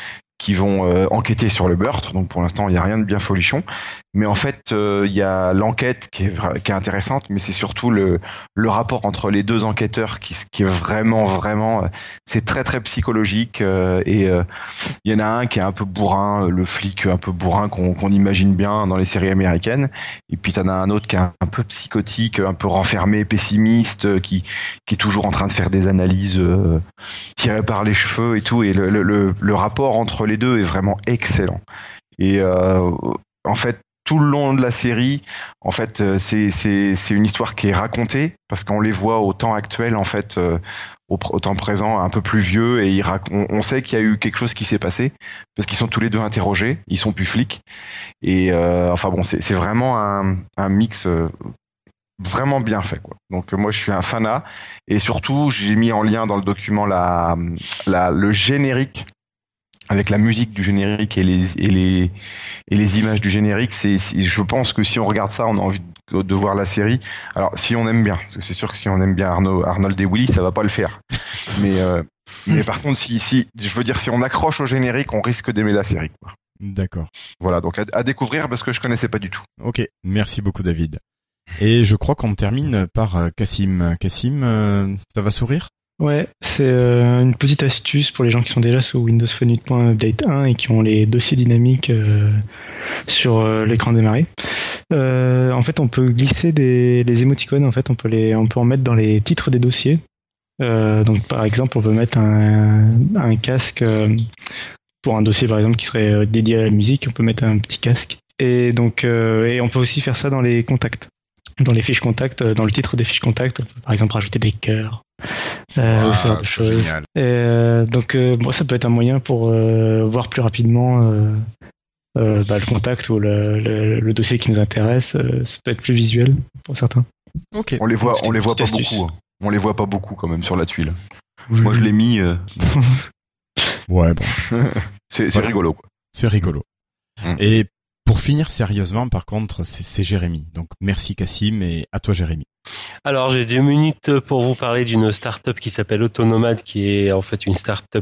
enquêter sur le meurtre. Donc pour l'instant, il n'y a rien de bien folichon. Mais en fait, il y a l'enquête qui est intéressante, mais c'est surtout le rapport entre les 2 enquêteurs qui est vraiment, c'est très très psychologique. Et il y en a un qui est un peu bourrin, le flic un peu bourrin qu'on imagine bien dans les séries américaines. Et puis t'en as un autre qui est un peu psychotique, un peu renfermé, pessimiste, qui est toujours en train de faire des analyses tirées par les cheveux et tout. Et le rapport entre les 2 est vraiment excellent. Et en fait, tout le long de la série, en fait, c'est une histoire qui est racontée parce qu'on les voit au temps actuel, en fait, au temps présent, un peu plus vieux, et on sait qu'il y a eu quelque chose qui s'est passé parce qu'ils sont tous les 2 interrogés, ils sont plus flics, et enfin bon, c'est vraiment un mix vraiment bien fait, quoi. Donc moi, je suis un fanat, et surtout, j'ai mis en lien dans le document le générique. Avec la musique du générique et les images du générique, je pense que si on regarde ça, on a envie de voir la série. Alors, si on aime bien, parce que c'est sûr que si on aime bien Arnold et Willy, ça va pas le faire. Mais par contre, si on accroche au générique, on risque d'aimer la série, quoi. D'accord. Voilà, donc à découvrir parce que je connaissais pas du tout. Ok, merci beaucoup David. Et je crois qu'on termine par Cassim. Cassim, ça va sourire ? Ouais, c'est une petite astuce pour les gens qui sont déjà sous Windows Phone 8.update 1 et qui ont les dossiers dynamiques sur l'écran démarré. En fait, on peut glisser les émoticônes. En fait, on peut en mettre dans les titres des dossiers. Donc, par exemple, on peut mettre un casque pour un dossier, par exemple, qui serait dédié à la musique. On peut mettre un petit casque. Et donc, et on peut aussi faire ça dans les contacts, dans les fiches contacts, dans le titre des fiches contacts. On peut, par exemple, rajouter des cœurs. Ou ce genre de choses. Donc bon, ça peut être un moyen pour voir plus rapidement le contact ou le dossier qui nous intéresse. Ça peut être plus visuel pour certains. Ok. On les voit pas beaucoup. Hein. On les voit pas beaucoup quand même sur la tuile. Moi, je l'ai mis. Ouais, bon. c'est rigolo, quoi. C'est rigolo. Et pour finir sérieusement, par contre, c'est Jérémy. Donc merci Cassim, et à toi Jérémy. Alors j'ai 2 minutes pour vous parler d'une start-up qui s'appelle Autonomad, qui est en fait une start-up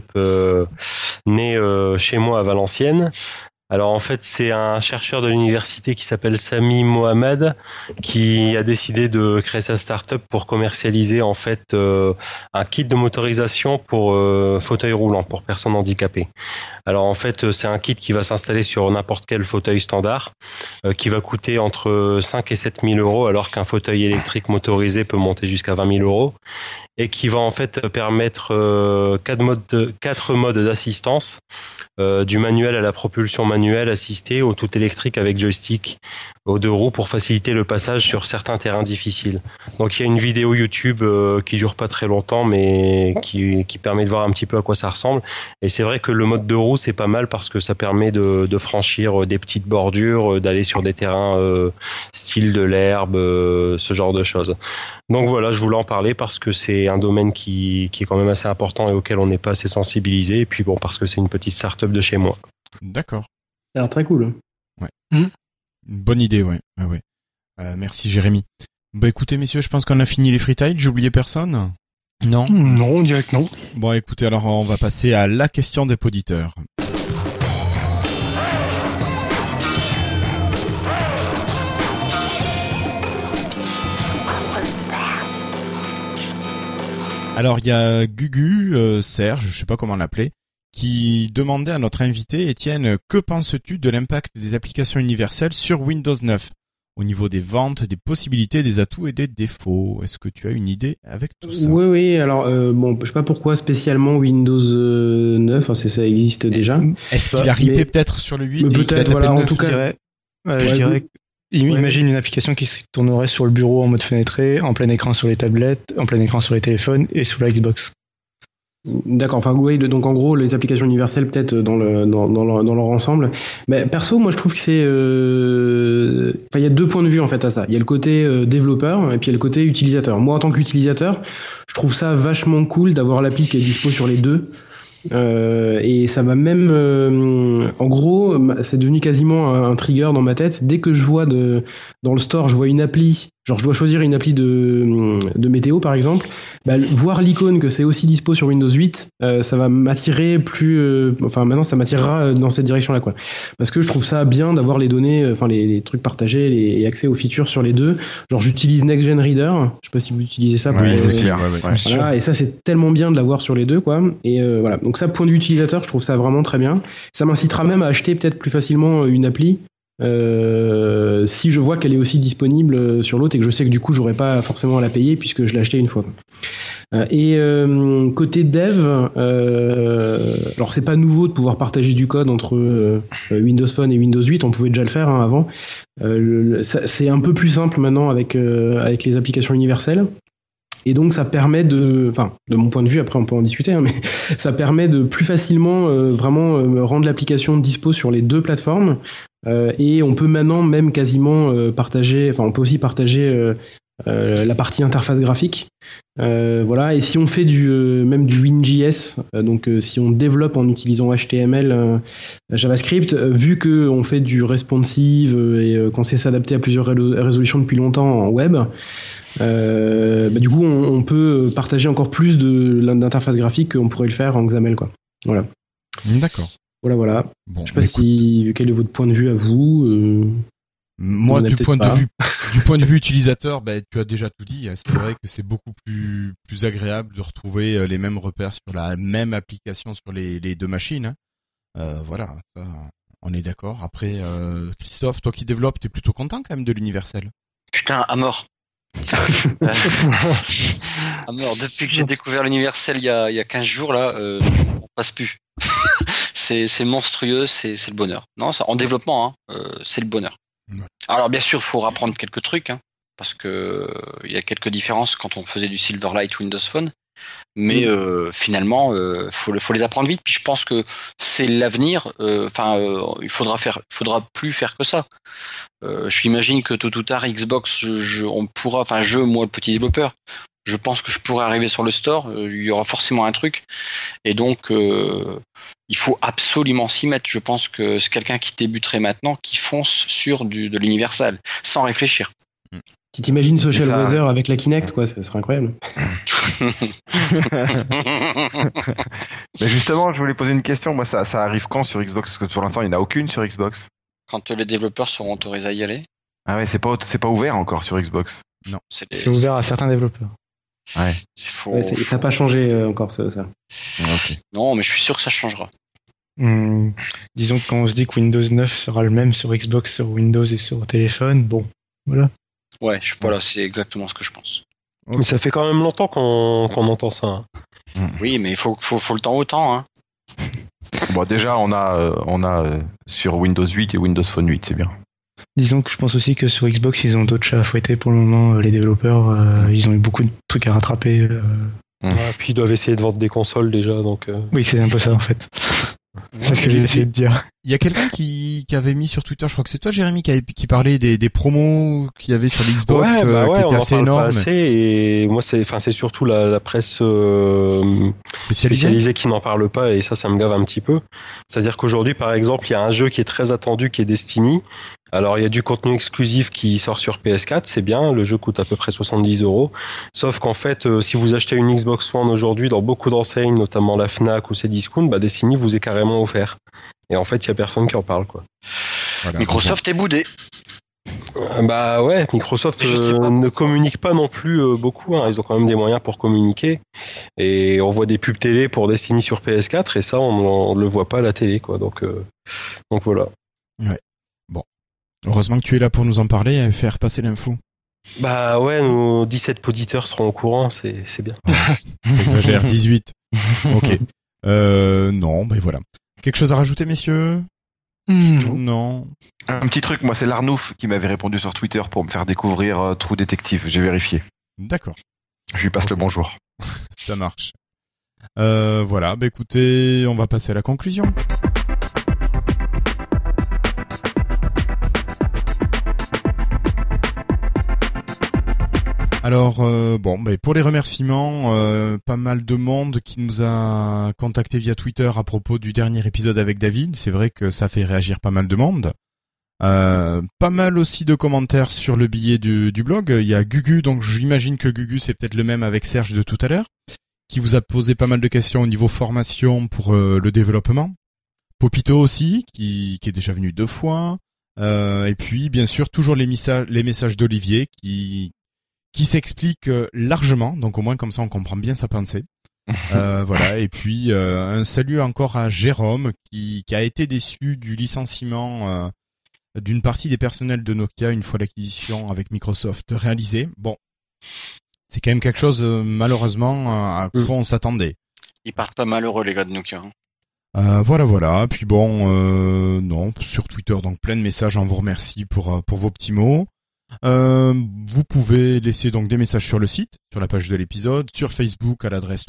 née chez moi à Valenciennes. Alors en fait c'est un chercheur de l'université qui s'appelle Sami Mohamed qui a décidé de créer sa start-up pour commercialiser en fait un kit de motorisation pour fauteuil roulant pour personnes handicapées. Alors en fait c'est un kit qui va s'installer sur n'importe quel fauteuil standard qui va coûter entre 5 et 7 000 euros alors qu'un fauteuil électrique motorisé peut monter jusqu'à 20 000 euros et qui va en fait permettre 4 modes d'assistance, du manuel à la propulsion manuelle assistée au tout électrique avec joystick aux 2 roues pour faciliter le passage sur certains terrains difficiles. Donc il y a une vidéo YouTube qui dure pas très longtemps mais qui permet de voir un petit peu à quoi ça ressemble, et c'est vrai que le mode 2 roues c'est pas mal parce que ça permet de franchir des petites bordures, d'aller sur des terrains style de l'herbe, ce genre de choses. Donc voilà, je voulais en parler parce que c'est un domaine qui est quand même assez important et auquel on n'est pas assez sensibilisé, et puis bon, parce que c'est une petite start-up de chez moi. D'accord. Ça a l'air très cool. Ouais. Une bonne idée, ouais. Merci Jérémy. Bah écoutez messieurs, je pense qu'on a fini les freetiles, j'ai oublié personne ? Non ? Non, on dirait que non. Bon écoutez, alors on va passer à la question des poditeurs. Alors il y a Gugu, Serge, je sais pas comment l'appeler, qui demandait à notre invité, Étienne, que penses-tu de l'impact des applications universelles sur Windows 9 au niveau des ventes, des possibilités, des atouts et des défauts? Est-ce que tu as une idée avec tout ça? Oui, alors bon, je sais pas pourquoi spécialement Windows 9, ça existe déjà. Est-ce qu'il a ripé peut-être sur le 8 peut-être, voilà, en tout cas. Je dirais imagine une application qui se tournerait sur le bureau en mode fenêtré, en plein écran sur les tablettes, en plein écran sur les téléphones et sur la Xbox. D'accord, enfin oui, donc en gros les applications universelles peut-être dans leur ensemble. Mais perso, moi je trouve que c'est, il y a deux points de vue en fait à ça. Il y a le côté développeur et puis il y a le côté utilisateur. Moi en tant qu'utilisateur, je trouve ça vachement cool d'avoir l'appli qui est dispo sur les deux. Et ça m'a même, en gros, c'est devenu quasiment un trigger dans ma tête. Dès que je vois dans le store, je vois une appli, genre je dois choisir une appli de météo par exemple, voir l'icône que c'est aussi dispo sur Windows 8, ça va m'attirer maintenant ça m'attirera dans cette direction-là, quoi. Parce que je trouve ça bien d'avoir les données, les trucs partagés et accès aux features sur les deux. Genre j'utilise Next Gen Reader, je sais pas si vous utilisez ça. Oui, c'est clair. Voilà, et ça c'est tellement bien de l'avoir sur les deux, quoi. Et voilà. Donc ça, point de vue utilisateur, je trouve ça vraiment très bien. Ça m'incitera même à acheter peut-être plus facilement une appli si je vois qu'elle est aussi disponible sur l'autre et que je sais que du coup j'aurais pas forcément à la payer puisque je l'ai acheté une fois. Et côté dev, alors c'est pas nouveau de pouvoir partager du code entre Windows Phone et Windows 8, on pouvait déjà le faire avant. C'est un peu plus simple maintenant avec les applications universelles. Et donc ça permet de mon point de vue, après on peut en discuter, mais ça permet de plus facilement vraiment rendre l'application dispo sur les deux plateformes. Et on peut maintenant même quasiment partager, on peut aussi partager la partie interface graphique. Voilà. Et si on fait même du WinJS, donc si on développe en utilisant HTML, JavaScript, vu qu'on fait du responsive et qu'on sait s'adapter à plusieurs résolutions depuis longtemps en web, du coup on peut partager encore plus d'interface graphique qu'on pourrait le faire en XAML, quoi. Voilà. D'accord. Voilà. Bon, je sais pas quel est votre point de vue à vous. Moi, du point de vue utilisateur, tu as déjà tout dit. C'est vrai que c'est beaucoup plus agréable de retrouver les mêmes repères sur la même application sur les deux machines. Voilà, ça, on est d'accord. Après, Christophe, toi qui développes, t'es plutôt content quand même de l'universel. Putain, à mort. À mort. Depuis que j'ai découvert l'universel il y a 15 jours là, on passe plus. c'est monstrueux, c'est le bonheur. Non, ça, en développement, c'est le bonheur. Ouais. Alors bien sûr, il faut apprendre quelques trucs, parce que il y a quelques différences quand on faisait du Silverlight Windows Phone, mais finalement, faut les apprendre vite. Puis je pense que c'est l'avenir. Il faudra plus faire que ça. J'imagine que tôt ou tard, Xbox, moi le petit développeur, je pense que je pourrais arriver sur le store. Il y aura forcément un truc, et donc il faut absolument s'y mettre. Je pense que c'est quelqu'un qui débuterait maintenant, qui fonce sur de l'universal, sans réfléchir. Tu t'imagines Social Weather avec la Kinect, quoi, ça serait incroyable. Mais justement, je voulais poser une question. Moi, ça arrive quand sur Xbox? Parce que pour l'instant, il n'y en a aucune sur Xbox. Quand les développeurs seront autorisés à y aller. Ah ouais, c'est pas ouvert encore sur Xbox. Non, c'est ouvert à certains développeurs. Ouais. Ça n'a pas changé encore ça. Okay. Non, mais je suis sûr que ça changera. Disons que quand on se dit que Windows 9 sera le même sur Xbox, sur Windows et sur téléphone, bon, voilà. Ouais, c'est exactement ce que je pense. Mais ça fait quand même longtemps qu'on entend ça. Oui, mais il faut le temps au temps. Bon, déjà, on a sur Windows 8 et Windows Phone 8, c'est bien. Disons que je pense aussi que sur Xbox, ils ont d'autres chats à fouetter pour le moment. Les développeurs, ils ont eu beaucoup de trucs à rattraper. Puis ils doivent essayer de vendre des consoles déjà. Donc, Oui, c'est un peu ça en fait. C'est ce que j'ai essayé de dire. Il y a quelqu'un qui avait mis sur Twitter, je crois que c'est toi Jérémy, qui parlait des promos qu'il y avait sur l'Xbox, qui étaient assez énormes. Et moi c'est surtout la presse spécialisée qui n'en parle pas, et ça me gave un petit peu. C'est-à-dire qu'aujourd'hui par exemple il y a un jeu qui est très attendu qui est Destiny. Alors il y a du contenu exclusif qui sort sur PS4, c'est bien, le jeu coûte à peu près 70€, sauf qu'en fait si vous achetez une Xbox One aujourd'hui dans beaucoup d'enseignes, notamment la Fnac ou Cdiscount, Destiny vous est carrément offert. Et en fait il y a personne qui en parle, quoi. Voilà. Microsoft est boudé. Microsoft ne communique pas non plus beaucoup, ils ont quand même des moyens pour communiquer, et on voit des pubs télé pour Destiny sur PS4 et ça on le voit pas à la télé, quoi. Donc voilà. Ouais. Bon. Heureusement que tu es là pour nous en parler et faire passer l'info. Nos 17 auditeurs seront au courant, c'est bien. J'exagère, 18. Ok. Non, voilà. Quelque chose à rajouter, messieurs? Non. Un petit truc, moi c'est l'Arnouf qui m'avait répondu sur Twitter pour me faire découvrir True Detective, j'ai vérifié. D'accord. Je lui passe le bonjour. Ça marche. Voilà, écoutez, on va passer à la conclusion. Alors, pour les remerciements, pas mal de monde qui nous a contacté via Twitter à propos du dernier épisode avec David. C'est vrai que ça fait réagir pas mal de monde. Pas mal aussi de commentaires sur le billet du blog. Il y a Gugu, donc j'imagine que Gugu c'est peut-être le même avec Serge de tout à l'heure, qui vous a posé pas mal de questions au niveau formation pour le développement. Popito aussi, qui est déjà venu 2 fois. Et puis, bien sûr, toujours les messages d'Olivier qui s'explique largement, donc au moins comme ça on comprend bien sa pensée. Voilà, et puis un salut encore à Jérôme qui a été déçu du licenciement d'une partie des personnels de Nokia une fois l'acquisition avec Microsoft réalisée. Bon, c'est quand même quelque chose malheureusement à quoi on s'attendait. Ils partent pas malheureux les gars de Nokia. Voilà. Puis non, sur Twitter, donc plein de messages, on vous remercie pour vos petits mots. Vous pouvez laisser donc des messages sur le site, sur la page de l'épisode, sur Facebook à l'adresse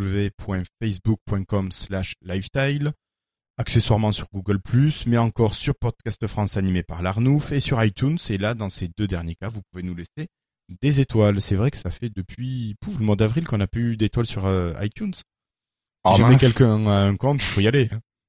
www.facebook.com/lifestyle, accessoirement sur Google+, mais encore sur Podcast France animé par l'Arnouf et sur iTunes. Et là, dans ces 2 derniers cas, vous pouvez nous laisser des étoiles. C'est vrai que ça fait depuis le mois d'avril qu'on n'a plus eu d'étoiles sur iTunes. Si jamais quelqu'un a un compte, il faut y aller.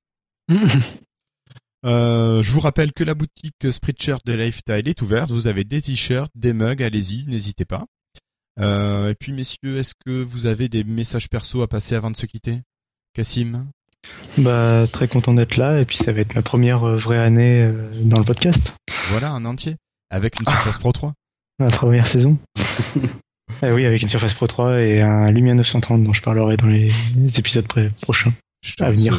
Je vous rappelle que la boutique Spreadshirt de Lifestyle est ouverte. Vous avez des t-shirts, des mugs, allez-y, n'hésitez pas. Et puis messieurs, est-ce que vous avez des messages perso à passer avant de se quitter? Cassim? Très content d'être là, et puis ça va être ma première vraie année dans le podcast. Voilà, en entier, avec une Surface Pro 3. Ma première saison. Oui, avec une Surface Pro 3 et un Lumia 930 dont je parlerai dans les épisodes prochains. À venir.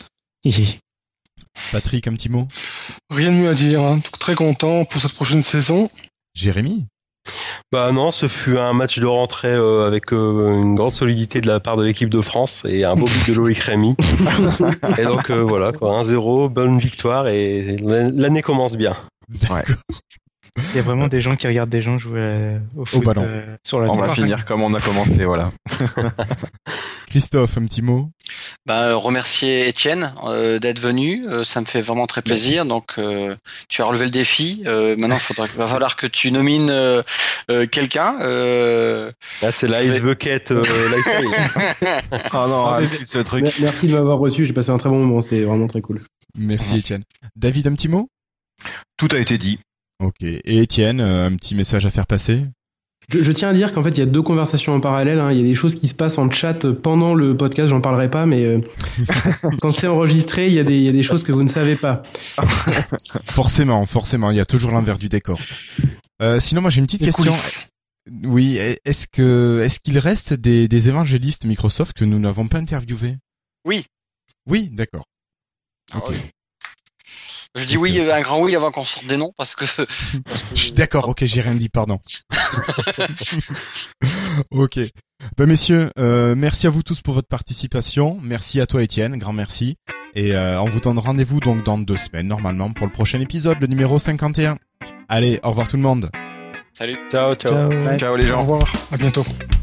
Patrick, un petit mot? Rien de mieux à dire, hein. Très content pour cette prochaine saison. Jérémy? Non, ce fut un match de rentrée avec une grande solidité de la part de l'équipe de France et un beau but de Loïc Rémy. Et donc voilà, 1-0, bonne victoire et l'année commence bien. Ouais. Il y a vraiment des gens qui regardent des gens jouer au foot sur la On va finir comme on a commencé, voilà. Christophe, un petit mot? Remercier Étienne d'être venu, ça me fait vraiment très plaisir. Donc tu as relevé le défi. Maintenant, va falloir que tu nomines quelqu'un. Là, c'est l'Ice Bucket Lifestyle. Ah non, ce truc. Merci de m'avoir reçu. J'ai passé un très bon moment. C'était vraiment très cool. Merci Étienne. David, un petit mot? Tout a été dit. Ok. Et Étienne, un petit message à faire passer? Je tiens à dire qu'en fait, il y a 2 conversations en parallèle. Hein. Il y a des choses qui se passent en chat pendant le podcast, j'en parlerai pas, mais quand c'est enregistré, il y a des choses que vous ne savez pas. Forcément, il y a toujours l'envers du décor. Sinon, moi j'ai une petite question. Oui, est-ce qu'il reste des évangélistes Microsoft que nous n'avons pas interviewés? Oui. Oui, d'accord. Okay. Je dis oui, un grand oui avant qu'on sorte des noms parce que d'accord, ok, j'ai rien dit, pardon. Ok. Messieurs, merci à vous tous pour votre participation. Merci à toi Étienne, grand merci. Et on vous donne rendez-vous donc dans 2 semaines normalement pour le prochain épisode, le numéro 51. Allez, au revoir tout le monde. Salut. Ciao. Ciao les gens. Au revoir, à bientôt.